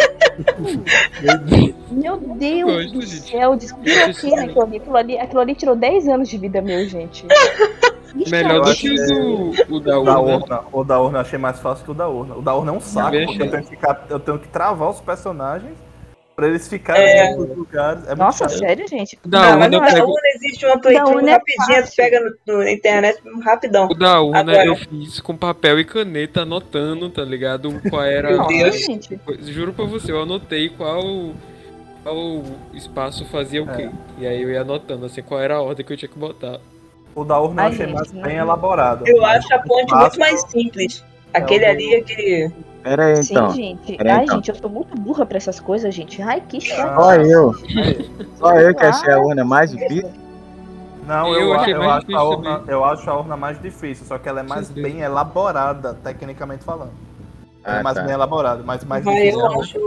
tomar no cu. Meu Deus gosto, do gente. céu, despiroquei naquilo ali. Aquilo ali. Aquilo ali tirou dez anos de vida meu, gente. Ixi, Melhor do acho que o do o da O da urna. urna, o da urna eu achei mais fácil que o da urna. O da urna é um saco, Também porque eu achei. tenho, que ficar, eu tenho que travar os personagens pra eles ficarem É. nos lugares. É muito Nossa, chato. sério, gente? O da Não, mas urna no eu da pego. urna existe uma playthrough urna é rapidinha, tu fácil. pega no, no- na internet rapidão. O da urna Agora- eu fiz com papel e caneta anotando, tá ligado? Qual era. Meu Nossa, Deus. gente. Juro pra você, eu anotei qual, qual espaço fazia o quê. E aí eu ia anotando assim qual era a ordem que eu tinha que botar. O da urna eu Ai, achei gente, mais não. bem elaborado. Eu Mas acho a o ponte espaço- muito mais simples. Aquele É o do- ali, aquele. Pera aí, então. Sim, gente. Peraí, Ai, então. gente, eu sou muito burra pra essas coisas, gente. Ai, que chato. Só eu. Aí. Só eu que achei a urna mais difícil. Não, Eu eu, achei eu, mais acho a difícil urna, também. eu acho a urna mais difícil, só que ela é mais Sim. bem elaborada, tecnicamente falando. Ela é Ah, mais tá. bem elaborada, mas mais Vai, difícil. eu não. acho.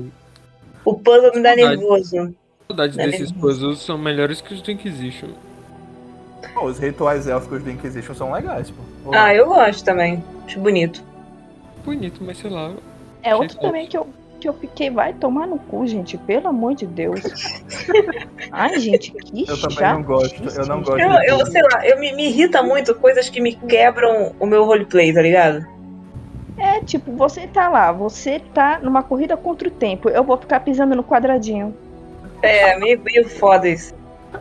O puzzle me dá Saudade. nervoso. Saudades Não é desses mesmo? puzzles são melhores que os do Inquisition. Pô, os rituais élficos do Inquisition são legais, pô. Ah, eu gosto também. Acho bonito. Bonito, mas sei lá. É outro Achei também que eu, que eu fiquei, vai tomar no cu, gente. Pelo amor de Deus. Ai, gente, que Eu também chato. não gosto, eu não gosto. Eu, eu sei lá, eu me, me irrita muito coisas que me quebram o meu roleplay, tá ligado? É, tipo, você tá lá, você tá numa corrida contra o tempo. Eu vou ficar pisando no quadradinho. É, meio, meio foda isso.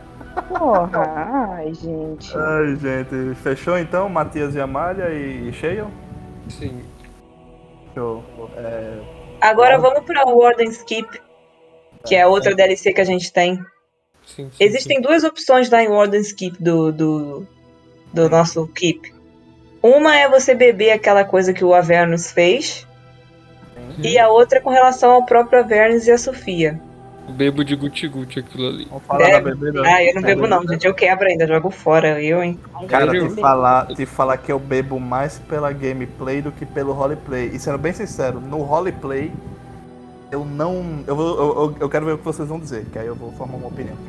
Porra, ai, gente. Ai, gente, fechou então? Matias e Amália e Sheil? Sim. Show. É, Agora vamos pra Warden's Keep, que é a outra D L C que a gente tem. Sim, sim, Existem duas opções lá em Warden's Keep do, do, do nosso Keep. Uma é você beber aquela coisa que o Avernus fez, sim. e a outra é com relação ao próprio Avernus e a Sofia. Bebo de guti-guti aquilo ali. vamos falar É. da bebida. Ah, eu não bebo não, gente. Eu quebro ainda, jogo fora. Eu, hein? Cara, Sério? te falar, te falar que eu bebo mais pela gameplay do que pelo roleplay. E sendo bem sincero, no roleplay, eu não. Eu, vou- eu, eu, eu quero ver o que vocês vão dizer, que aí eu vou formar uma opinião.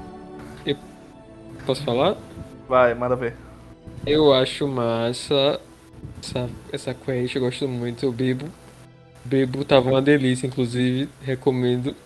Posso falar? Vai, manda ver. Eu acho massa essa, essa quest, eu gosto muito, eu bebo. Bebo tava uma delícia, inclusive, recomendo.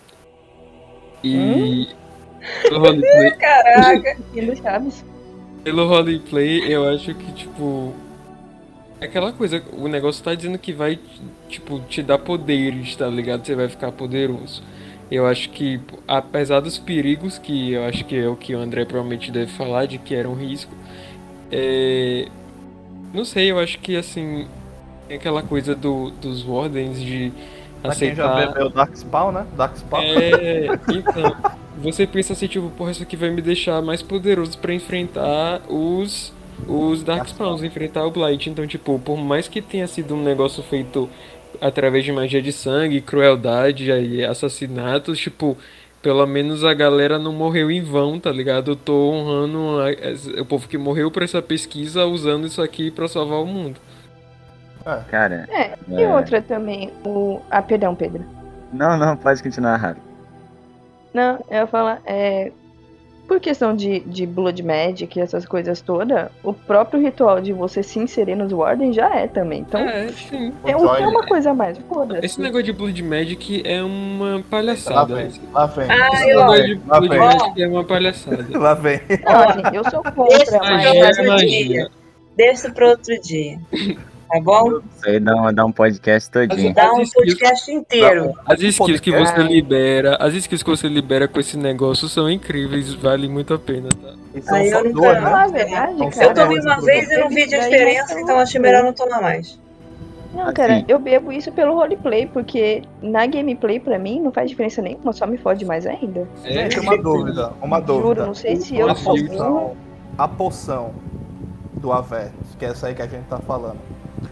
E pelo roleplay, Caraca. E do Chaves. pelo roleplay, eu acho que, tipo, é aquela coisa, o negócio tá dizendo que vai, tipo, te dar poderes, tá ligado? Você vai ficar poderoso. Eu acho que, apesar dos perigos, que eu acho que é o que o André provavelmente deve falar, de que era um risco, é... não sei, eu acho que, assim, tem aquela coisa do, dos Wardens de Pra quem já aceitar... bebeu Darkspawn, né? Darkspawn. É, então, você pensa assim, tipo, porra, isso aqui vai me deixar mais poderoso pra enfrentar os os Darkspawns, enfrentar o Blight. Então, tipo, por mais que tenha sido um negócio feito através de magia de sangue, crueldade e assassinatos, tipo, pelo menos a galera não morreu em vão, tá ligado? Eu tô honrando a- o povo que morreu pra essa pesquisa usando isso aqui pra salvar o mundo. Cara, É, e É. outra também, o. Ah, perdão, Pedro. não, não, pode continuar, Rafa. Não, eu ia falar, é. Por questão de, de Blood Magic e essas coisas todas, o próprio ritual de você se inserir nos Warden já é também. Então, É, sim. é, O um- Joy- é uma coisa a mais, foda-se. Esse negócio de Blood Magic é uma Lá palhaçada. vem, Esse lá vem. Ah, esse eu- negócio de lá Blood vem. Magic é uma palhaçada. Lá vem. Não, assim, eu sou contra, Esse mas. jogo Magia outro é magia. dia. Deixa isso pra outro dia. Tá bom? Isso aí dá um, dá um podcast todinho. Dá um As skills- podcast inteiro. As skills que você podcast. libera, as skills que você libera com esse negócio são incríveis, vale muito a pena, tá? E são Aí só eu nunca- duas, Falar a né? verdade, Não, cara. Eu tomei Cada uma coisa vez e não vi a Daí diferença, é então achei melhor não tomar mais. Não, Assim. cara, eu bebo isso pelo roleplay, porque na gameplay, pra mim, não faz diferença nenhuma, só me fode mais ainda. Gente, uma dúvida, uma dúvida. Juro, não sei se eu a sou poção, a poção do Avernus, que é essa aí que a gente tá falando,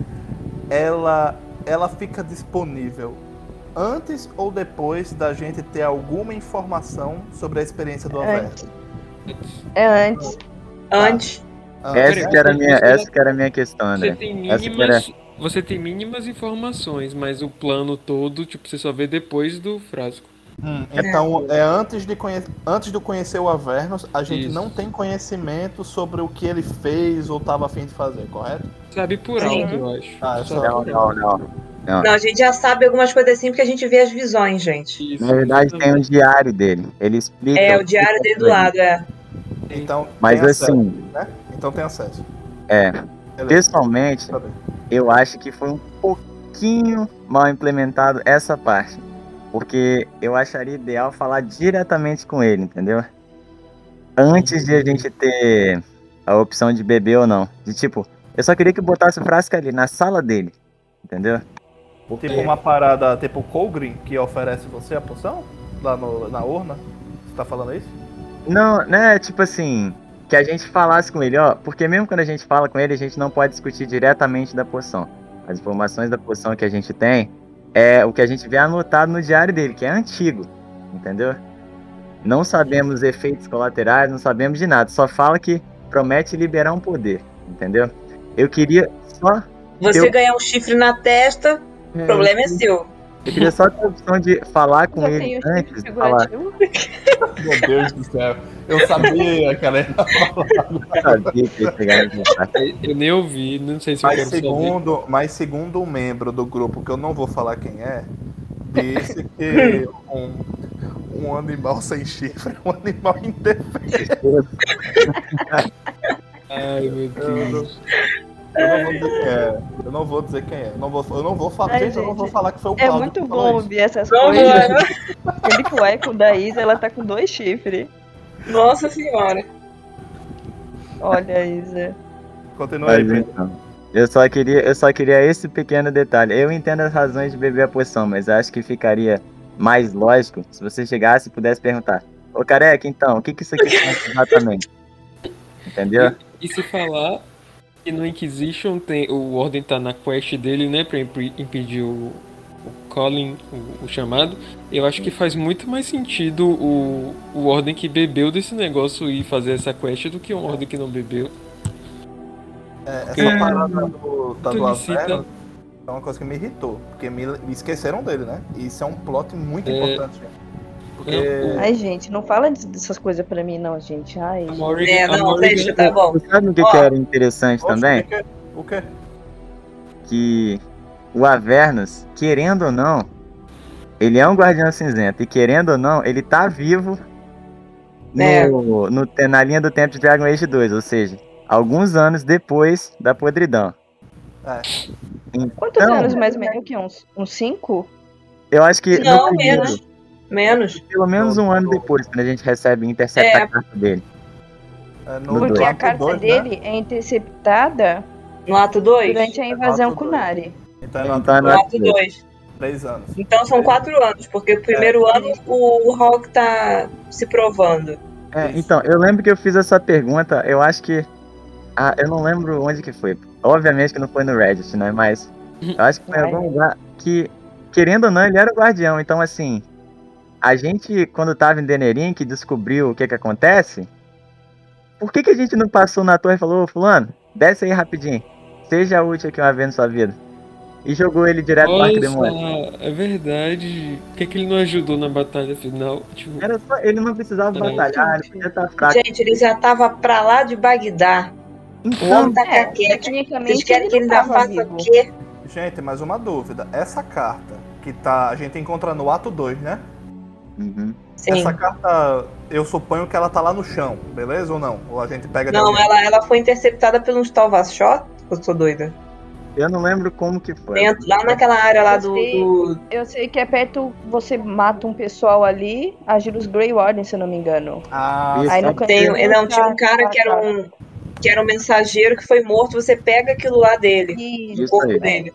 ela, ela fica disponível antes ou depois da gente ter alguma informação sobre a experiência do Avernus? É antes. Antes. Antes. Essa que era a minha, essa que era a minha questão, Você André. tem Essa que mínimas, era... você tem mínimas informações, mas o plano todo, tipo, você só vê depois do frasco. Hum, então, é antes de, conhe... antes de conhecer o Avernus, a gente Isso. não tem conhecimento sobre o que ele fez ou estava a fim de fazer, correto? Sabe por Sim. alto, eu acho. Ah, é só- Sabe Não, por não, alto. não. Não. Não, a gente já sabe algumas coisas assim porque a gente vê as visões, gente. Isso, Na verdade, tem um exatamente. diário dele. Ele explica. É, o que diário dele do aquilo ali. lado, é. Então, Mas tem acesso, assim, né? Então tem acesso. é. Beleza. Pessoalmente, Saber. eu acho que foi um pouquinho mal implementado essa parte. Porque eu acharia ideal falar diretamente com ele, entendeu? Antes de a gente ter a opção de beber ou não. De tipo, eu só queria que botasse o frasco ali, na sala dele. Entendeu? Tipo uma parada, tipo Colgrim, que oferece você a poção? Lá no, na urna? Você tá falando isso? Não, né? Tipo assim, que a gente falasse com ele, ó. Porque mesmo quando a gente fala com ele, a gente não pode discutir diretamente da poção. As informações da poção que a gente tem é o que a gente vê anotado no diário dele, que é antigo, entendeu? Não sabemos efeitos colaterais, não sabemos de nada. Só fala que promete liberar um poder, entendeu? Eu queria só... Você Eu- ganhar um chifre na testa, o problema é seu. Eu queria só ter a opção de falar com Já ele tenho antes chifre de falar. figurativo. Meu Deus do céu. Eu sabia que ela ia falar. Eu sabia que ia chegar nesse lugar. Eu nem ouvi, não sei se eu Mas quero saber. segundo, mas segundo um membro do grupo, que eu não vou falar quem é, disse que um, um animal sem chifre é um animal indefeso. Ai, meu Deus. Eu não vou dizer quem é. Eu não vou dizer quem é. Eu não vou, eu não vou falar. Ai, gente, eu não gente, vou falar que foi o É Cláudio muito que falou bom isso. ouvir essas Vamos coisas. lá. Aquele cueco da Isa, ela tá com dois chifres. Nossa senhora. Olha, Isa. Continua aí, Mas Pedro. então, eu só queria, eu só queria esse pequeno detalhe. Eu entendo as razões de beber a poção, mas acho que ficaria mais lógico se você chegasse e pudesse perguntar: Ô careca, então, o que que isso aqui faz exatamente? Entendeu? E, e se falar que no Inquisition tem, o Ordem tá na quest dele, né, pra imp- impedir o, o Colin, o, o chamado, eu acho que faz muito mais sentido o, o Ordem que bebeu desse negócio e fazer essa quest do que um Ordem que não bebeu. É, essa Porque- parada do, da do Tunicita- Avernus é uma coisa que me irritou. Porque me, me esqueceram dele, né? E isso é um plot muito É. importante. gente. Porque. É, Ai, gente, não fala dessas coisas pra mim, não, gente. Ai, A gente. Morrigan, É, a não, Morrigan- deixa, tá bom. Você sabe o que, Ó. que era interessante Oxe, também? O quê? O quê? Que o Avernus, querendo ou não, ele é um Guardião Cinzento. E querendo ou não, ele tá vivo no, É. no, na linha do tempo de Dragon Age dois. Ou seja, alguns anos depois da podridão. É. Quantos Então, anos mais ou menos? O quê? Uns, uns cinco? eu acho que Não, no primeiro, menos. Menos. pelo menos um ano depois, quando a gente recebe e intercepta É. a carta dele. É, No no Porque dois. a ato carta dois, né? dele é interceptada No ato dois? durante a invasão ato dois. Kunari. Então é no Então é ato No no dois, ato dois. três anos. Então são quatro anos, porque o primeiro ano o, o Hulk tá se provando. É, Isso. então, eu lembro que eu fiz essa pergunta, eu acho que. Ah, eu não lembro onde que foi. Obviamente que não foi no Reddit, né? Mas eu acho que foi em algum lugar que, querendo ou não, ele era o guardião. Então, assim, a gente, quando tava em Denerim, que descobriu o que que acontece, por que que a gente não passou na torre e falou: ô, fulano, desce aí rapidinho, seja útil aqui uma vez na sua vida? E jogou ele direto no Olha Arquidemônio. só, é verdade. Por que, que ele não ajudou na batalha final? Tipo, Era só, ele não precisava É. batalhar, ele podia estar fraco. Gente, ele já tava pra lá de Bagdá. O Então, homem tá É, caquete. Vocês tecnicamente querem que ele não ainda tava faça vivo. o quê? Gente, mais uma dúvida. Essa carta que tá, a gente encontra no ato dois, né? uhum. Sim. Essa carta, eu suponho que ela tá lá no chão, beleza ou não? Ou a gente pega de Não, alguém? ela, ela foi interceptada pelo Stalvashot. Eu sou doida. Eu não lembro como que foi. Dentro, lá naquela área lá do. Você- do- Eu sei que é perto, você mata um pessoal ali, agira os Grey Warden, se eu não me engano. Ah, Isso. Aí no Tem, cantinho não, tinha um tá- cara tá- que era tá. um. Que era um mensageiro que foi morto, você pega aquilo lá dele. Isso. Do Isso corpo aí. dele.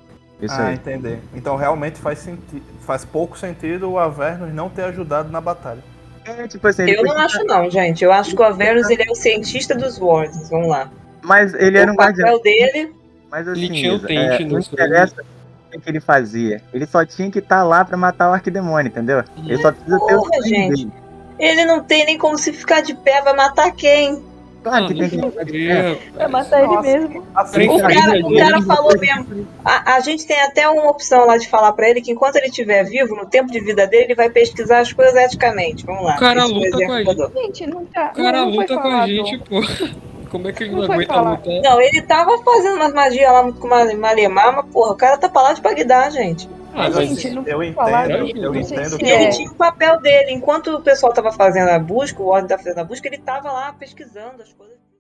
Isso ah, aí. entendi. Então realmente faz, senti faz pouco sentido o Avernus não ter ajudado na batalha. É, tipo assim, ele Eu não podia- acho não, gente. Eu acho que o Avernus ele é o cientista dos Wardens. Vamos lá. Mas ele O era um guardião. papel dele... Mas Ele assim, tinha o Isa, Tente é, não nos interessa o que ele fazia. Ele só tinha que estar lá pra matar o Arquidemônio, entendeu? Ele só precisa ter o Porra, sangue gente. dele. Ele não tem nem como se ficar de pé, vai matar quem? Claro Ah, que não tem que vou matar de ver, pé. Vai rapaz. matar ele Nossa. mesmo. Assim, O Cara, cara, o cara ele- falou mesmo. A, a gente tem até uma opção lá de falar pra ele que enquanto ele estiver vivo, no tempo de vida dele, ele vai pesquisar as coisas eticamente. Vamos lá. O cara Esse foi o luta com exemplo a que eu dou. Gente, não tá. O cara não, não foi luta com a falado. gente, pô. Como é que ele não, Não foi aguenta falado. lutar? Não, ele tava fazendo umas magias lá com uma Malemar, mas porra, o cara tá pra lá de Bagdá, gente. Ah, Mas, mas gente, não eu foi entendo, falado. eu Não sei entendo se que E ele é. tinha o papel dele. Enquanto o pessoal tava fazendo a busca, o Ordem tá fazendo a busca, ele tava lá pesquisando as coisas.